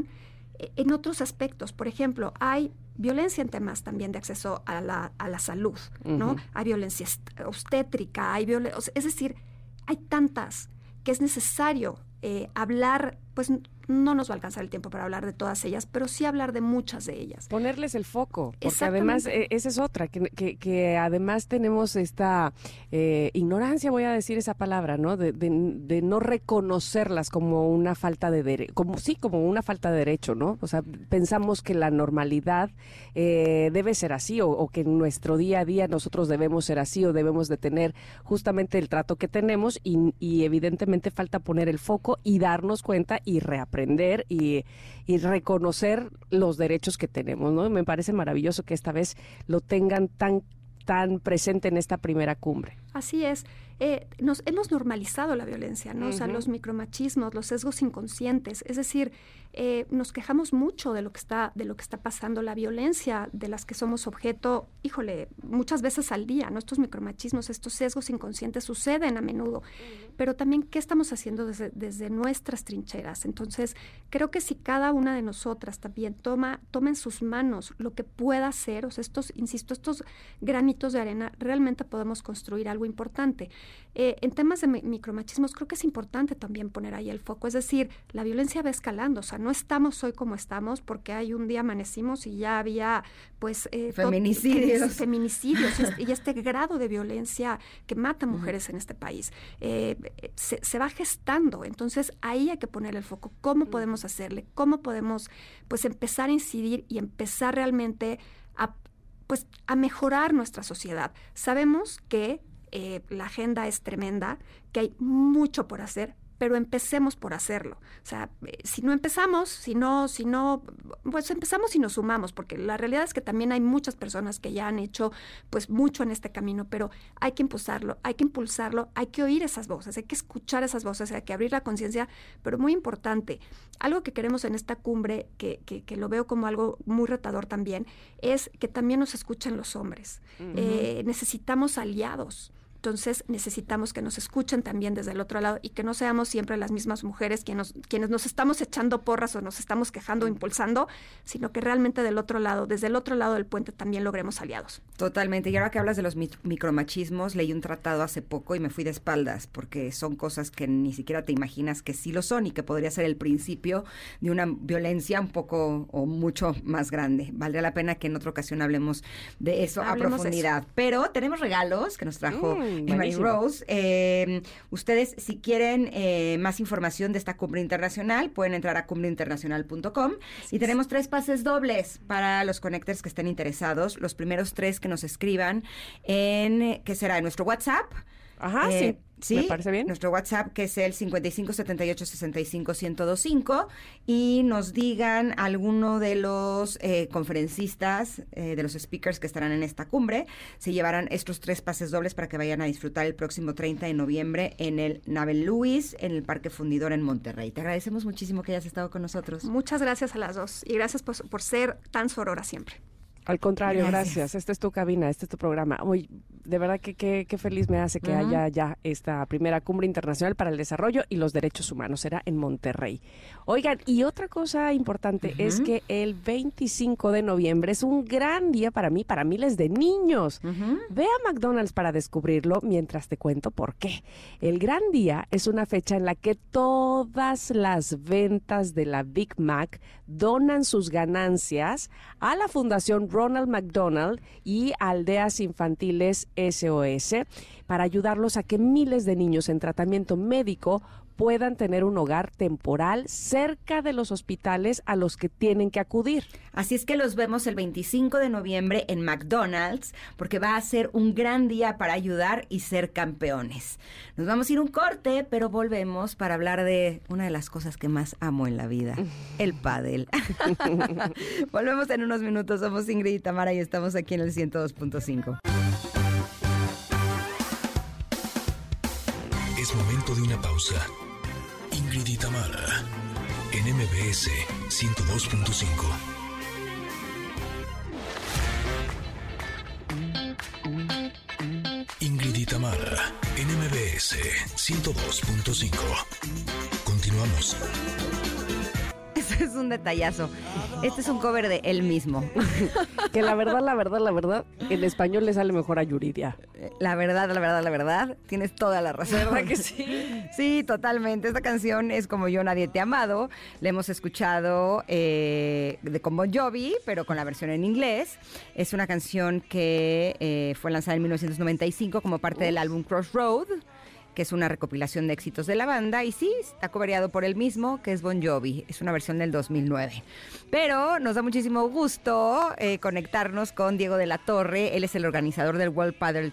en otros aspectos? Por ejemplo, hay violencia en temas también de acceso a la salud, ¿no? Hay violencia obstétrica, es decir, hay tantas que es necesario hablar, pues no nos va a alcanzar el tiempo para hablar de todas ellas, pero sí hablar de muchas de ellas. Ponerles el foco, porque además esa es otra, que además tenemos esta ignorancia, voy a decir esa palabra, ¿no? De no reconocerlas como una falta de derecho, como una falta de derecho, ¿no? O sea, pensamos que la normalidad debe ser así, o que en nuestro día a día nosotros debemos ser así, o debemos de tener justamente el trato que tenemos, y evidentemente falta poner el foco y darnos cuenta y reaprender y reconocer los derechos que tenemos, ¿no? Me parece maravilloso que esta vez lo tengan tan presente en esta primera cumbre. Así es. Hemos normalizado la violencia, ¿no? O sea, los micromachismos, los sesgos inconscientes. Es decir, nos quejamos mucho de lo que está pasando, la violencia de las que somos objeto, híjole, muchas veces al día, ¿no? Estos micromachismos, estos sesgos inconscientes suceden a menudo. Pero también, ¿qué estamos haciendo desde nuestras trincheras? Entonces, creo que si cada una de nosotras también toma en sus manos lo que pueda hacer, o sea, estos granitos de arena, realmente podemos construir algo importante. En temas de micromachismos creo que es importante también poner ahí el foco, es decir, la violencia va escalando, o sea, no estamos hoy como estamos porque hay un día amanecimos y ya había pues feminicidios y este grado de violencia que mata mujeres en este país se va gestando. Entonces ahí hay que poner el foco, cómo podemos hacerle, cómo podemos pues empezar a incidir y empezar realmente a mejorar nuestra sociedad. Sabemos que la agenda es tremenda, que hay mucho por hacer, pero empecemos por hacerlo. O sea, si no empezamos, pues empezamos y nos sumamos, porque la realidad es que también hay muchas personas que ya han hecho pues mucho en este camino, pero hay que impulsarlo, hay que oír esas voces, hay que escuchar esas voces, hay que abrir la conciencia, pero muy importante, algo que queremos en esta cumbre, que lo veo como algo muy retador también, es que también nos escuchen los hombres. Necesitamos aliados. Entonces necesitamos que nos escuchen también desde el otro lado y que no seamos siempre las mismas mujeres quienes nos estamos echando porras o nos estamos quejando o impulsando, sino que realmente desde el otro lado del puente también logremos aliados. Totalmente. Y ahora que hablas de los micromachismos, leí un tratado hace poco y me fui de espaldas porque son cosas que ni siquiera te imaginas que sí lo son y que podría ser el principio de una violencia un poco o mucho más grande. Valdría la pena que en otra ocasión hablemos de eso a profundidad. Pero tenemos regalos que nos trajo Mary Rose. Ustedes, si quieren más información de esta cumbre internacional, pueden entrar a cumbreinternacional.com y tenemos 3 pases dobles para los connectors que estén interesados. Los primeros 3 que nos escriban ¿qué será? En nuestro WhatsApp. Ajá, sí. Sí, me parece bien. Nuestro WhatsApp, que es el 5578651025, y nos digan alguno de los conferencistas, de los speakers que estarán en esta cumbre, se llevarán estos 3 pases dobles para que vayan a disfrutar el próximo 30 de noviembre en el Nabel Lewis, en el Parque Fundidor en Monterrey. Te agradecemos muchísimo que hayas estado con nosotros. Muchas gracias a las dos y gracias por ser tan sorora siempre. Al contrario, gracias. Esta es tu cabina, este es tu programa. Uy, de verdad que qué feliz me hace que haya ya esta primera cumbre internacional para el desarrollo y los derechos humanos. Será en Monterrey. Oigan, y otra cosa importante es que el 25 de noviembre es un gran día para miles de niños. Ve a McDonald's para descubrirlo mientras te cuento por qué. El gran día es una fecha en la que todas las ventas de la Big Mac donan sus ganancias a la Fundación Ronald McDonald y Aldeas Infantiles SOS para ayudarlos a que miles de niños en tratamiento médico puedan tener un hogar temporal cerca de los hospitales a los que tienen que acudir. Así es que los vemos el 25 de noviembre en McDonald's, porque va a ser un gran día para ayudar y ser campeones. Nos vamos a ir un corte, pero volvemos para hablar de una de las cosas que más amo en la vida, el pádel. Volvemos en unos minutos. Somos Ingrid y Tamara y estamos aquí en el 102.5. Es momento de una pausa. Ingrid y Tamara, en MBS 102.5. Ingrid y Tamara, en MBS 102.5. Continuamos. Eso es un detallazo. Este es un cover de él mismo. Que la verdad, en español le sale mejor a Yuridia. La verdad, tienes toda la razón. ¿Verdad que sí? Sí, totalmente. Esta canción es Como yo nadie te ha amado. La hemos escuchado con Bon Jovi, pero con la versión en inglés. Es una canción que fue lanzada en 1995 como parte del álbum Crossroad, que es una recopilación de éxitos de la banda, y sí, está cobereado por él mismo, que es Bon Jovi. Es una versión del 2009. Pero nos da muchísimo gusto conectarnos con Diego de la Torre. Él es el organizador del World Padel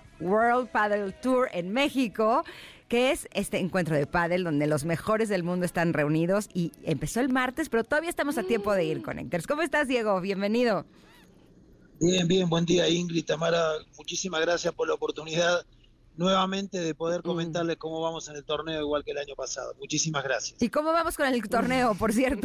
Tour en México, que es este encuentro de pádel donde los mejores del mundo están reunidos, y empezó el martes, pero todavía estamos a tiempo de ir, Connectors. ¿Cómo estás, Diego? Bienvenido. Bien, buen día, Ingrid, Tamara. Muchísimas gracias por la oportunidad nuevamente de poder comentarles cómo vamos en el torneo, igual que el año pasado. Muchísimas gracias. ¿Y cómo vamos con el torneo, por cierto?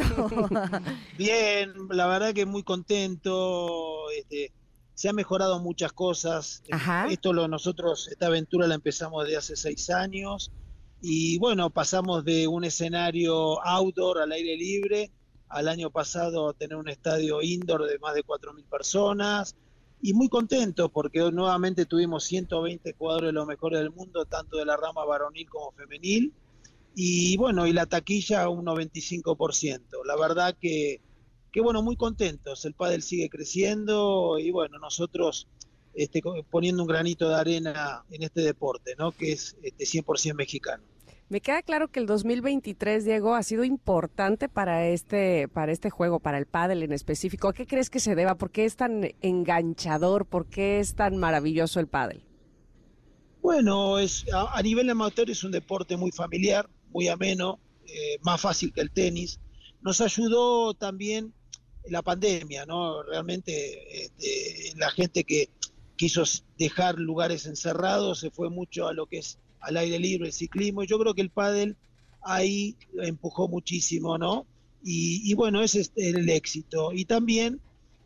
Bien, la verdad que muy contento. Se han mejorado muchas cosas. Ajá. Nosotros, esta aventura la empezamos desde hace 6 años. Y bueno, pasamos de un escenario outdoor al aire libre al año pasado a tener un estadio indoor de más de 4.000 personas. Y muy contentos porque nuevamente tuvimos 120 jugadores de los mejores del mundo, tanto de la rama varonil como femenil. Y bueno, y la taquilla un 95%. La verdad que bueno, muy contentos. El pádel sigue creciendo y bueno, nosotros poniendo un granito de arena en este deporte, ¿no? Que es 100% mexicano. Me queda claro que el 2023, Diego, ha sido importante para este juego, para el pádel en específico. ¿A qué crees que se deba? ¿Por qué es tan enganchador? ¿Por qué es tan maravilloso el pádel? Bueno, a nivel amateur es un deporte muy familiar, muy ameno, más fácil que el tenis. Nos ayudó también la pandemia, ¿no? Realmente la gente que quiso dejar lugares encerrados se fue mucho a lo que es al aire libre, el ciclismo, y yo creo que el pádel ahí empujó muchísimo, ¿no? Y bueno, ese es el éxito. Y también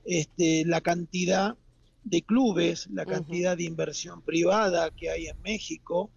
la cantidad de clubes, la cantidad de inversión privada que hay en México,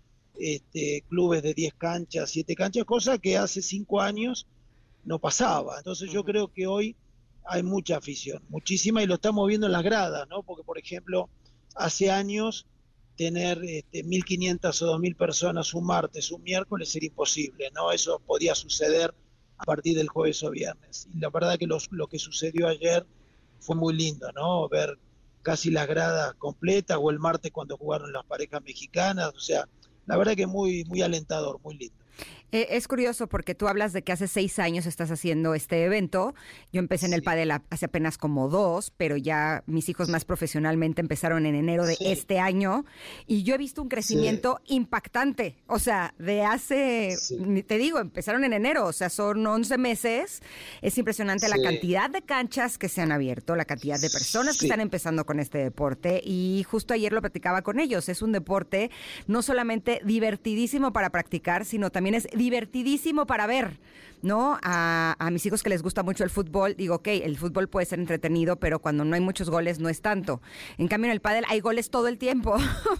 clubes de 10 canchas, 7 canchas, cosa que hace 5 años no pasaba. Entonces yo creo que hoy hay mucha afición, muchísima, y lo estamos viendo en las gradas, ¿no? Porque, por ejemplo, hace años tener 1.500 o 2.000 personas un martes, un miércoles era imposible, ¿no? Eso podía suceder a partir del jueves o viernes. Y la verdad que lo que sucedió ayer fue muy lindo, ¿no? Ver casi las gradas completas, o el martes cuando jugaron las parejas mexicanas, o sea, la verdad que muy, muy alentador, muy lindo. Es curioso porque tú hablas de que hace 6 años estás haciendo este evento. Yo empecé en el pádel hace apenas como 2, pero ya mis hijos más profesionalmente empezaron en enero de este año, y yo he visto un crecimiento impactante. O sea, de hace, te digo, empezaron en enero, o sea, son 11 meses. Es impresionante la cantidad de canchas que se han abierto, la cantidad de personas que están empezando con este deporte, y justo ayer lo platicaba con ellos. Es un deporte no solamente divertidísimo para practicar, sino también es divertidísimo para ver, ¿no? A mis hijos que les gusta mucho el fútbol, digo, ok, el fútbol puede ser entretenido, pero cuando no hay muchos goles no es tanto. En cambio, en el pádel hay goles todo el tiempo.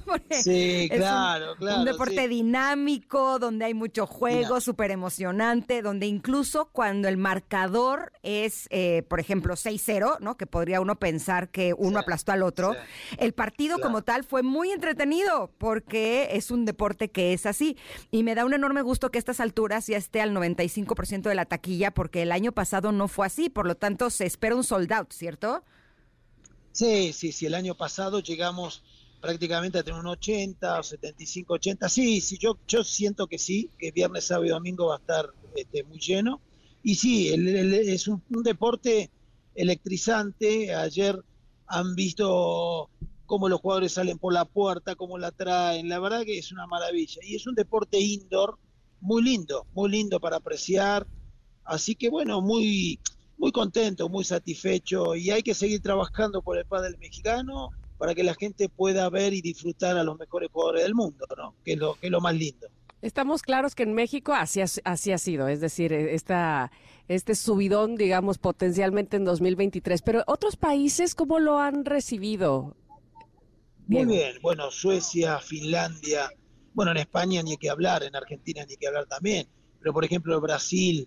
Sí, claro, un deporte dinámico, donde hay mucho juego, súper emocionante, donde incluso cuando el marcador es, por ejemplo, 6-0, ¿no? Que podría uno pensar que uno aplastó al otro, el partido como tal fue muy entretenido, porque es un deporte que es así. Y me da un enorme gusto que a estas alturas ya esté al 95% de la taquilla, porque el año pasado no fue así, por lo tanto se espera un sold out, ¿cierto? Sí, el año pasado llegamos prácticamente a tener un 80 o 75, 80, sí, yo siento que sí, que viernes, sábado y domingo va a estar muy lleno, y sí, es un deporte electrizante. Ayer han visto cómo los jugadores salen por la puerta, cómo la traen, la verdad que es una maravilla, y es un deporte indoor muy lindo para apreciar, así que bueno, muy, muy contento, muy satisfecho, y hay que seguir trabajando por el pádel mexicano para que la gente pueda ver y disfrutar a los mejores jugadores del mundo, ¿no? Que es lo más lindo. Estamos claros que en México así ha sido, es decir, este subidón, digamos, potencialmente en 2023, pero otros países, ¿cómo lo han recibido? Muy bien, bueno, Suecia, Finlandia, bueno, en España ni hay que hablar, en Argentina ni hay que hablar también, pero por ejemplo Brasil,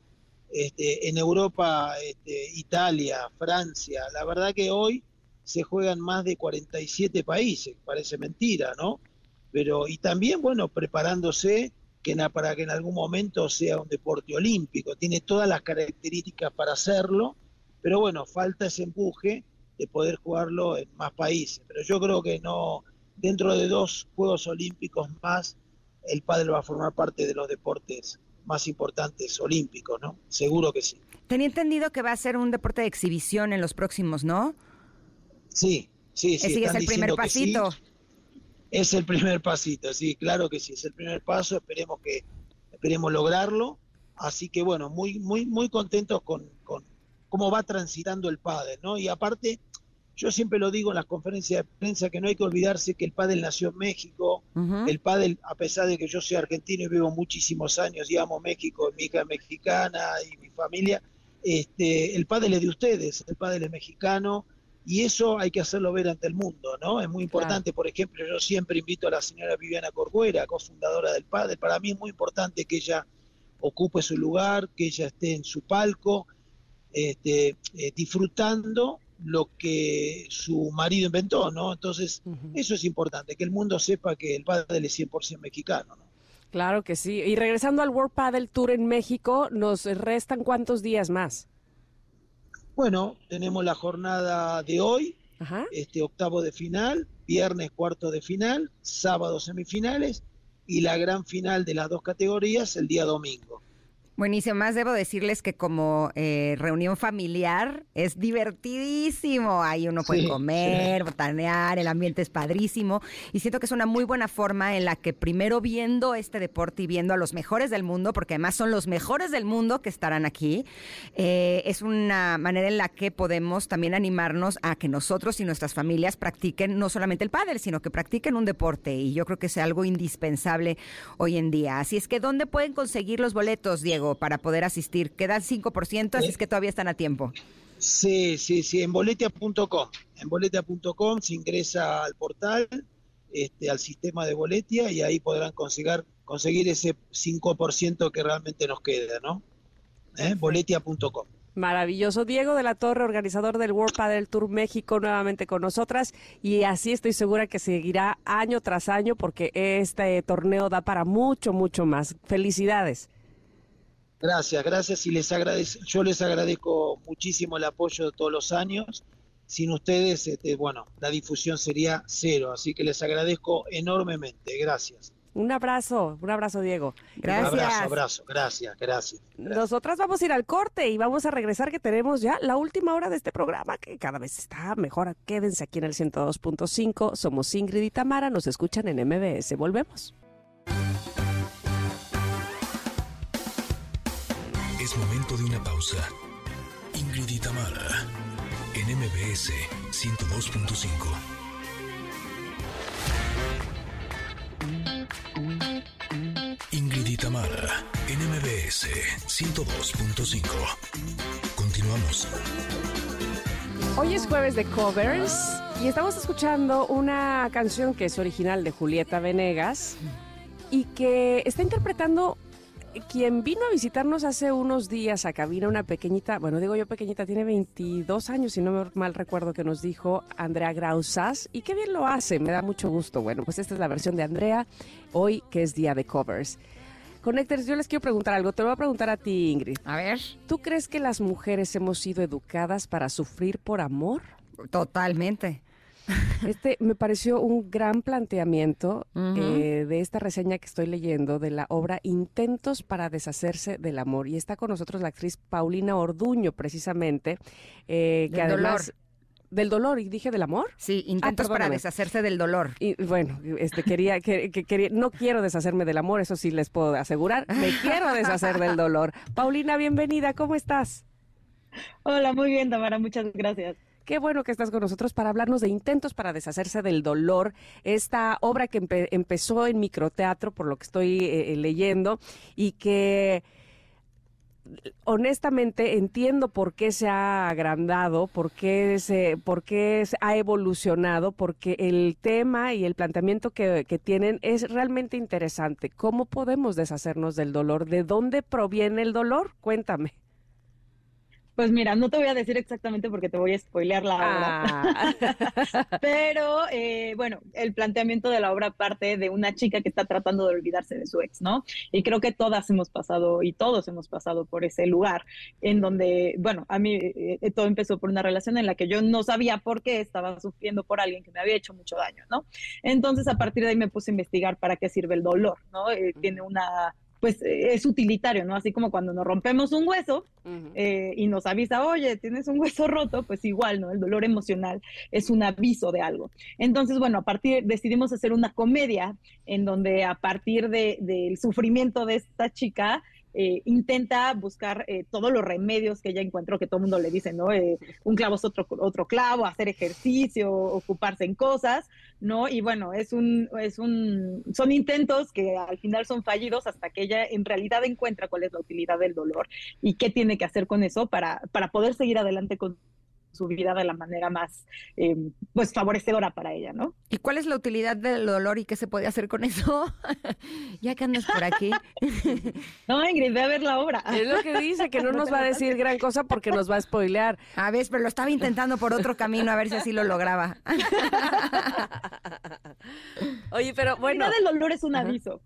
en Europa, Italia, Francia, la verdad que hoy se juegan más de 47 países, parece mentira, ¿no? Pero, y también, bueno, preparándose para que en algún momento sea un deporte olímpico, tiene todas las características para hacerlo, pero bueno, falta ese empuje de poder jugarlo en más países, pero yo creo que no, dentro de 2 Juegos Olímpicos más, el pádel va a formar parte de los deportes más importantes olímpicos, ¿no? Seguro que sí. Tenía entendido que va a ser un deporte de exhibición en los próximos, ¿no? Sí. Ese es el primer pasito. Sí. Es el primer pasito, sí, claro que sí, es el primer paso, esperemos lograrlo, así que bueno, muy, muy, muy contentos con cómo va transitando el pádel, ¿no? Y aparte, yo siempre lo digo en las conferencias de prensa, que no hay que olvidarse que el pádel nació en México. El pádel, a pesar de que yo soy argentino y vivo muchísimos años, digamos, México, mi hija es mexicana y mi familia, el pádel es de ustedes, el pádel es mexicano, y eso hay que hacerlo ver ante el mundo, ¿no? Es muy importante, por ejemplo, yo siempre invito a la señora Viviana Corcuera, cofundadora del pádel, para mí es muy importante que ella ocupe su lugar, que ella esté en su palco, disfrutando lo que su marido inventó, ¿no? Entonces, eso es importante, que el mundo sepa que el pádel es 100% mexicano, ¿no? Claro que sí. Y regresando al World Padel Tour en México, ¿nos restan cuántos días más? Bueno, tenemos la jornada de hoy, octavo de final, viernes cuarto de final, sábado semifinales y la gran final de las 2 categorías el día domingo. Buenísimo, más debo decirles que como reunión familiar es divertidísimo, ahí uno puede comer, botanear, el ambiente es padrísimo y siento que es una muy buena forma en la que primero viendo este deporte y viendo a los mejores del mundo, porque además son los mejores del mundo que estarán aquí, es una manera en la que podemos también animarnos a que nosotros y nuestras familias practiquen no solamente el pádel, sino que practiquen un deporte y yo creo que es algo indispensable hoy en día. Así es que, ¿dónde pueden conseguir los boletos, Diego, para poder asistir? Quedan 5%, así es que todavía están a tiempo. Sí, en boletia.com. En boletia.com se ingresa al portal, al sistema de Boletia, y ahí podrán conseguir ese 5% que realmente nos queda, ¿no? Boletia.com. Maravilloso. Diego de la Torre, organizador del World Padel Tour México, nuevamente con nosotras, y así estoy segura que seguirá año tras año porque este torneo da para mucho, mucho más. Felicidades. Gracias, y yo les agradezco muchísimo el apoyo de todos los años. Sin ustedes, la difusión sería cero, así que les agradezco enormemente. Gracias. Un abrazo, Diego. Gracias. Un abrazo, gracias. Nosotras vamos a ir al corte y vamos a regresar, que tenemos ya la última hora de este programa, que cada vez está mejor. Quédense aquí en el 102.5. Somos Ingrid y Tamara, nos escuchan en MBS. Volvemos. Es momento de una pausa. Ingrid y Tamara, en MBS 102.5. Ingrid y Tamara, en MBS 102.5. Continuamos. Hoy es jueves de covers y estamos escuchando una canción que es original de Julieta Venegas y que está interpretando quien vino a visitarnos hace unos días a cabina, una pequeñita, bueno, digo yo pequeñita, tiene 22 años, si no me mal recuerdo, que nos dijo Andrea Grausas, y qué bien lo hace, me da mucho gusto. Bueno, pues esta es la versión de Andrea, hoy que es día de covers. Connectors, yo les quiero preguntar algo, te lo voy a preguntar a ti, Ingrid. A ver. ¿Tú crees que las mujeres hemos sido educadas para sufrir por amor? Totalmente. Me pareció un gran planteamiento de esta reseña que estoy leyendo de la obra Intentos para deshacerse del amor. Y está con nosotros la actriz Paulina Orduño, precisamente, que además... Dolor. ¿Del dolor? ¿Y dije del amor? Sí, intentos para deshacerse del dolor. Y bueno, quería, no quiero deshacerme del amor, eso sí les puedo asegurar. Me quiero deshacer del dolor. Paulina, bienvenida, ¿cómo estás? Hola, muy bien, Tamara, muchas gracias. Qué bueno que estás con nosotros para hablarnos de Intentos para deshacerse del dolor, esta obra que empezó en microteatro, por lo que estoy leyendo, y que honestamente entiendo por qué se ha agrandado, por qué se ha evolucionado, porque el tema y el planteamiento que tienen es realmente interesante. ¿Cómo podemos deshacernos del dolor? ¿De dónde proviene el dolor? Cuéntame. Pues mira, no te voy a decir exactamente porque te voy a spoilear la obra. Pero, bueno, el planteamiento de la obra parte de una chica que está tratando de olvidarse de su ex, ¿no? Y creo que todas hemos pasado y todos hemos pasado por ese lugar en donde, bueno, a mí todo empezó por una relación en la que yo no sabía por qué estaba sufriendo por alguien que me había hecho mucho daño, ¿no? Entonces, a partir de ahí me puse a investigar para qué sirve el dolor, ¿no? Tiene pues es utilitario, ¿no? Así como cuando nos rompemos un hueso y nos avisa, oye, tienes un hueso roto, pues igual, ¿no? El dolor emocional es un aviso de algo. Entonces, bueno, decidimos hacer una comedia en donde a partir del sufrimiento de esta chica, intenta buscar todos los remedios que ella encontró, que todo el mundo le dice, ¿no? Un clavo es otro clavo, hacer ejercicio, ocuparse en cosas, ¿no? Y bueno, son intentos que al final son fallidos hasta que ella en realidad encuentra cuál es la utilidad del dolor y qué tiene que hacer con eso para poder seguir adelante con su vida de la manera más pues favorecedora para ella, ¿no? ¿Y cuál es la utilidad del dolor y qué se puede hacer con eso? Ya que andas por aquí. No, Ingrid, ve a ver la obra. Es lo que dice, que no nos va a decir gran cosa porque nos va a spoilear. A ver, pero lo estaba intentando por otro camino, a ver si así lo lograba. Oye, pero bueno. La utilidad del dolor es un aviso.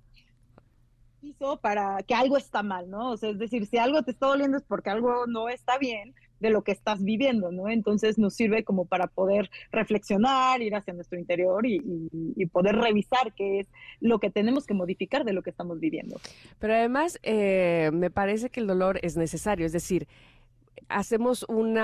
Para que algo está mal, ¿no? O sea, es decir, si algo te está doliendo es porque algo no está bien, de lo que estás viviendo, ¿no? Entonces nos sirve como para poder reflexionar, ir hacia nuestro interior y poder revisar qué es lo que tenemos que modificar de lo que estamos viviendo. Pero además me parece que el dolor es necesario, es decir, hacemos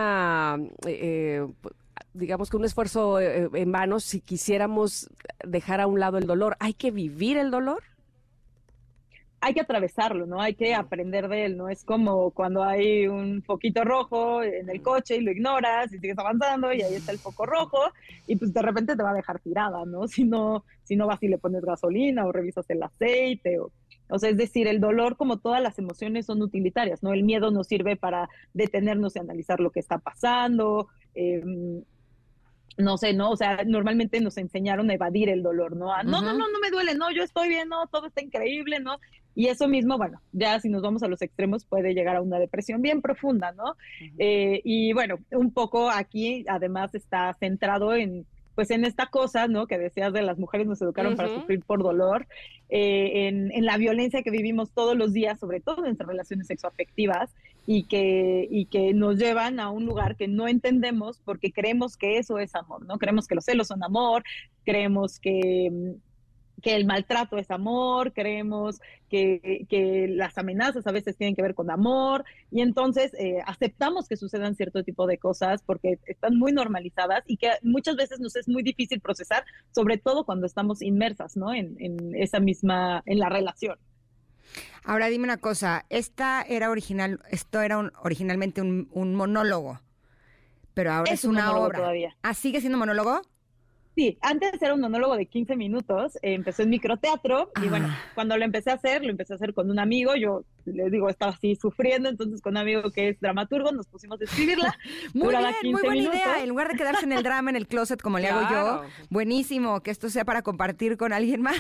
digamos que un esfuerzo en vano si quisiéramos dejar a un lado el dolor. ¿Hay que vivir el dolor? Hay que atravesarlo, ¿no? Hay que aprender de él, ¿no? Es como cuando hay un foquito rojo en el coche y lo ignoras y sigues avanzando y ahí está el foco rojo y pues de repente te va a dejar tirada, ¿no? Si no vas y le pones gasolina o revisas el aceite o sea, es decir, el dolor, como todas las emociones, son utilitarias, ¿no? El miedo nos sirve para detenernos y analizar lo que está pasando, no sé, ¿no? O sea, normalmente nos enseñaron a evadir el dolor, ¿no? No me duele, no, yo estoy bien, no, todo está increíble, ¿no? Y eso mismo, bueno, ya si nos vamos a los extremos puede llegar a una depresión bien profunda, ¿no? Y bueno, un poco aquí además está centrado en esta cosa, ¿no? Que decías de las mujeres nos educaron para sufrir por dolor, en la violencia que vivimos todos los días, sobre todo entre relaciones sexoafectivas, y que nos llevan a un lugar que no entendemos porque creemos que eso es amor, ¿no? Creemos que los celos son amor, creemos que el maltrato es amor, creemos que las amenazas a veces tienen que ver con amor, y entonces aceptamos que sucedan cierto tipo de cosas porque están muy normalizadas y que muchas veces nos es muy difícil procesar, sobre todo cuando estamos inmersas, ¿no? en la relación. Ahora dime una cosa, esto era originalmente un monólogo, pero ahora es una obra. Todavía. ¿Ah, sigue siendo monólogo? Sí, antes era un monólogo de 15 minutos, empezó en microteatro y bueno, cuando lo empecé a hacer con un amigo, yo les digo, estaba así sufriendo, entonces con un amigo que es dramaturgo nos pusimos a escribirla. Muy buena idea, en lugar de quedarse en el drama, en el closet como le hago yo, buenísimo, que esto sea para compartir con alguien más.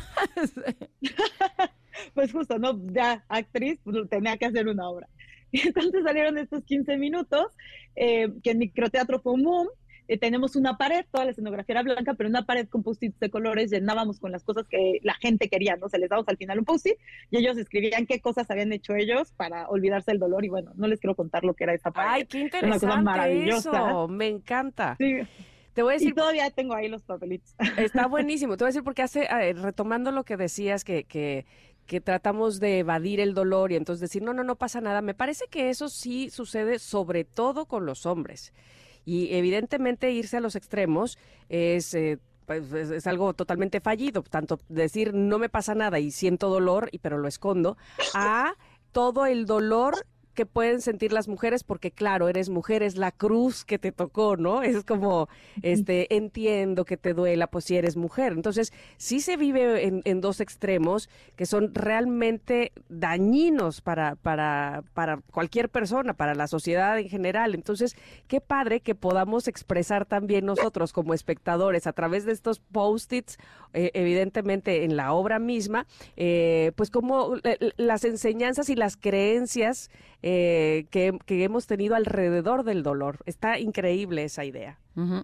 Pues justo, ¿no? Ya actriz, pues tenía que hacer una obra. Y entonces salieron estos 15 minutos, que en microteatro fue un boom. Tenemos una pared, toda la escenografía era blanca, pero una pared con post-its de colores, llenábamos con las cosas que la gente quería, ¿no? Se les damos al final un post-it y ellos escribían qué cosas habían hecho ellos para olvidarse del dolor y bueno, no les quiero contar lo que era esa pared. ¡Ay, qué interesante! Una cosa maravillosa. Eso, me encanta. Sí. Te voy a decir, y todavía tengo ahí los papelitos. Está buenísimo. Te voy a decir porque retomando lo que decías que tratamos de evadir el dolor y entonces decir, no pasa nada. Me parece que eso sí sucede sobre todo con los hombres. Y evidentemente irse a los extremos es algo totalmente fallido. Tanto decir no me pasa nada y siento dolor, pero lo escondo, a todo el dolor que pueden sentir las mujeres, porque claro, eres mujer, es la cruz que te tocó, ¿no? Es como, entiendo que te duela, pues si eres mujer. Entonces, sí se vive en dos extremos que son realmente dañinos para cualquier persona, para la sociedad en general. Entonces, qué padre que podamos expresar también nosotros como espectadores a través de estos post-its, evidentemente en la obra misma, pues como las enseñanzas y las creencias que hemos tenido alrededor del dolor. Está increíble esa idea. Uh-huh.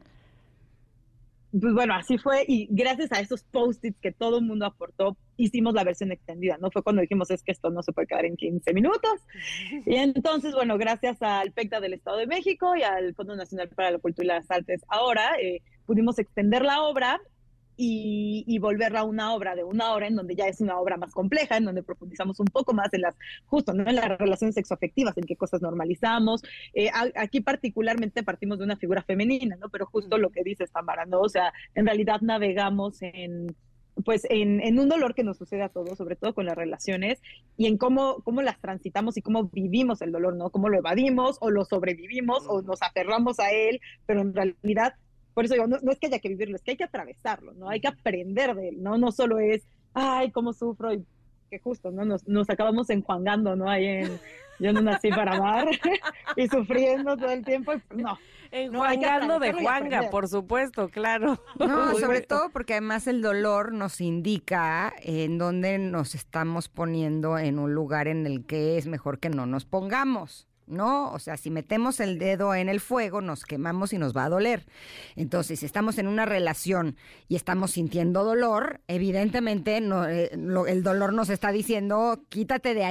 Pues bueno, así fue, y gracias a esos post-its que todo el mundo aportó, hicimos la versión extendida, ¿no? Fue cuando dijimos, es que esto no se puede quedar en 15 minutos. Y entonces, bueno, gracias al PECTA del Estado de México y al Fondo Nacional para la Cultura y las Artes, ahora pudimos extender la obra y volverla una obra de una hora, en donde ya es una obra más compleja, en donde profundizamos un poco más en en las relaciones sexoafectivas, en qué cosas normalizamos. Aquí particularmente partimos de una figura femenina, ¿no? Pero justo lo que dices, Tamara, ¿no? O sea, en realidad navegamos en un dolor que nos sucede a todos, sobre todo con las relaciones, y en cómo las transitamos y cómo vivimos el dolor, ¿no? Cómo lo evadimos o lo sobrevivimos o nos aferramos a él, pero en realidad, por eso digo, no es que haya que vivirlo, es que hay que atravesarlo, ¿no? Hay que aprender de él, ¿no? No solo es, ay, cómo sufro, y que justo, ¿no? Nos acabamos enjuangando, ¿no? Yo no nací para amar y sufriendo todo el tiempo, y pues no. Enjuangando de Juanga, por supuesto, claro. No, sobre todo porque además el dolor nos indica en dónde nos estamos poniendo en un lugar en el que es mejor que no nos pongamos, ¿no? O sea, si metemos el dedo en el fuego, nos quemamos y nos va a doler. Entonces, si estamos en una relación y estamos sintiendo dolor, evidentemente el dolor nos está diciendo, quítate de ahí,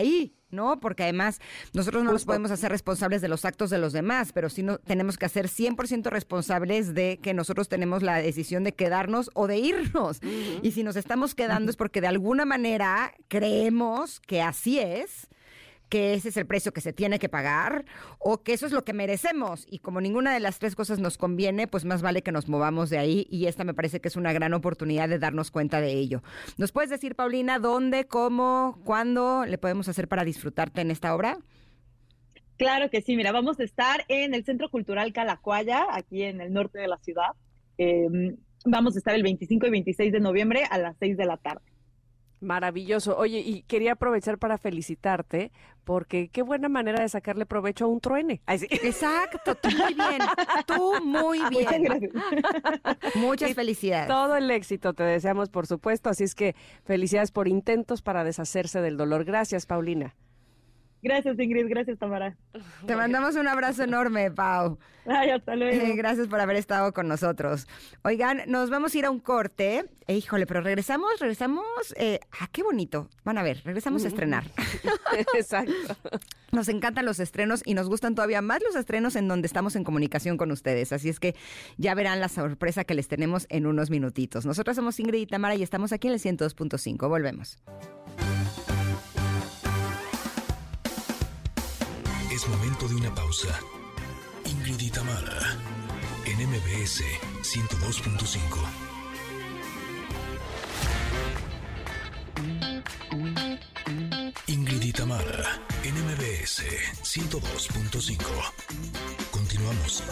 ¿no? Porque además nosotros no nos podemos hacer responsables de los actos de los demás, pero sí tenemos que hacer 100% responsables de que nosotros tenemos la decisión de quedarnos o de irnos. Y si nos estamos quedando es porque de alguna manera creemos que así es, que ese es el precio que se tiene que pagar o que eso es lo que merecemos. Y como ninguna de las tres cosas nos conviene, pues más vale que nos movamos de ahí, y esta me parece que es una gran oportunidad de darnos cuenta de ello. ¿Nos puedes decir, Paulina, dónde, cómo, cuándo le podemos hacer para disfrutarte en esta obra? Claro que sí, mira, vamos a estar en el Centro Cultural Calacuaya, aquí en el norte de la ciudad. Vamos a estar el 25 y 26 de noviembre a las 6 de la tarde. Maravilloso. Oye, y quería aprovechar para felicitarte, porque qué buena manera de sacarle provecho a un truene. Ay, sí. Exacto, tú muy bien. Tú muy bien. Muchas gracias. Muchas felicidades. Todo el éxito te deseamos, por supuesto. Así es que felicidades por intentos para deshacerse del dolor. Gracias, Paulina. Gracias, Ingrid. Gracias, Tamara. Te mandamos un abrazo enorme, Pau. Ay, hasta luego. Gracias por haber estado con nosotros. Oigan, nos vamos a ir a un corte. Híjole, pero regresamos. Qué bonito. Van a ver, regresamos a estrenar. Exacto. Nos encantan los estrenos y nos gustan todavía más los estrenos en donde estamos en comunicación con ustedes. Así es que ya verán la sorpresa que les tenemos en unos minutitos. Nosotros somos Ingrid y Tamara y estamos aquí en el 102.5. Volvemos. Es momento de una pausa. Ingrid y Tamara, en MBS 102.5. Ingrid y Tamara, en MBS 102.5. Continuamos.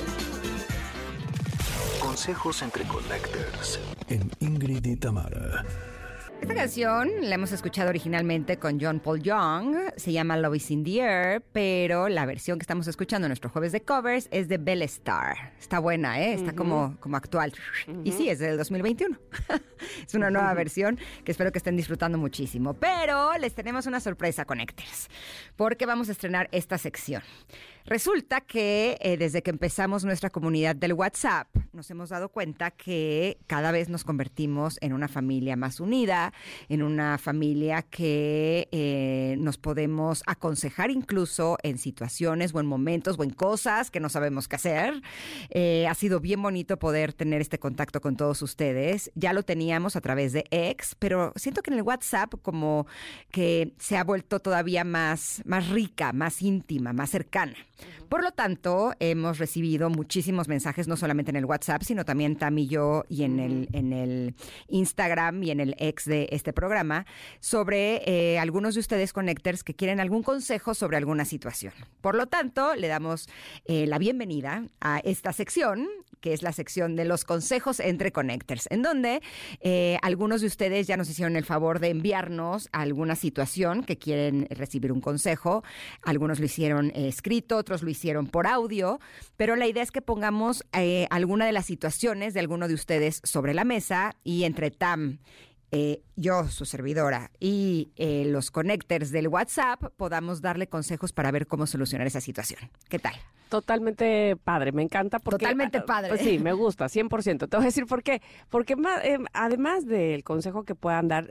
Consejos entre Connectors, en Ingrid y Tamara. Esta canción la hemos escuchado originalmente con John Paul Young, se llama Love is in the Air, pero la versión que estamos escuchando en nuestro jueves de covers es de Belle Starr. Está buena, ¿eh? Está como actual. Y sí, es del 2021. Es una nueva versión que espero que estén disfrutando muchísimo. Pero les tenemos una sorpresa, Connectors, porque vamos a estrenar esta sección. Resulta que desde que empezamos nuestra comunidad del WhatsApp, nos hemos dado cuenta que cada vez nos convertimos en una familia más unida, en una familia que nos podemos aconsejar incluso en situaciones o en momentos o en cosas que no sabemos qué hacer. Ha sido bien bonito poder tener este contacto con todos ustedes. Ya lo teníamos a través de X, pero siento que en el WhatsApp como que se ha vuelto todavía más rica, más íntima, más cercana. Por lo tanto, hemos recibido muchísimos mensajes, no solamente en el WhatsApp, sino también Tam y yo, y en el Instagram y en el X de este programa, sobre algunos de ustedes Connectors que quieren algún consejo sobre alguna situación. Por lo tanto, le damos la bienvenida a esta sección, que es la sección de los consejos entre Connectors, en donde algunos de ustedes ya nos hicieron el favor de enviarnos alguna situación que quieren recibir un consejo. Algunos lo hicieron escrito, otros lo hicieron por audio, pero la idea es que pongamos alguna de las situaciones de alguno de ustedes sobre la mesa y entre Tam, yo, su servidora, y los Connectors del WhatsApp podamos darle consejos para ver cómo solucionar esa situación. ¿Qué tal? Totalmente padre, me encanta. Totalmente padre. Pues sí, me gusta, 100%. Te voy a decir por qué. Porque además del consejo que puedan dar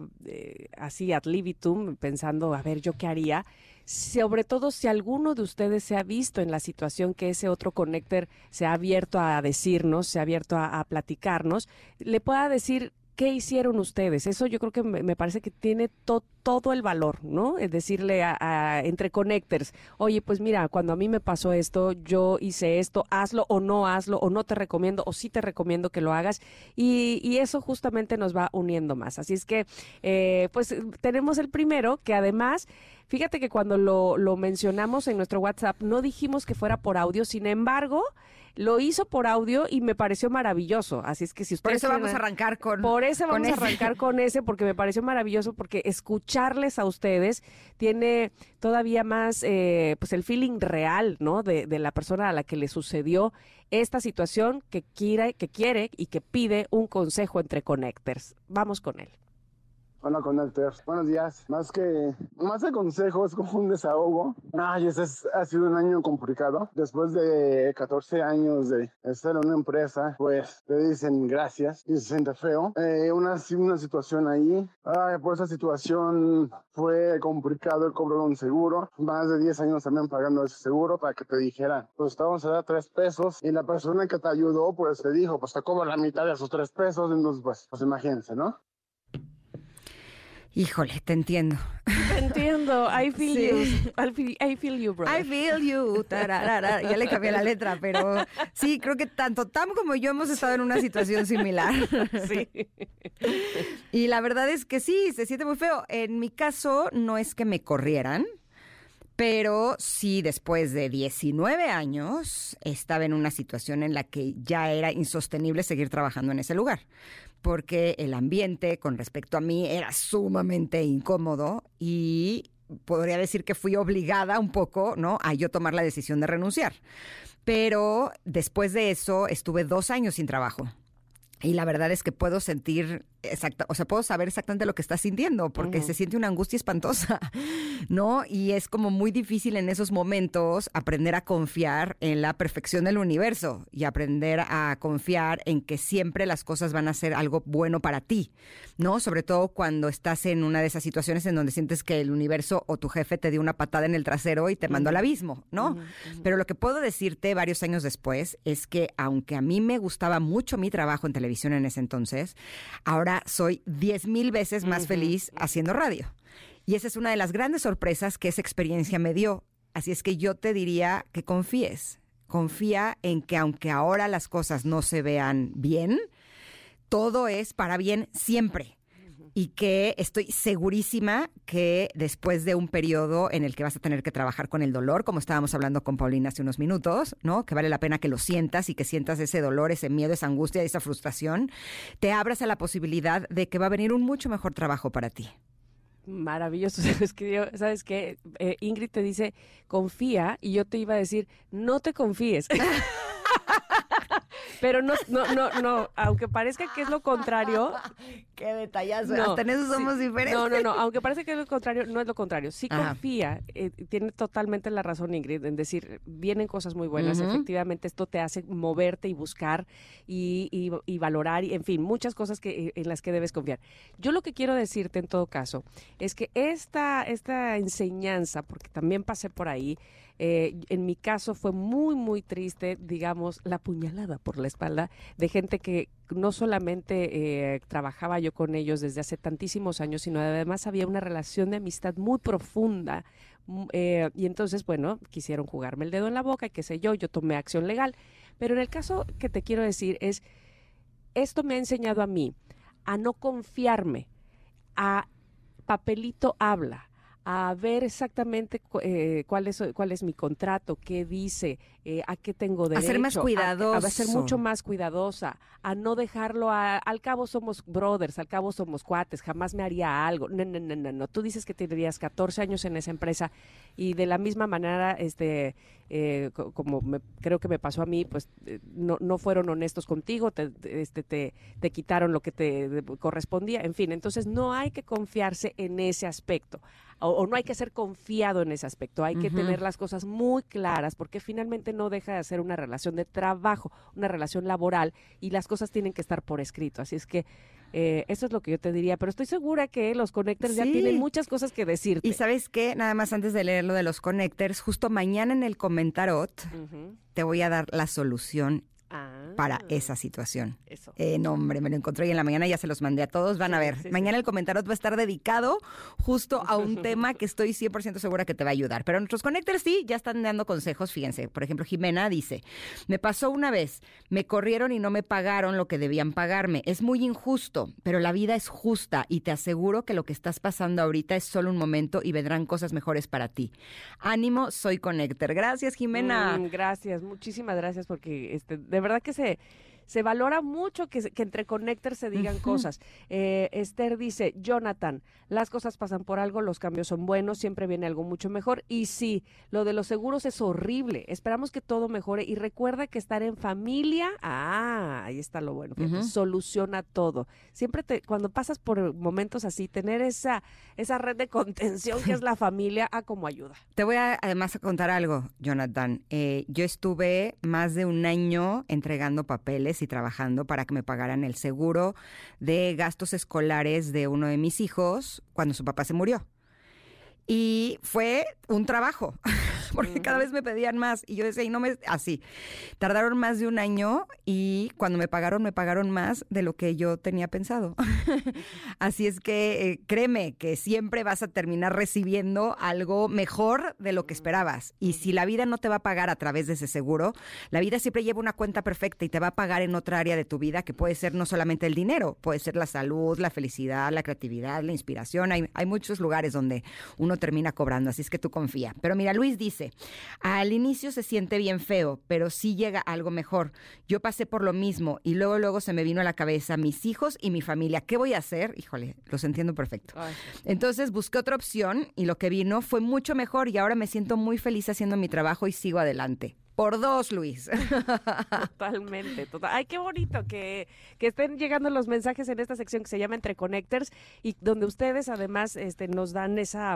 así ad libitum, pensando, a ver, ¿yo qué haría? Sobre todo si alguno de ustedes se ha visto en la situación que ese otro Connector se ha abierto a decirnos, se ha abierto a platicarnos, le pueda decir qué hicieron ustedes. Eso yo creo que me parece que tiene todo el valor, ¿no? Es decirle entre Connectors, oye, pues mira, cuando a mí me pasó esto, yo hice esto, hazlo, o no te recomiendo, o sí te recomiendo que lo hagas, y eso justamente nos va uniendo más. Así es que, pues tenemos el primero, que además, fíjate que cuando lo mencionamos en nuestro WhatsApp, no dijimos que fuera por audio, sin embargo, lo hizo por audio y me pareció maravilloso. Así es que si ustedes... Por eso vamos a arrancar con... Por eso vamos a arrancar con ese, porque me pareció maravilloso, porque escucharles a ustedes tiene todavía más, pues el feeling real, ¿no? De la persona a la que le sucedió esta situación, que quiere y que pide un consejo entre Connectors. Vamos con él. Hola, Connectors. Buenos días. Más que consejo, es como un desahogo. Ha sido un año complicado. Después de 14 años de estar en una empresa, pues te dicen gracias y se siente feo. Una situación ahí. Por esa situación fue complicado el cobro de un seguro. Más de 10 años también pagando ese seguro para que te dijeran, pues te vamos a dar 3 pesos. Y la persona que te ayudó, pues te dijo, pues te cobro la mitad de esos 3 pesos. Entonces, pues imagínense, ¿no? Híjole, te entiendo. Te entiendo. I feel you. I feel you, bro. I feel you. Tararara. Ya le cambié la letra, pero sí, creo que tanto Tam como yo hemos estado en una situación similar. Sí. Y la verdad es que sí, se siente muy feo. En mi caso, no es que me corrieran, pero sí, después de 19 años, estaba en una situación en la que ya era insostenible seguir trabajando en ese lugar, porque el ambiente con respecto a mí era sumamente incómodo y podría decir que fui obligada un poco, ¿no?, a yo tomar la decisión de renunciar. Pero después de eso estuve 2 años sin trabajo. Y la verdad es que puedo sentir puedo saber exactamente lo que estás sintiendo, porque se siente una angustia espantosa, ¿no? Y es como muy difícil en esos momentos aprender a confiar en la perfección del universo y aprender a confiar en que siempre las cosas van a ser algo bueno para ti, ¿no? Sobre todo cuando estás en una de esas situaciones en donde sientes que el universo o tu jefe te dio una patada en el trasero y te mandó al abismo, ¿no? Pero lo que puedo decirte varios años después es que aunque a mí me gustaba mucho mi trabajo en televisión en ese entonces, ahora soy 10,000 veces más feliz haciendo radio. Y esa es una de las grandes sorpresas que esa experiencia me dio. Así es que yo te diría que confíes. Confía en que aunque ahora las cosas no se vean bien, todo es para bien siempre. Y que estoy segurísima que después de un periodo en el que vas a tener que trabajar con el dolor, como estábamos hablando con Paulina hace unos minutos, ¿no?, que vale la pena que lo sientas y que sientas ese dolor, ese miedo, esa angustia, esa frustración, te abras a la posibilidad de que va a venir un mucho mejor trabajo para ti. Maravilloso. ¿Sabes qué? Ingrid te dice, confía, y yo te iba a decir, no te confíes. Pero no, aunque parezca que es lo contrario. Qué detallazo, hasta en eso somos diferentes. No, aunque parece que es lo contrario, no es lo contrario. Sí confía, tiene totalmente la razón Ingrid en decir, vienen cosas muy buenas, efectivamente esto te hace moverte y buscar y valorar, y en fin, muchas cosas en las que debes confiar. Yo lo que quiero decirte en todo caso es que esta enseñanza, porque también pasé por ahí, en mi caso fue muy, muy triste, digamos, la puñalada por la espalda de gente que no solamente trabajaba yo con ellos desde hace tantísimos años, sino además había una relación de amistad muy profunda. Y entonces, bueno, quisieron jugarme el dedo en la boca y qué sé yo tomé acción legal. Pero en el caso que te quiero decir es, esto me ha enseñado a mí a no confiarme, a papelito habla, a ver exactamente cuál es mi contrato, qué dice, a qué tengo derecho. A ser más cuidadoso. A ser mucho más cuidadosa, a no dejarlo al cabo somos brothers, al cabo somos cuates, jamás me haría algo. No. Tú dices que tendrías 14 años en esa empresa y de la misma manera, creo que me pasó a mí, pues no fueron honestos contigo, te quitaron lo que te correspondía, en fin. Entonces no hay que confiarse en ese aspecto. O no hay que ser confiado en ese aspecto, hay que tener las cosas muy claras, porque finalmente no deja de ser una relación de trabajo, una relación laboral, y las cosas tienen que estar por escrito. Así es que eso es lo que yo te diría, pero estoy segura que los Connectors ya tienen muchas cosas que decirte. Y ¿sabes qué? Nada más antes de leer lo de los Connectors, justo mañana en el Comentarot te voy a dar la solución para esa situación. Eso. No, hombre, me lo encontré y en la mañana ya se los mandé a todos. Van a ver, mañana el Comentarot va a estar dedicado justo a un tema que estoy 100% segura que te va a ayudar. Pero nuestros Connectors sí, ya están dando consejos, fíjense. Por ejemplo, Jimena dice, me pasó una vez, me corrieron y no me pagaron lo que debían pagarme. Es muy injusto, pero la vida es justa y te aseguro que lo que estás pasando ahorita es solo un momento y vendrán cosas mejores para ti. Ánimo, soy Connector. Gracias, Jimena. Gracias, muchísimas gracias, porque de verdad que Se valora mucho que entre connectors se digan cosas. Esther dice, Jonathan, las cosas pasan por algo, los cambios son buenos, siempre viene algo mucho mejor. Y sí, lo de los seguros es horrible. Esperamos que todo mejore y recuerda que estar en familia, ahí está lo bueno, fíjate, soluciona todo. Siempre cuando pasas por momentos así, tener esa red de contención que es la familia, como ayuda. Te voy a además a contar algo, Jonathan. Yo estuve más de un año entregando papeles y trabajando para que me pagaran el seguro de gastos escolares de uno de mis hijos cuando su papá se murió. Y fue un trabajo, porque cada vez me pedían más. Y yo decía, así. Tardaron más de un año y cuando me pagaron más de lo que yo tenía pensado. Así es que créeme que siempre vas a terminar recibiendo algo mejor de lo que esperabas. Y si la vida no te va a pagar a través de ese seguro, la vida siempre lleva una cuenta perfecta y te va a pagar en otra área de tu vida que puede ser no solamente el dinero, puede ser la salud, la felicidad, la creatividad, la inspiración. Hay muchos lugares donde uno termina cobrando, así es que tú confía. Pero mira, Luis dice, al inicio se siente bien feo, pero sí llega algo mejor. Yo pasé por lo mismo y luego se me vino a la cabeza mis hijos y mi familia. ¿Qué voy a hacer? Híjole, los entiendo perfecto. Ay. Entonces busqué otra opción y lo que vino fue mucho mejor y ahora me siento muy feliz haciendo mi trabajo y sigo adelante. Por 2, Luis. Totalmente. Ay, qué bonito que estén llegando los mensajes en esta sección que se llama Entre Connectors y donde ustedes además nos dan esa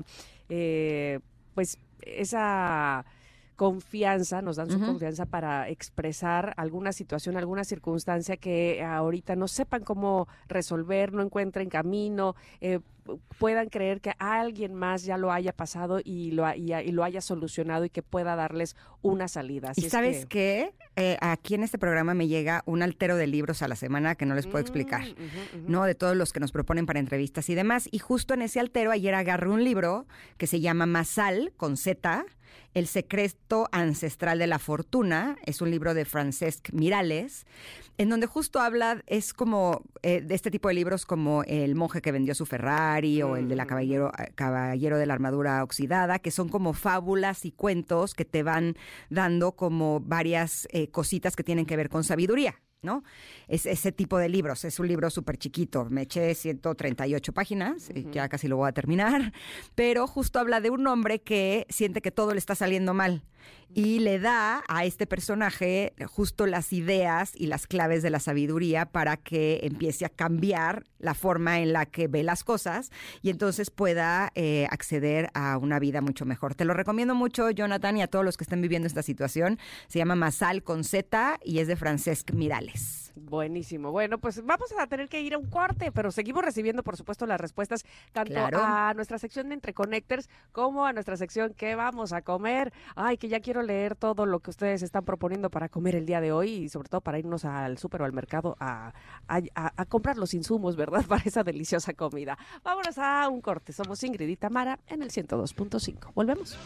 confianza, nos dan su confianza para expresar alguna situación, alguna circunstancia que ahorita no sepan cómo resolver, no encuentren camino, puedan creer que alguien más ya lo haya pasado y lo haya solucionado y que pueda darles una salida. Así ¿Y sabes qué? Aquí en este programa me llega un altero de libros a la semana que no les puedo explicar, ¿no? De todos los que nos proponen para entrevistas y demás. Y justo en ese altero ayer agarré un libro que se llama Masal, con Z, El secreto ancestral de la fortuna. Es un libro de Francesc Miralles, en donde justo habla, es como de este tipo de libros como El monje que vendió su Ferrari o el de la caballero de la armadura oxidada, que son como fábulas y cuentos que te van dando como varias cositas que tienen que ver con sabiduría, ¿no? Es ese tipo de libros. Es un libro súper chiquito. Me eché 138 páginas, ya casi lo voy a terminar, pero justo habla de un hombre que siente que todo le está saliendo mal y le da a este personaje justo las ideas y las claves de la sabiduría para que empiece a cambiar la forma en la que ve las cosas y entonces pueda acceder a una vida mucho mejor. Te lo recomiendo mucho, Jonathan, y a todos los que estén viviendo esta situación. Se llama Masal, con Z, y es de Francesc Miralles. Buenísimo. Bueno, pues vamos a tener que ir a un corte, pero seguimos recibiendo, por supuesto, las respuestas tanto a nuestra sección de Entre Connectors como a nuestra sección ¿Qué vamos a comer? Ay, que ya quiero leer todo lo que ustedes están proponiendo para comer el día de hoy y sobre todo para irnos al súper o al mercado a comprar los insumos, ¿verdad? Para esa deliciosa comida. Vámonos a un corte. Somos Ingrid y Tamara en el 102.5. Volvemos.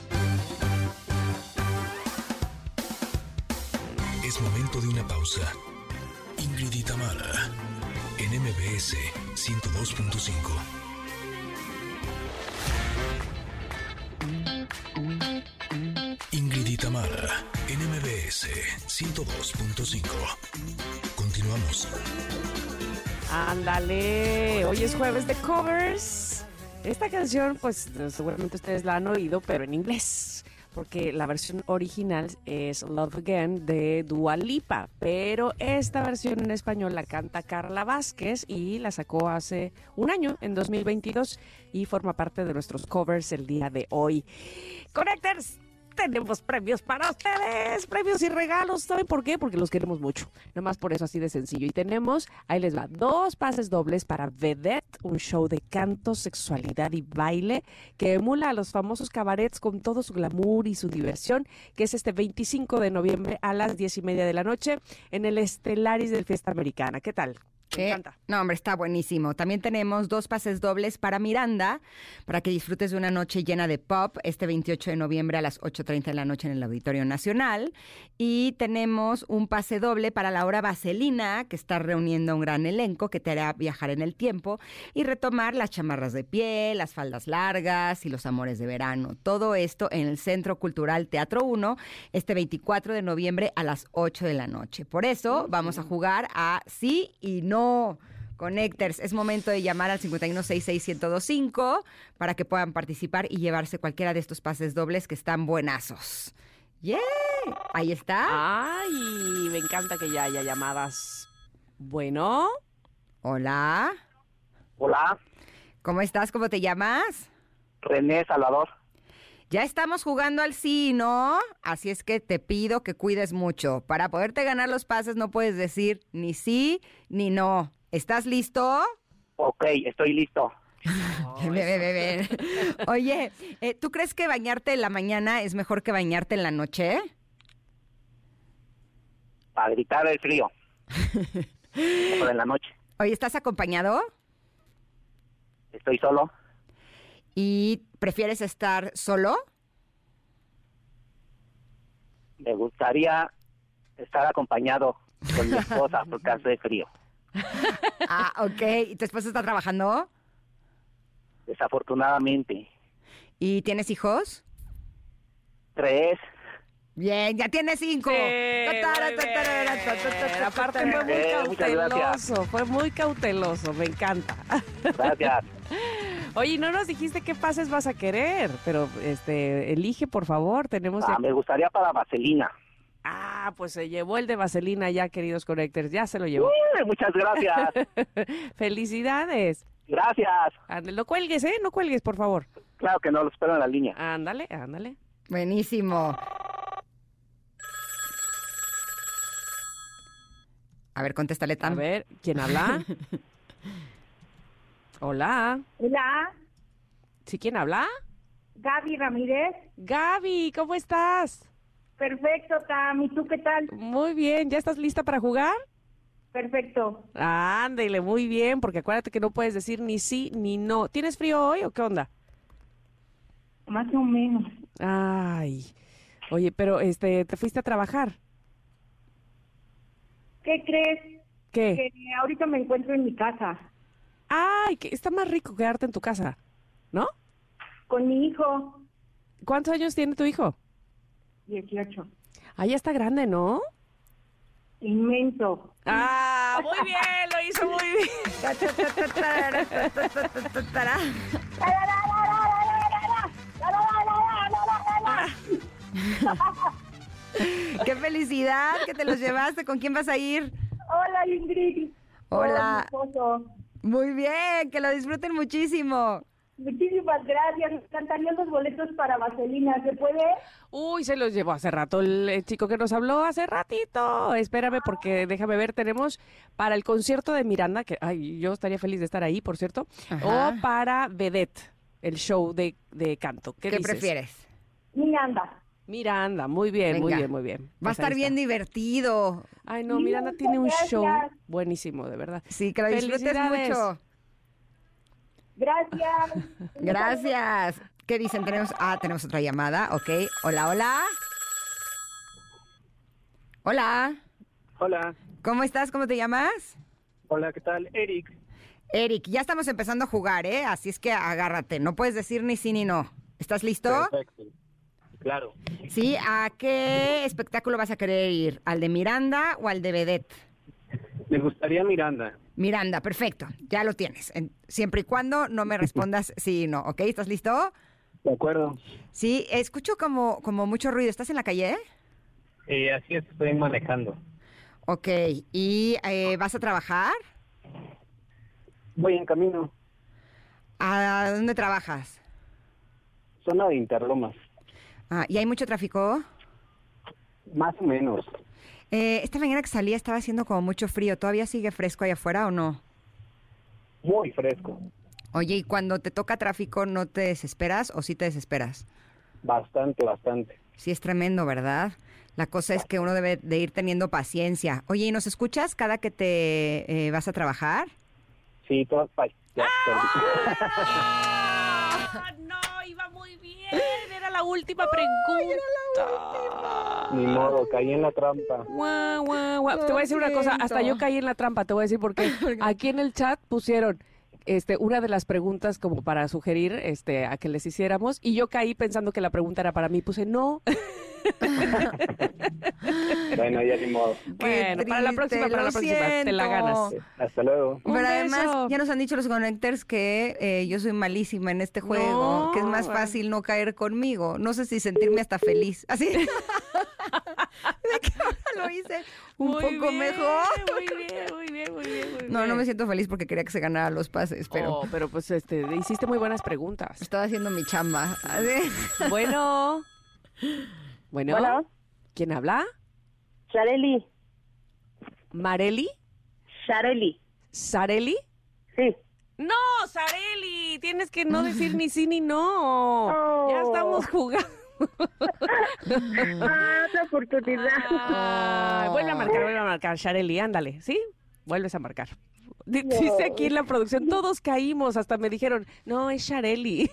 Es momento de una pausa. Ingrid y Tamara en MBS 102.5. Ingrid y Tamara en MBS 102.5. Continuamos. Ándale, hoy es jueves de covers. Esta canción, pues seguramente ustedes la han oído, pero en inglés, porque la versión original es Love Again de Dua Lipa, pero esta versión en español la canta Carla Vázquez y la sacó hace un año, en 2022, y forma parte de nuestros covers el día de hoy. Connectors, tenemos premios para ustedes, premios y regalos. ¿Saben por qué? Porque los queremos mucho. Nomás por eso, así de sencillo. Y tenemos, ahí les va, 2 pases dobles para Vedette, un show de canto, sexualidad y baile que emula a los famosos cabarets con todo su glamour y su diversión, que es este 25 de noviembre a las 10:30 de la noche en el Estelaris del Fiesta Americana. ¿Qué tal? Me encanta. No, hombre, está buenísimo. También tenemos 2 pases dobles para Miranda, para que disfrutes de una noche llena de pop este 28 de noviembre a las 8:30 de la noche en el Auditorio Nacional. Y tenemos un pase doble para la obra Vaselina, que está reuniendo un gran elenco que te hará viajar en el tiempo y retomar las chamarras de piel, las faldas largas y los amores de verano. Todo esto en el Centro Cultural Teatro 1 este 24 de noviembre a las 8 de la noche. Por eso vamos a jugar a sí y no. Connectors, es momento de llamar al 5166125 para que puedan participar y llevarse cualquiera de estos pases dobles que están buenazos. ¡Yeah! Ahí está. Ay, me encanta que ya haya llamadas. Bueno. Hola. Hola. ¿Cómo estás? ¿Cómo te llamas? René Salvador. Ya estamos jugando al sí y no, así es que te pido que cuides mucho. Para poderte ganar los pases no puedes decir ni sí ni no. ¿Estás listo? Ok, estoy listo. Ven. Oye, ¿tú crees que bañarte en la mañana es mejor que bañarte en la noche? Para gritar el frío. Mejor en la noche. Oye, ¿estás acompañado? Estoy solo. ¿Y prefieres estar solo? Me gustaría estar acompañado con mi esposa porque hace frío. Ah, ok. ¿Y tu esposa está trabajando? Desafortunadamente. ¿Y tienes hijos? 3. Bien, ya tienes 5. Aparte fue muy cauteloso, fue muy cauteloso, me encanta. Gracias. Oye, no nos dijiste qué pases vas a querer, pero elige por favor, tenemos ya... Me gustaría para Vaselina. Ah, pues se llevó el de Vaselina ya, queridos Connectors, ya se lo llevó. Muchas gracias. Felicidades. Gracias. Ándale, no cuelgues, no cuelgues, por favor. Claro que no, lo espero en la línea. Ándale. Buenísimo. A ver, contéstale, Tam. A ver, ¿quién habla? Hola. Hola. ¿Sí, quién habla? Gaby Ramírez. Gaby, ¿cómo estás? Perfecto, Tam. ¿Y tú qué tal? Muy bien, ¿ya estás lista para jugar? Perfecto. Ándale, muy bien, porque acuérdate que no puedes decir ni sí ni no. ¿Tienes frío hoy o qué onda? Más o menos. Ay, oye, pero ¿te fuiste a trabajar? ¿Qué crees? ¿Qué? Que ahorita me encuentro en mi casa. Ay, que está más rico quedarte en tu casa, ¿no? Con mi hijo. ¿Cuántos años tiene tu hijo? 18. Ah, ya está grande, ¿no? Inmenso. Ah, muy bien, lo hizo muy bien. ¡Qué felicidad que te los llevaste! ¿Con quién vas a ir? Hola, Ingrid. Hola. Con mi esposo. Muy bien, que lo disfruten muchísimo. Muchísimas gracias. Me encantarían los boletos para Vaselina. ¿Se puede? Uy, se los llevó hace rato el chico que nos habló hace ratito. Espérame porque déjame ver, tenemos para el concierto de Miranda, que yo estaría feliz de estar ahí, por cierto, Ajá. o para Vedette, el show de canto. ¿Qué dices? prefieres? Miranda, muy bien, Venga. muy bien. Va a Pues estar ahí bien está. divertido. Ay, no, Miranda Muchas tiene un gracias. show buenísimo, de verdad. Sí, que lo disfrutes Felicidades. mucho. Gracias. Gracias. ¿Qué dicen? Tenemos otra llamada, ok. Hola. Hola. ¿Cómo estás? ¿Cómo te llamas? Hola, ¿qué tal? Eric. Eric, ya estamos empezando a jugar, ¿eh? Así es que agárrate. No puedes decir ni sí ni no. ¿Estás listo? Perfecto. Claro. Sí, ¿a qué espectáculo vas a querer ir? ¿Al de Miranda o al de Vedette? Me gustaría Miranda. Miranda, perfecto. Ya lo tienes. Siempre y cuando no me respondas sí y no, ¿ok? ¿Estás listo? De acuerdo. Sí, escucho como mucho ruido. ¿Estás en la calle? Así es, estoy manejando. Ok, ¿y vas a trabajar? Voy en camino. ¿A dónde trabajas? Zona de Interlomas. ¿Y hay mucho tráfico? Más o menos. Esta mañana que salía estaba haciendo como mucho frío. ¿Todavía sigue fresco allá afuera o no? Muy fresco. Oye, ¿y cuando te toca tráfico no te desesperas o sí te desesperas? Bastante. Sí, es tremendo, ¿verdad? La cosa es que uno debe de ir teniendo paciencia. Oye, ¿y nos escuchas cada que te vas a trabajar? Sí, todas No, iba muy bien. Era la última pregunta. Ni modo, caí en la trampa. Guau, guau, guau. Te voy a decir una cosa, hasta yo caí en la trampa, te voy a decir porque aquí en el chat pusieron una de las preguntas como para sugerir a que les hiciéramos y yo caí pensando que la pregunta era para mí, puse no. Bueno, ya ni modo. Bueno, para la próxima, te la ganas. Hasta luego. Pero además, ya nos han dicho los Connectors que yo soy malísima en este juego, que es más fácil no caer conmigo. No sé si sentirme hasta feliz. Así. De que ahora lo hice un poco mejor. Muy bien. No me siento feliz porque quería que se ganara los pases, pero... pero pues hiciste muy buenas preguntas. Estaba haciendo mi chamba. Bueno. Bueno. ¿Quién habla? Shareli. ¿Mareli? Shareli. ¿Sareli? Sí. No, Sareli, tienes que no decir ni sí ni no. Ya estamos jugando. Otra oportunidad. Vuelve a marcar, Shareli, ándale, ¿sí? Vuelves a marcar. Dice aquí en la producción, todos caímos, hasta me dijeron, no, es Shareli.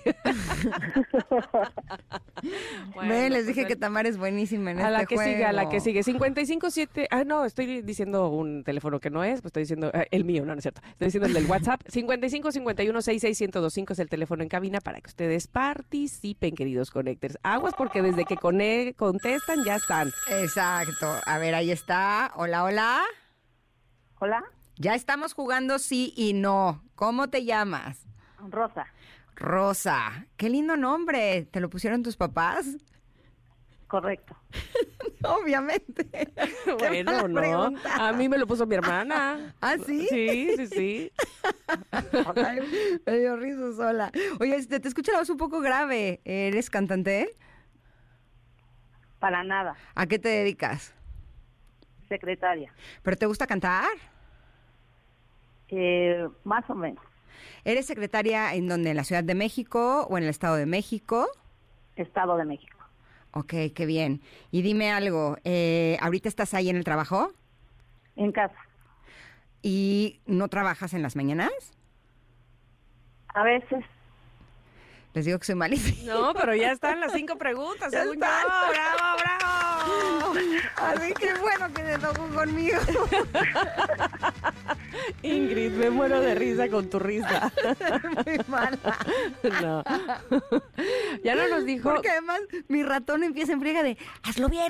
Bueno, les dije que Tamara es buenísima en este juego. A la que sigue. 557, estoy diciendo un teléfono que no es, pues estoy diciendo el mío, no es cierto. Estoy diciendo el del WhatsApp. 5551661025 es el teléfono en cabina para que ustedes participen, queridos Connectors. Aguas porque desde que contestan ya están. Exacto. A ver, ahí está. Hola. Hola. Ya estamos jugando sí y no. ¿Cómo te llamas? Rosa. Rosa. Qué lindo nombre. ¿Te lo pusieron tus papás? Correcto. Obviamente. Bueno, no. Pregunta. A mí me lo puso mi hermana. ¿Ah, sí? Sí. Ay, me dio risa sola. Oye, te escucho la voz un poco grave. ¿Eres cantante? Para nada. ¿A qué te dedicas? Secretaria. ¿Pero te gusta cantar? Más o menos. ¿Eres secretaria en dónde? ¿En la Ciudad de México o en el Estado de México? Estado de México. Ok, qué bien. Y dime algo, ¿ahorita estás ahí en el trabajo? En casa. ¿Y no trabajas en las mañanas? A veces. Les digo que soy malísima. No, pero ya están las 5 preguntas. Ya según están. yo. ¡Bravo! Así que bueno que te tocó conmigo. Ingrid, me muero de risa con tu risa. Muy mala. No. Ya no nos dijo. Porque además mi ratón empieza en friega de hazlo bien.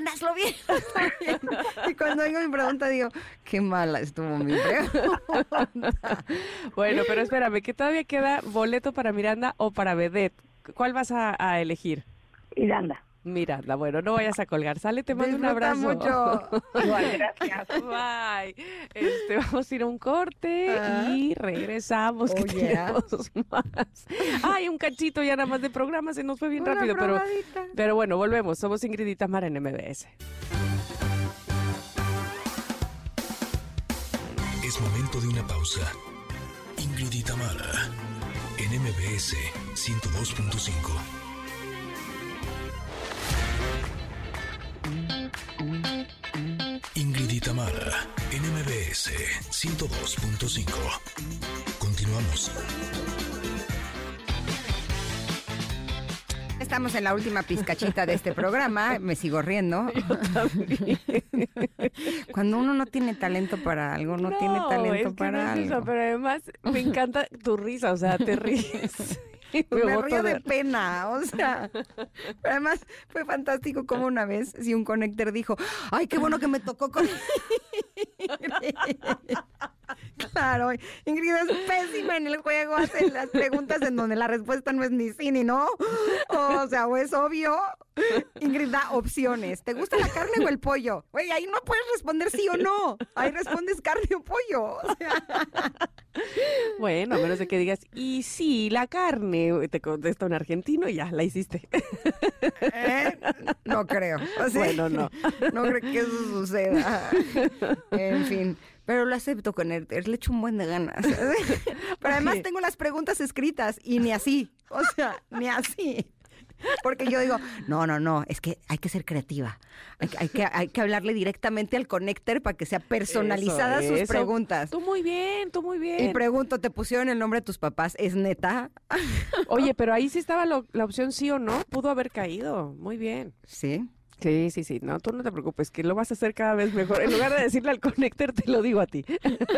Y cuando oigo mi pregunta digo, qué mala estuvo mi pregunta. Bueno, pero espérame, que todavía queda boleto para Miranda o para Vedette. ¿Cuál vas a elegir? Miranda, bueno, no vayas a colgar. Sale, te mando un abrazo. Mucho. Igual, gracias. Bye. Vamos a ir a un corte y regresamos. Que tenemos más. Ay, un cachito ya nada más de programa, se nos fue bien rápido. Pero bueno, volvemos. Somos Ingrid y Tamara en MBS. Es momento de una pausa. Ingrid y Tamara en MBS 102.5. Ingrid y Tamara, en MBS 102.5. Continuamos. Estamos en la última pizcachita de este programa. Me sigo riendo. Cuando uno no tiene talento para algo, no tiene talento para algo. Eso, pero además me encanta tu risa, o sea, te ríes. Me río de pena, o sea, además fue fantástico como una vez, si un Connector dijo, ay, qué bueno que me tocó con Ingrid. Claro, Ingrid es pésima en el juego, hace las preguntas en donde la respuesta no es ni sí ni no, o sea, o es obvio. Ingrid da opciones, ¿te gusta la carne o el pollo? Güey, ahí no puedes responder sí o no, ahí respondes carne o pollo, o sea. Bueno, a menos de que digas, y sí, la carne, te contesta un argentino y ya, la hiciste. No creo. O sea, bueno, no. No creo que eso suceda. En fin, pero lo acepto con él, le echo un buen de ganas. Pero además tengo las preguntas escritas y ni así, o sea, ni así. Porque yo digo, no, es que hay que ser creativa. Hay que hablarle directamente al connector para que sea personalizada sus preguntas. Tú muy bien. Y pregunto, ¿te pusieron el nombre de tus papás? ¿Es neta? Oye, pero ahí sí estaba la opción sí o no. Pudo haber caído. Muy bien. ¿Sí? Sí. No, tú no te preocupes, que lo vas a hacer cada vez mejor. En lugar de decirle al connector, te lo digo a ti.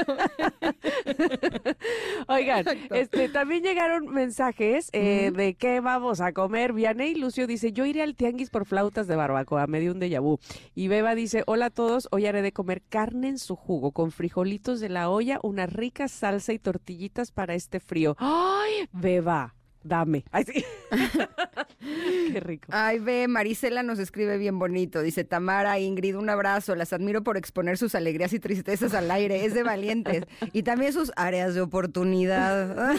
Oigan, también llegaron mensajes de qué vamos a comer. Vianey Lucio dice, yo iré al tianguis por flautas de barbacoa, me dio un déjà vu. Y Beba dice, hola a todos, hoy haré de comer carne en su jugo, con frijolitos de la olla, una rica salsa y tortillitas para este frío. ¡Ay, Beba! Dame. Ay, sí. Qué rico. Ay, ve, Marisela nos escribe bien bonito. Dice, Tamara, Ingrid, un abrazo. Las admiro por exponer sus alegrías y tristezas al aire. Es de valientes. Y también sus áreas de oportunidad.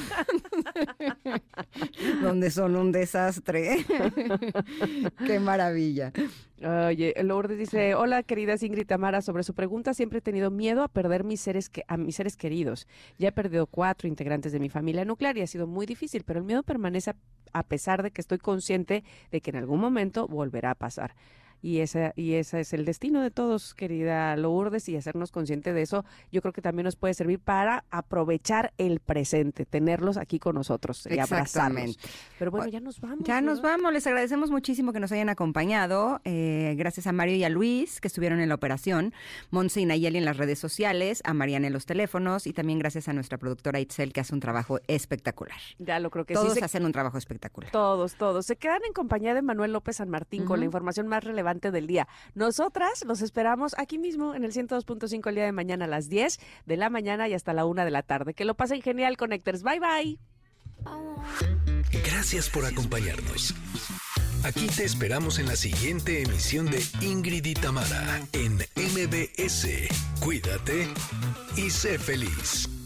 Donde son un desastre. Qué maravilla. Oye, Lourdes dice, hola queridas Ingrid y Tamara, sobre su pregunta, siempre he tenido miedo a perder a mis seres queridos. Ya he perdido 4 integrantes de mi familia nuclear y ha sido muy difícil, pero el miedo permanece a pesar de que estoy consciente de que en algún momento volverá a pasar. Y ese es el destino de todos, querida Lourdes, y hacernos consciente de eso, yo creo que también nos puede servir para aprovechar el presente, tenerlos aquí con nosotros y abrazarlos. Pero bueno, ya nos vamos. Ya nos vamos, les agradecemos muchísimo que nos hayan acompañado, gracias a Mario y a Luis, que estuvieron en la operación, Monse y Nayeli en las redes sociales, a Mariana en los teléfonos, y también gracias a nuestra productora Itzel, que hace un trabajo espectacular. Ya lo creo que todos sí. Todos hacen un trabajo espectacular. Todos. Se quedan en compañía de Manuel López San Martín con la información más relevante del día. Nosotras los esperamos aquí mismo en el 102.5 el día de mañana a las 10 de la mañana y hasta la 1 de la tarde. Que lo pasen genial, Connectors. Bye, bye. Gracias por acompañarnos. Aquí te esperamos en la siguiente emisión de Ingrid y Tamara en MBS. Cuídate y sé feliz.